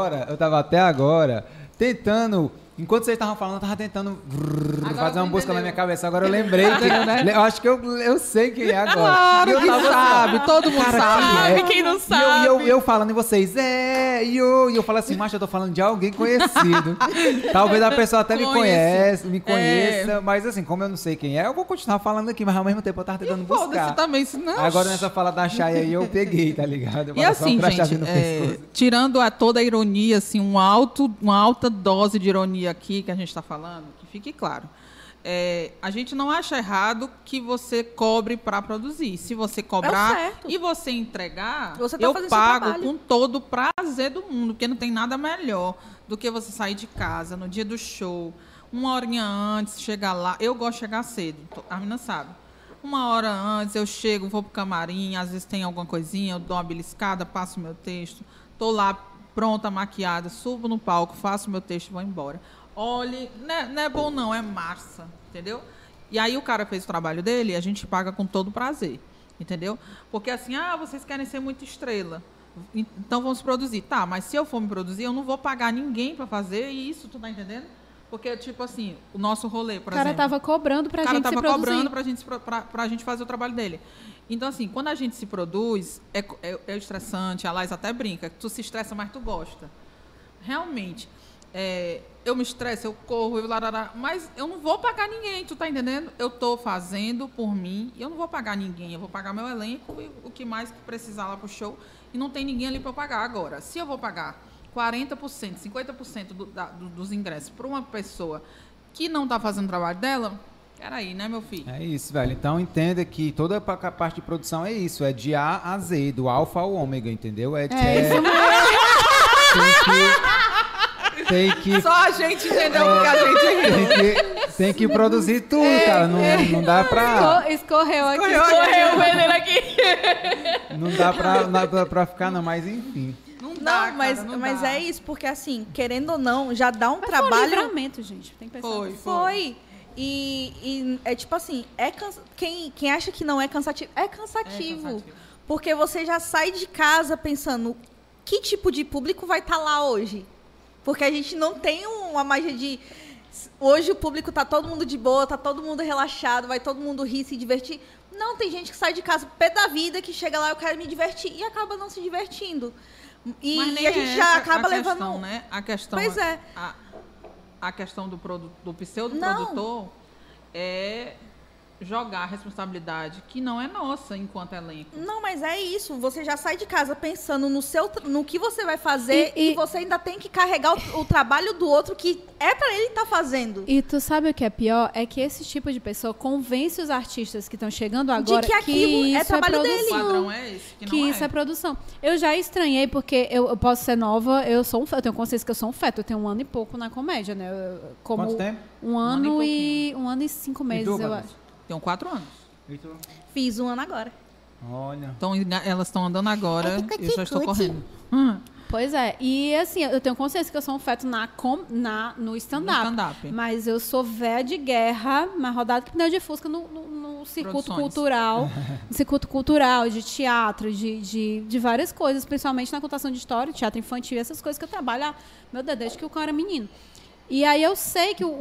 agora tentando, enquanto vocês estavam falando, eu tava tentando fazer uma busca na minha cabeça. Agora eu lembrei que, eu acho que eu sei quem é agora. Claro E eu que tava sabe, assim, todo mundo cara, sabe. quem Quem não E sabe? eu falando em vocês, e eu falo assim, macho, eu tô falando de alguém conhecido. Talvez a pessoa até me conheça, mas assim, como eu não sei quem é, eu vou continuar falando aqui, mas ao mesmo tempo eu tava tentando Foda-se buscar. também, senão... Agora nessa fala da Chay aí eu peguei, tá ligado? Eu E falo só assim, crachazinho gente, no pescoço. tirando toda a ironia, assim, uma alta dose de ironia aqui que a gente está falando, que fique claro. A gente não acha errado que você cobre para produzir. Se você cobrar certo. e você entregar, Você tá eu fazendo seu pago trabalho. com todo o prazer do mundo, porque não tem nada melhor do que você sair de casa no dia do show, uma horinha antes, chegar lá. Eu gosto de chegar cedo, a menina sabe. Uma hora antes eu chego, vou pro camarim, às vezes tem alguma coisinha, eu dou uma beliscada, passo o meu texto, tô lá pronta, maquiada, subo no palco, faço o meu texto e vou embora. Olhe, não é bom não, é massa, entendeu? E aí o cara fez o trabalho dele e a gente paga com todo prazer, entendeu? Porque assim, vocês querem ser muito estrela, então vamos produzir. Tá, mas se eu for me produzir, eu não vou pagar ninguém para fazer isso, tu tá entendendo? Porque, tipo assim, o nosso rolê, por exemplo... O cara tava cobrando pra gente se produzir. O cara tava cobrando pra gente fazer o trabalho dele. Então, assim, quando a gente se produz, é estressante, a Laís até brinca, tu se estressa, mas tu gosta. Realmente, eu me estresso, eu corro, mas eu não vou pagar ninguém, tu tá entendendo? Eu tô fazendo por mim e eu não vou pagar ninguém, eu vou pagar meu elenco e o que mais que precisar lá pro show e não tem ninguém ali pra eu pagar. Agora, se eu vou pagar 40%, 50% dos ingressos para uma pessoa que não está fazendo o trabalho dela, Peraí, né, meu filho? É isso, velho. Então entenda que toda a parte de produção é isso, é de A a Z, do alfa ao ômega, entendeu? Isso mesmo. Tem que Só a gente entendeu o que a gente tem que produzir tudo, cara. Não dá pra. Escorreu aqui. Correu, vendendo aqui. Não dá pra ficar, não, mas enfim. Não Não, dá, mas, cara, não mas dá. é isso, porque assim, querendo ou não, já dá um Mas foi um trabalho. livramento, gente. Tem que pensar. Foi. E é tipo assim, quem acha que não é cansativo, é cansativo. Porque você já sai de casa pensando que tipo de público vai estar lá hoje. Porque a gente não tem uma magia de... Hoje o público tá todo mundo de boa, tá todo mundo relaxado, vai todo mundo rir, se divertir. Não, tem gente que sai de casa pé da vida, que chega lá, eu quero me divertir, e acaba não se divertindo. E a gente já acaba levando... Questão, né? A questão, Pois é. A questão do pseudo-produtor é jogar a responsabilidade que não é nossa enquanto elenco. Não, mas é isso. Você já sai de casa pensando no que você vai fazer e você ainda tem que carregar o trabalho do outro que é pra ele estar fazendo. E tu sabe o que é pior? É que esse tipo de pessoa convence os artistas que estão chegando agora que aquilo é isso trabalho produção. dele. O padrão é esse, que não Que isso é produção. Eu já estranhei, porque eu posso ser nova, eu tenho consciência que eu sou um feto. Eu tenho 1 ano e pouco na comédia, né? Quanto tempo? 1 ano e 5 meses, tu, eu Patrícia? acho. Tem 4 anos. E tu? Fiz 1 ano agora. Olha. Então, elas estão andando agora e eu já estou correndo. Pois é. E assim, eu tenho consciência que eu sou um feto no stand-up. stand-up. Mas eu sou véia de guerra, mais rodada que pneu de fusca no circuito Produções. cultural. No circuito cultural, de teatro, de várias coisas, principalmente na contação de história, teatro infantil, essas coisas que eu trabalho, meu Deus, desde que eu era menino. E aí eu sei que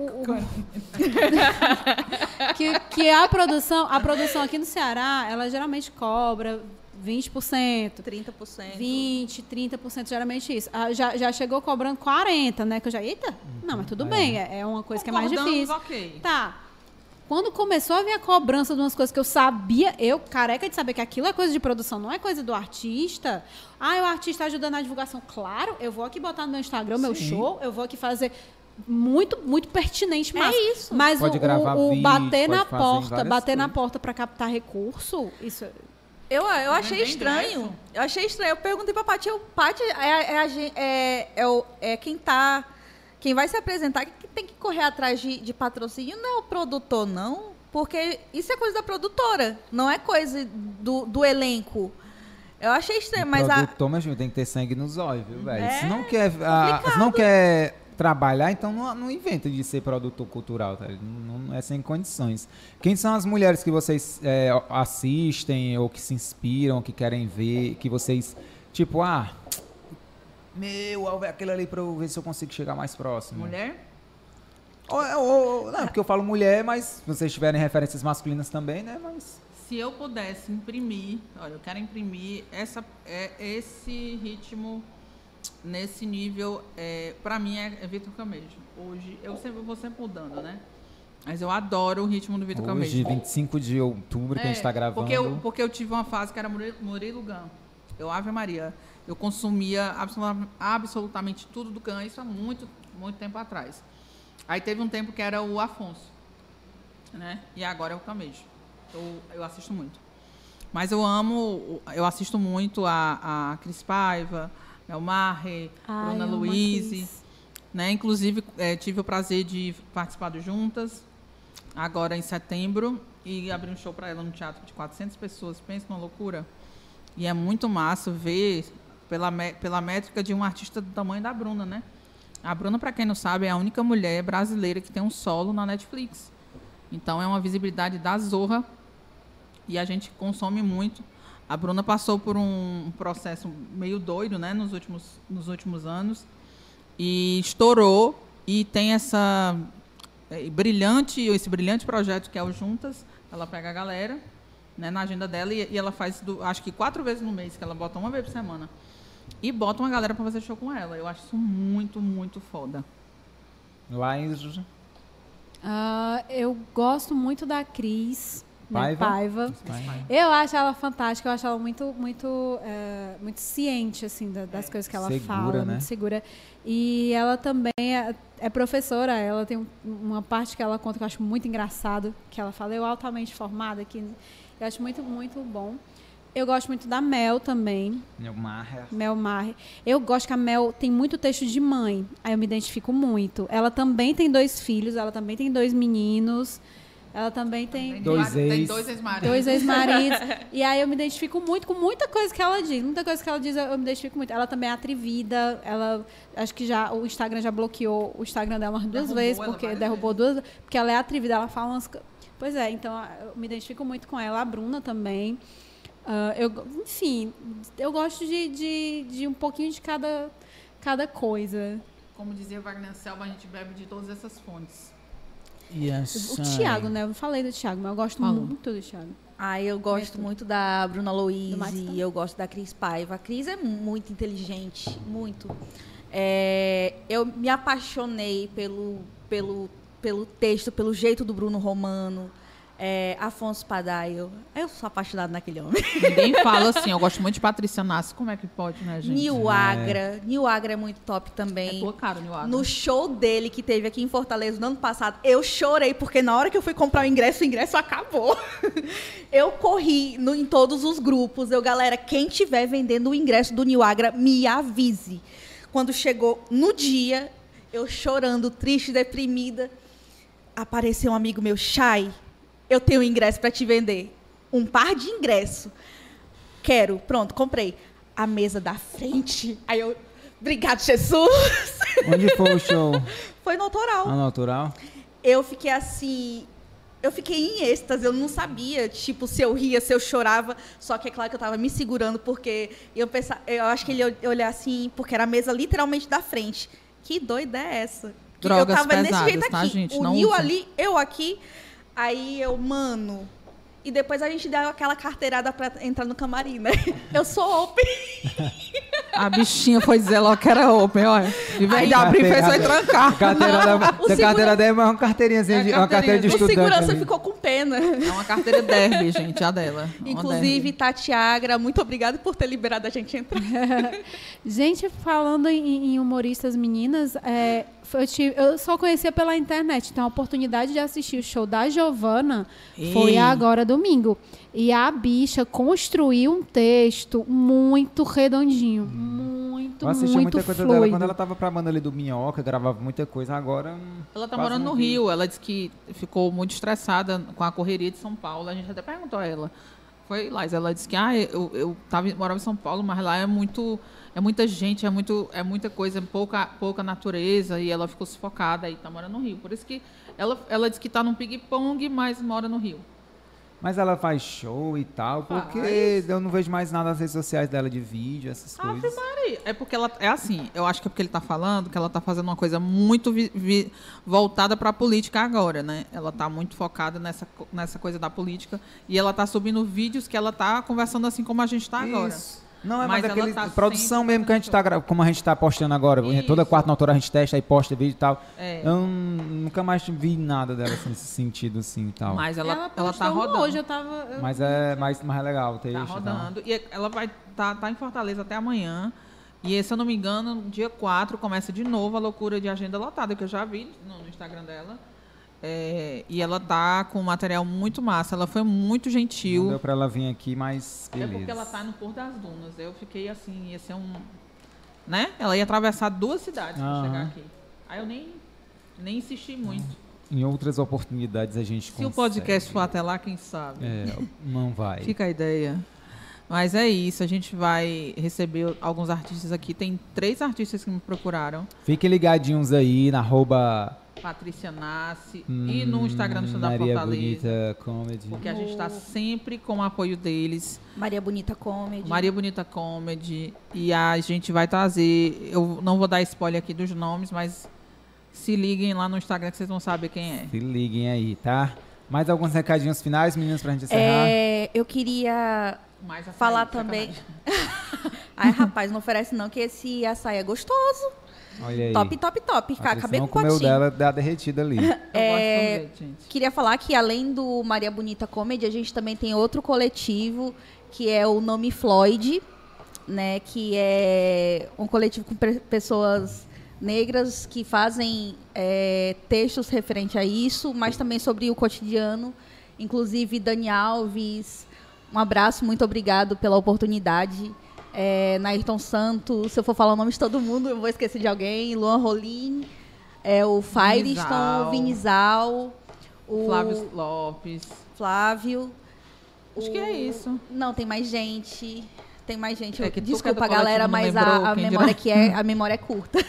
que a produção aqui no Ceará, ela geralmente cobra 20%, 30%. 20%, 30%, geralmente isso. Já chegou cobrando 40%, né? Que eu já, eita, não, mas tudo bem, é uma coisa que é mais Concordamos, difícil. ok. Tá. Quando começou a vir a cobrança de umas coisas que eu sabia, eu careca de saber que aquilo é coisa de produção, não é coisa do artista. O artista ajudando na divulgação. Claro, eu vou aqui botar no meu Instagram, meu show, eu vou aqui fazer muito, muito pertinente, massa. É isso. Mas Pode gravar vídeo, bater pode na fazer porta, várias na coisas. porta para captar recurso, isso Eu achei Vender estranho. ingresso? Eu achei estranho. Eu perguntei pra Paty, Paty quem vai se apresentar, que tem que correr atrás de patrocínio, não é o produtor, não. Porque isso é coisa da produtora, não é coisa do elenco. Eu achei estranho, mas Produtor, mas tem que ter sangue nos olhos, viu, velho? É Se não quer trabalhar, então não inventa de ser produtor cultural, tá? Não é sem condições. Quem são as mulheres que vocês assistem, ou que se inspiram, ou que querem ver, que vocês, tipo, aquele ali pra eu ver se eu consigo chegar mais próximo. Mulher? Não, porque eu falo mulher, mas se vocês tiverem referências masculinas também, né? Mas... Se eu pudesse imprimir, olha, eu quero imprimir esse ritmo nesse nível, pra mim é Vitor Camejo. Hoje, eu vou sempre mudando, né? Mas eu adoro o ritmo do Vitor Camejo. Hoje, 25 de outubro, que a gente tá gravando. Porque eu tive uma fase que era Murilo Gun. Ave Maria. Eu consumia absolutamente tudo do Gun, isso há muito, muito tempo atrás. Aí teve um tempo que era o Afonso, né? E agora é o Camejo. Eu assisto muito. Mas eu assisto muito a Cris Paiva, Melmarre, Bruna Luiz, né? Inclusive, tive o prazer de participar do Juntas, agora em setembro, e abri um show para ela no teatro de 400 pessoas. Pensa numa loucura. E é muito massa ver pela métrica de um artista do tamanho da Bruna, né? A Bruna, para quem não sabe, é a única mulher brasileira que tem um solo na Netflix. Então, é uma visibilidade da zorra e a gente consome muito. A Bruna passou por um processo meio doido, né, nos últimos anos, e estourou, e tem esse brilhante projeto que é o Juntas. Ela pega a galera, né, na agenda dela e ela faz, acho que 4 vezes no mês, que ela bota 1 vez por semana. E bota uma galera pra fazer show com ela. Eu acho isso muito, muito foda. Lá em... eu gosto muito da Cris, Paiva. Eu acho ela fantástica, eu acho ela muito ciente, assim, das coisas que ela fala, né? muito segura. E ela também é professora, ela tem uma parte que ela conta que eu acho muito engraçado, que ela fala, eu altamente formada, que eu acho muito, muito bom. Eu gosto muito da Mel também. Mel Maher. Eu gosto que a Mel tem muito texto de mãe. Aí eu me identifico muito. Ela também tem 2 filhos, ela também tem 2 meninos. Ela também tem... Tem 2 ex-maridos. 2 ex-maridos. E aí eu me identifico muito com muita coisa que ela diz. Muita coisa que ela diz eu me identifico muito. Ela também é atrevida. Ela, acho que o Instagram já bloqueou o Instagram dela umas 2 vezes. Porque derrubou 2 vezes. Porque ela é atrevida. Ela fala umas... Pois é, então eu me identifico muito com ela. A Bruna também. Enfim, eu gosto de um pouquinho de cada coisa. Como dizia Wagner Selva, a gente bebe de todas essas fontes. O Thiago, né? Eu não falei do Thiago, mas eu gosto muito do Thiago. Eu gosto muito da Bruna Louise e eu gosto da Cris Paiva. A Cris é muito inteligente, muito. Eu me apaixonei pelo texto, pelo jeito do Bruno Romano. Afonso Padaio. Eu sou apaixonada naquele homem. Ninguém fala assim, eu gosto muito de Patrícia Nassi. Como é que pode, né, gente? Nil Agra. Nil Agra é muito top também. É tua cara, Nil Agra. No show dele, que teve aqui em Fortaleza no ano passado, eu chorei, porque na hora que eu fui comprar o ingresso acabou. Eu corri em todos os grupos. Galera, quem tiver vendendo o ingresso do Nil Agra, me avise. Quando chegou no dia, eu chorando, triste, deprimida, apareceu um amigo meu, Chay, eu tenho um ingresso para te vender. Um par de ingresso. Quero. Pronto, comprei. A mesa da frente. Aí eu... Obrigado, Jesus! Onde foi o show? Foi no Autoral. No Autoral? Eu fiquei assim... Eu fiquei em êxtase. Eu não sabia, tipo, se eu ria, se eu chorava. Só que é claro que eu estava me segurando, porque eu acho que ele olhou assim, porque era a mesa literalmente da frente. Que doida é essa? Drogas eu tava pesadas, desse jeito aqui. tá, gente? O Não Nil usa. ali, eu aqui... Aí eu, E depois a gente deu aquela carteirada pra entrar no camarim, né? Eu sou open. A bichinha foi dizer logo que era open, olha. De vez de abrir, fez só trancar. A carteira dela é uma carteirinha, uma carteira de O estudante. segurança ali. ficou com pena. É uma carteira derby, gente, a dela. Inclusive, Tati Agra, muito obrigada por ter liberado a gente entrar. Gente, falando em humoristas meninas, eu só conhecia pela internet, então a oportunidade de assistir o show da Giovana foi agora domingo. E a bicha construiu um texto muito redondinho, muito Eu assisti muito muita coisa fluido. dela quando ela tava pra banda ali do Minhoca, gravava muita coisa, agora... Ela tá quase morando não no vi. Rio, ela disse que ficou muito estressada com a correria de São Paulo. A gente até perguntou a ela. Foi lá, ela disse que eu morava em São Paulo, mas lá é muita gente, é muita coisa, pouca natureza, e ela ficou sufocada e tá morando no Rio. Por isso que ela disse que tá num ping-pong, mas mora no Rio. Mas ela faz show e tal, porque eu não vejo mais nada nas redes sociais dela de vídeo, essas coisas. Maria. É porque ela é assim, eu acho que é porque ele tá falando que ela tá fazendo uma coisa muito voltada para a política agora, né? Ela tá muito focada nessa coisa da política e ela tá subindo vídeos que ela tá conversando assim como a gente tá agora. Isso. Não, Mas mas aquele ela tá produção sempre mesmo que a gente tá como a gente tá postando agora. Isso. Toda quarta na autora a gente testa e posta vídeo e tal. É. Eu nunca mais vi nada dela assim, nesse sentido assim e tal. Mas ela tá postou rodando. hoje, Mas é mais legal o texto. Tá e tal. rodando. E ela vai tá em Fortaleza até amanhã. E se eu não me engano, no dia 4 começa de novo a loucura de agenda lotada, que eu já vi no Instagram dela. E ela tá com um material muito massa. Ela foi muito gentil. Não deu pra ela vir aqui, mas beleza. É porque ela tá no Porto das Dunas. Eu fiquei assim, ia ser né? Ela ia atravessar 2 cidades pra chegar aqui. Aí eu nem insisti muito. Em outras oportunidades a gente Se consegue. o podcast for até lá, quem sabe? Não vai. Fica a ideia. Mas é isso, a gente vai receber alguns artistas aqui. Tem 3 artistas que me procuraram. Fiquem ligadinhos aí na Patrícia Nassi e no Instagram do Stand-Up Maria Fortaleza. Bonita Comedy. Porque a gente está sempre com o apoio deles. Maria Bonita Comedy. Maria Bonita Comedy. E a gente vai trazer... Eu não vou dar spoiler aqui dos nomes, mas se liguem lá no Instagram que vocês vão saber quem é. Se liguem aí, tá? Mais alguns recadinhos finais, meninas, pra gente encerrar? Eu queria Mais açaí, falar sacanagem. também... Ai, rapaz, não oferece não, que esse açaí é gostoso. Olha aí. Top. Acabei com o comeu potinho. dela, dá derretida ali. Eu gosto de sorvete, gente. Queria falar que além do Maria Bonita Comedy, a gente também tem outro coletivo, que é o Nome Floyd, né? Que é um coletivo com pessoas negras que fazem textos referentes a isso, mas também sobre o cotidiano. Inclusive, Dani Alves, um abraço, muito obrigado pela oportunidade. Nairton Santos, se eu for falar o nome de todo mundo, eu vou esquecer de alguém. Luan Rolim, o Firestone, o Vinizal, o Flávio Lopes. Flávio. Acho que é isso. Não, tem mais gente. Tem mais gente. É que tu que é Desculpa, do galera, coletivo, mas não lembrou, a quem memória dirá? a memória é curta.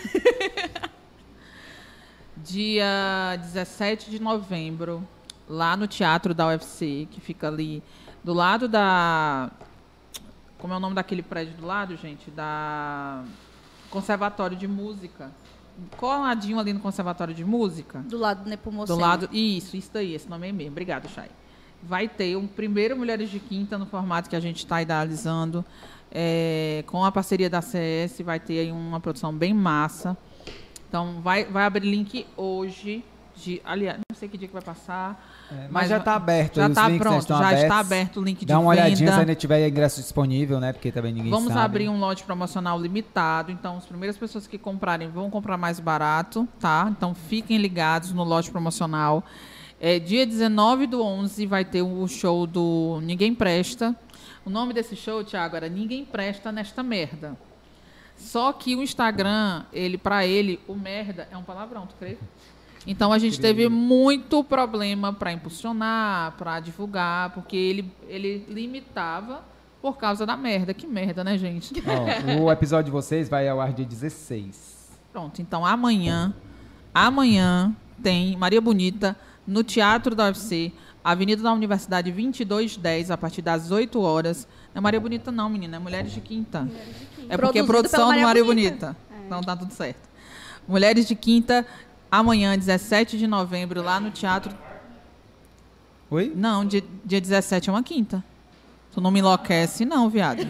Dia 17 de novembro, lá no Teatro da UFC, que fica ali do lado da... Como é o nome daquele prédio do lado, gente? Da Conservatório de Música. Coladinho ali no Conservatório de Música. Do lado do Nepomuceno. Do lado... Isso daí, esse nome é mesmo. Obrigado, Chay. Vai ter um primeiro Mulheres de Quinta no formato que a gente está idealizando. Com a parceria da CS, vai ter aí uma produção bem massa. Então, vai abrir link hoje. Aliás, não sei que dia que vai passar. Mas já está aberto. Já está pronto, já está aberto o link de venda. Dá uma olhadinha se ainda tiver ingresso disponível, né? Porque também ninguém sabe. Vamos abrir um lote promocional limitado. Então, as primeiras pessoas que comprarem vão comprar mais barato, tá? Então, fiquem ligados no lote promocional. Dia 19/11 vai ter o show do Ninguém Presta. O nome desse show, Thiago, era Ninguém Presta Nesta Merda. Só que o Instagram, pra ele, o merda é um palavrão, tu crê? Então a gente teve muito problema para impulsionar, para divulgar, porque ele limitava por causa da merda. Que merda, né, gente? O episódio de vocês vai ao ar dia 16. Pronto, então amanhã tem Maria Bonita no Teatro da UFC, Avenida da Universidade 2210, a partir das 8 horas. Não é Maria Bonita não, menina, é Mulheres de Quinta. É porque é produção do Maria Bonita. Então tá tudo certo. Mulheres de Quinta, amanhã, 17 de novembro, lá no Teatro... Oi? Não, dia 17 é uma quinta. Tu não me enlouquece, não, viado.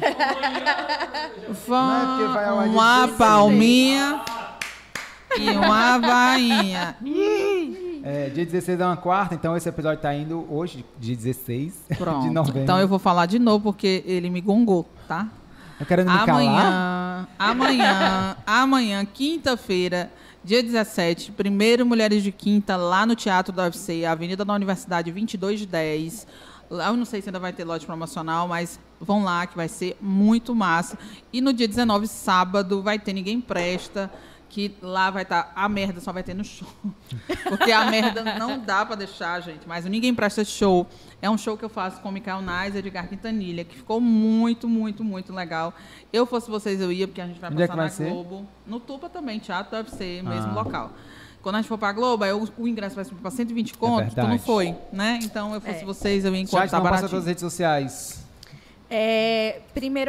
Uma palminha e uma vainha. Dia 16 é uma quarta, então esse episódio tá indo hoje, dia 16 Pronto. de novembro. Então eu vou falar de novo, porque ele me gongou, tá? Eu querendo me calar? Amanhã, quinta-feira, dia 17, primeiro Mulheres de Quinta, lá no Teatro da UFC, Avenida da Universidade 2210. Lá eu não sei se ainda vai ter lote promocional, mas vão lá, que vai ser muito massa. E no dia 19, sábado, vai ter Ninguém Presta, que lá vai estar... A merda só vai ter no show. Porque a merda não dá pra deixar, gente. Mas o Ninguém Presta Show é um show que eu faço com o Michael Nais e Edgar Quintanilha, que ficou muito, muito, muito legal. Eu fosse vocês, eu ia, porque a gente vai passar na Globo. No Tupa também, Teatro do UFC, mesmo local. Quando a gente for pra Globo, aí o ingresso vai subir pra 120 conto, tu não foi, né? Então, eu fosse vocês, eu ia enquanto tá baratinho. Passa as redes sociais. Primeiro,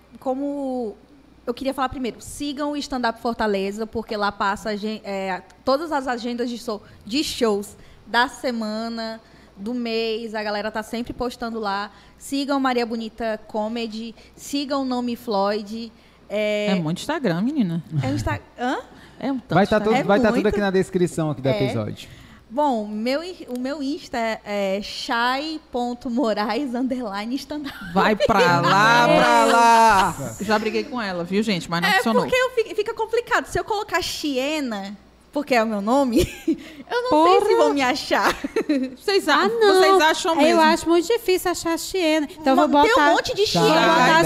eu queria falar primeiro, sigam o Stand Up Fortaleza, porque lá passa todas as agendas de shows da semana, do mês, a galera tá sempre postando lá. Sigam Maria Bonita Comedy, sigam o Nome Floyd. É muito Instagram, menina. É um Instagram... Hã? É um tanto. Vai estar tudo aqui na descrição aqui do episódio. Bom, o meu Insta é shai.morais_standup. Vai pra lá. Já briguei com ela, viu, gente? Mas não funcionou. Porque fica complicado. Se eu colocar Xiena, porque é o meu nome, eu não sei se vão me achar. Vocês acham mesmo? Eu acho muito difícil achar Xiena. Então vou botar... Tem um monte de Xiena. Vou botar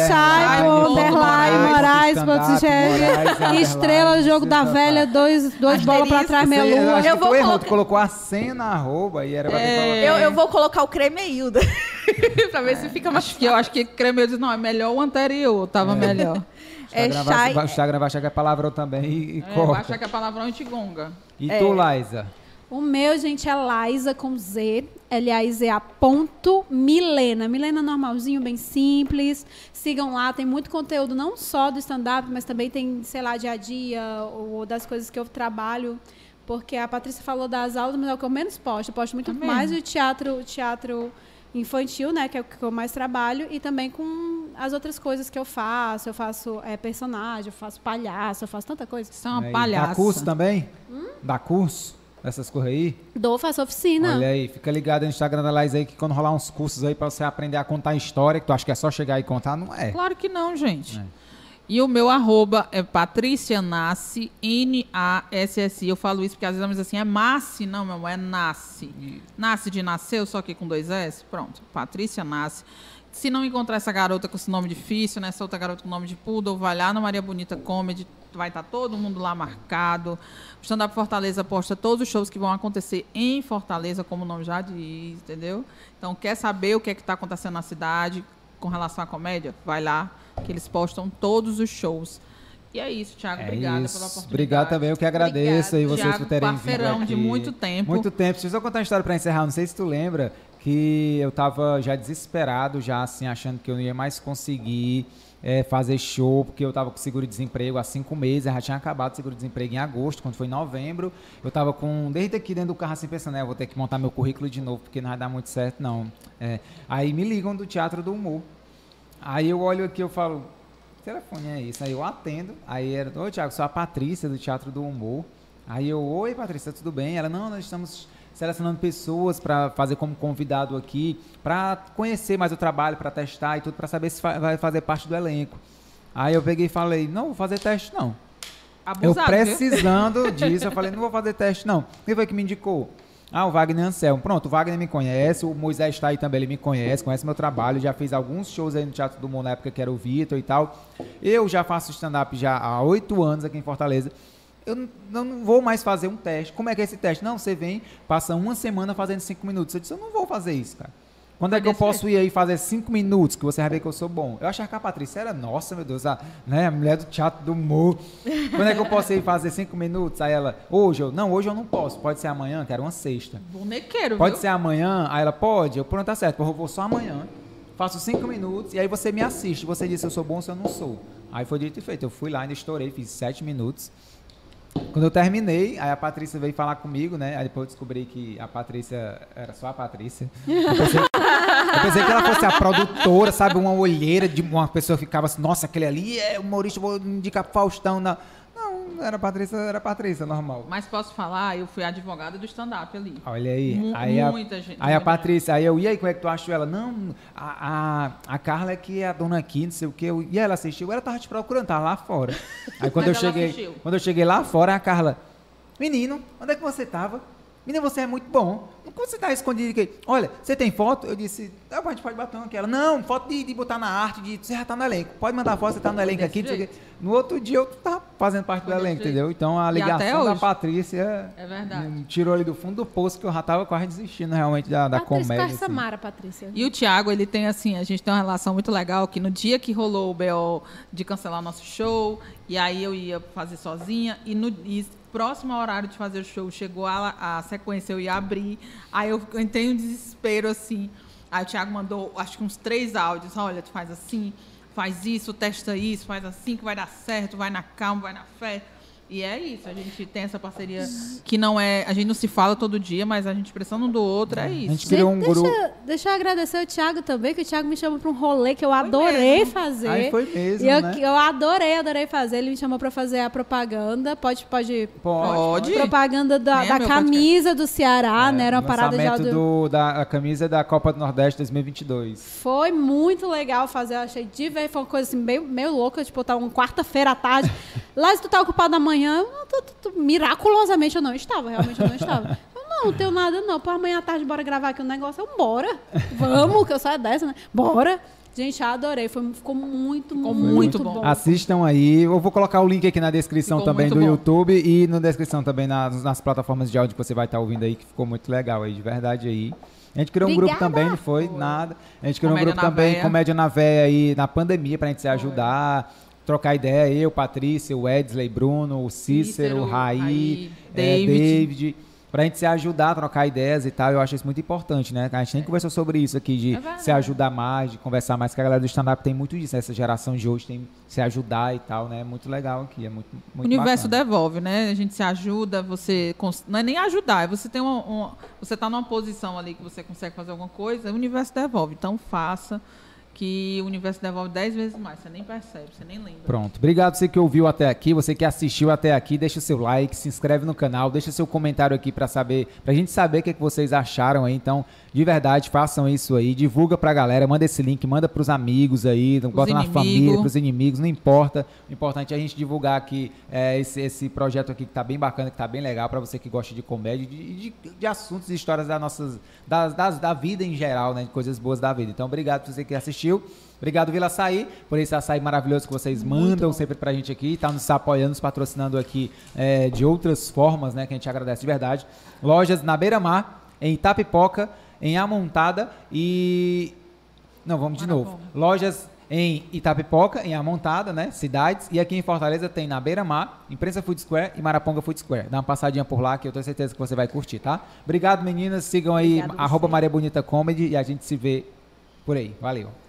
Shai, Estrela, Jogo da Velha, dois bolas pra trás, Melua. Tu colocou a cena, arroba, e era pra eu vou colocar o Cremeilda. Pra ver se fica mais fácil. Eu acho que Cremeilda não, é melhor o anterior, tava melhor. O Instagram vai achar que é palavrão também e corta. Vai achar que é palavrão e te gonga. E tu, Laísa? O meu, gente, é Laísa com Z, L-A-I-Z-A.Milena. Milena normalzinho, bem simples. Sigam lá, tem muito conteúdo, não só do stand-up, mas também tem, sei lá, dia a dia, ou das coisas que eu trabalho. Porque a Patrícia falou das aulas, mas é o que eu menos posto. Eu posto muito mais o teatro infantil, né, que é o que eu mais trabalho, e também com as outras coisas que eu faço personagem, eu faço palhaço, eu faço tanta coisa. Isso é uma Aí, palhaça. Dá curso também? Dá curso? Essas coisas aí? Faço oficina. Olha aí, fica ligado no Instagram da Laís aí que quando rolar uns cursos aí pra você aprender a contar história, que tu acha que é só chegar e contar, não é. Claro que não, gente. É. E o meu arroba é Patrícia Nassi, N-A-S-S-I. Eu falo isso porque às vezes ela diz assim, é Massi? Não, meu amor, é Nassi. Nasce de nasceu, só que com 2 S? Pronto, Patrícia Nassi. Se não encontrar essa garota com esse nome difícil, né, essa outra garota com nome de poodle, vai lá na Maria Bonita Comedy, vai estar todo mundo lá marcado. O Stand Up Fortaleza posta todos os shows que vão acontecer em Fortaleza, como o nome já diz, entendeu? Então, quer saber o que é que está acontecendo na cidade com relação à comédia? Vai lá, que eles postam todos os shows. E é isso, Thiago. Obrigada pela oportunidade. Obrigado também, eu que agradeço aí vocês por terem vindo parceirão aqui. de muito tempo. Muito tempo. Deixa eu só contar uma história pra encerrar. Não sei se tu lembra que eu tava já desesperado, já assim, achando que eu não ia mais conseguir fazer show, porque eu tava com seguro-desemprego há 5 meses, já tinha acabado o seguro-desemprego em agosto, quando foi em novembro. Eu tava desde aqui dentro do carro assim, pensando, eu vou ter que montar meu currículo de novo, porque não vai dar muito certo, não. Aí me ligam do Teatro do Humor. Aí eu olho aqui, eu falo, que telefone é esse? Aí eu atendo, aí era, oi Thiago, sou a Patrícia do Teatro do Humor. Aí eu, oi Patrícia, tudo bem? Ela, não, nós estamos selecionando pessoas para fazer como convidado aqui, para conhecer mais o trabalho, para testar e tudo, para saber se vai fazer parte do elenco. Aí eu peguei e falei, não vou fazer teste não. Abusado, eu precisando disso, eu falei, não vou fazer teste não. Quem foi que me indicou? O Wagner Anselmo. Pronto, o Wagner me conhece, o Moisés está aí também, ele me conhece meu trabalho, já fez alguns shows aí no Teatro do Humor na época que era o Vitor e tal. Eu já faço stand-up já há 8 anos aqui em Fortaleza. Eu não vou mais fazer um teste. Como é que é esse teste? Não, você vem, passa 1 semana fazendo 5 minutos. Eu disse, eu não vou fazer isso, cara. Quando é que eu posso ir aí fazer 5 minutos, que você vai ver que eu sou bom? Eu achava que a Patrícia era, nossa, meu Deus, a mulher do Teatro do Humor. Quando é que eu posso ir fazer 5 minutos? Aí ela, hoje eu não posso. Pode ser amanhã, que era uma sexta. Bonequeiro, Pode viu? ser amanhã? Aí ela, pode. Eu, pronto, tá certo. Eu vou só amanhã. Faço 5 minutos e aí você me assiste. Você diz se eu sou bom ou se eu não sou. Aí foi dito e feito. Eu fui lá, ainda estourei, fiz 7 minutos. Quando eu terminei, aí a Patrícia veio falar comigo, né? Aí depois eu descobri que a Patrícia era só a Patrícia. Eu pensei que ela fosse a produtora, sabe? Uma olheira de uma pessoa que ficava assim, nossa, aquele ali é humorista, vou indicar pro Faustão. Não, era a Patrícia, normal. Mas posso falar, eu fui advogada do stand-up ali. Olha aí. Muita gente. Aí a Patrícia, aí eu, e aí, como é que tu achou ela? Não, a Carla é que é a dona aqui, não sei o quê. E ela assistiu, ela tava te procurando, tava lá fora. Aí quando eu cheguei lá fora, a Carla, menino, onde é que você tava? Menino, você é muito bom. Como você tá escondido aqui? Olha, você tem foto? Eu disse, a gente pode bater uma aquela. Não, foto de botar na arte, você já tá no elenco. Pode mandar foto, você tá no elenco aqui. No outro dia eu tava fazendo parte do elenco, entendeu? Então a ligação da Patrícia me tirou ali do fundo do poço, que eu já tava quase desistindo realmente da comédia. Patrícia Mara, Patrícia. E o Thiago, ele tem assim, a gente tem uma relação muito legal, que no dia que rolou o BO de cancelar o nosso show, e aí eu ia fazer sozinha, e próximo ao horário de fazer o show, chegou a sequência, eu ia abrir, aí eu entrei em um desespero, assim. Aí o Thiago mandou, acho que uns 3 áudios, olha, tu faz assim, faz isso, testa isso, faz assim que vai dar certo, vai na calma, vai na fé. E é isso, a gente tem essa parceria que não é... A gente não se fala todo dia, mas a gente pressão um do outro, é isso. A gente criou um grupo... Deixa eu agradecer o Thiago também, que o Thiago me chamou para um rolê que eu adorei fazer. Aí foi mesmo, né? Eu adorei fazer. Ele me chamou para fazer a propaganda. Pode. Propaganda da camisa do Ceará, né? Era uma parada de áudio. Da camisa da Copa do Nordeste 2022. Foi muito legal fazer, eu achei de ver. Foi uma coisa assim, meio louca, tipo, tava uma quarta-feira à tarde. Lá, se tu tá ocupado amanhã, miraculosamente eu não estava, realmente eu não estava. Eu não tenho nada não, pô, amanhã à tarde bora gravar aqui um negócio, bora, vamos, que eu saio dessa, né, bora. Gente, adorei, ficou muito bom. Assistam aí, eu vou colocar o link aqui na descrição também do YouTube e na descrição também nas plataformas de áudio que você vai estar ouvindo aí, que ficou muito legal aí, de verdade aí. A gente criou um grupo também, não foi nada. A gente criou um grupo também, Comédia na Véia aí, na pandemia, pra gente se ajudar. Trocar ideia, eu, Patrícia, o Edsley, Bruno, o Cícero, o Raí, David, pra gente se ajudar a trocar ideias e tal. Eu acho isso muito importante, né? A gente nem conversou sobre isso aqui, de se ajudar mais, de conversar mais, porque a galera do stand-up tem muito disso, né? Essa geração de hoje tem se ajudar e tal, né? É muito legal aqui, é muito o universo bacana. Devolve, né? A gente se ajuda, você... Não é nem ajudar, é você tem você tá numa posição ali que você consegue fazer alguma coisa, o universo devolve, então faça. que o universo devolve 10 vezes mais. Você nem percebe, você nem lembra. Pronto. Obrigado você que ouviu até aqui, você que assistiu até aqui, deixa o seu like, se inscreve no canal, deixa seu comentário aqui pra gente saber o que vocês acharam aí. Então, de verdade, façam isso aí, divulga pra galera, manda esse link, manda pros amigos aí, bota na família, pros inimigos, não importa. O importante é a gente divulgar aqui esse projeto aqui que tá bem bacana, que tá bem legal pra você que gosta de comédia e de assuntos e histórias da vida em geral, né? De coisas boas da vida. Então, obrigado por você que assistiu. Obrigado, Vila Açaí, por esse açaí maravilhoso que vocês mandam sempre pra gente aqui, tá nos apoiando, nos patrocinando aqui de outras formas, né? Que a gente agradece de verdade. Lojas na Beira-Mar, em Itapipoca, em Amontada e... Não, vamos de novo. Lojas em Itapipoca, em Amontada, né? Cidades. E aqui em Fortaleza tem na Beira-Mar, Imprensa Food Square e Maraponga Food Square. Dá uma passadinha por lá que eu tenho certeza que você vai curtir, tá? Obrigado, meninas. Sigam aí, @Maria Bonita Comedy e a gente se vê por aí. Valeu.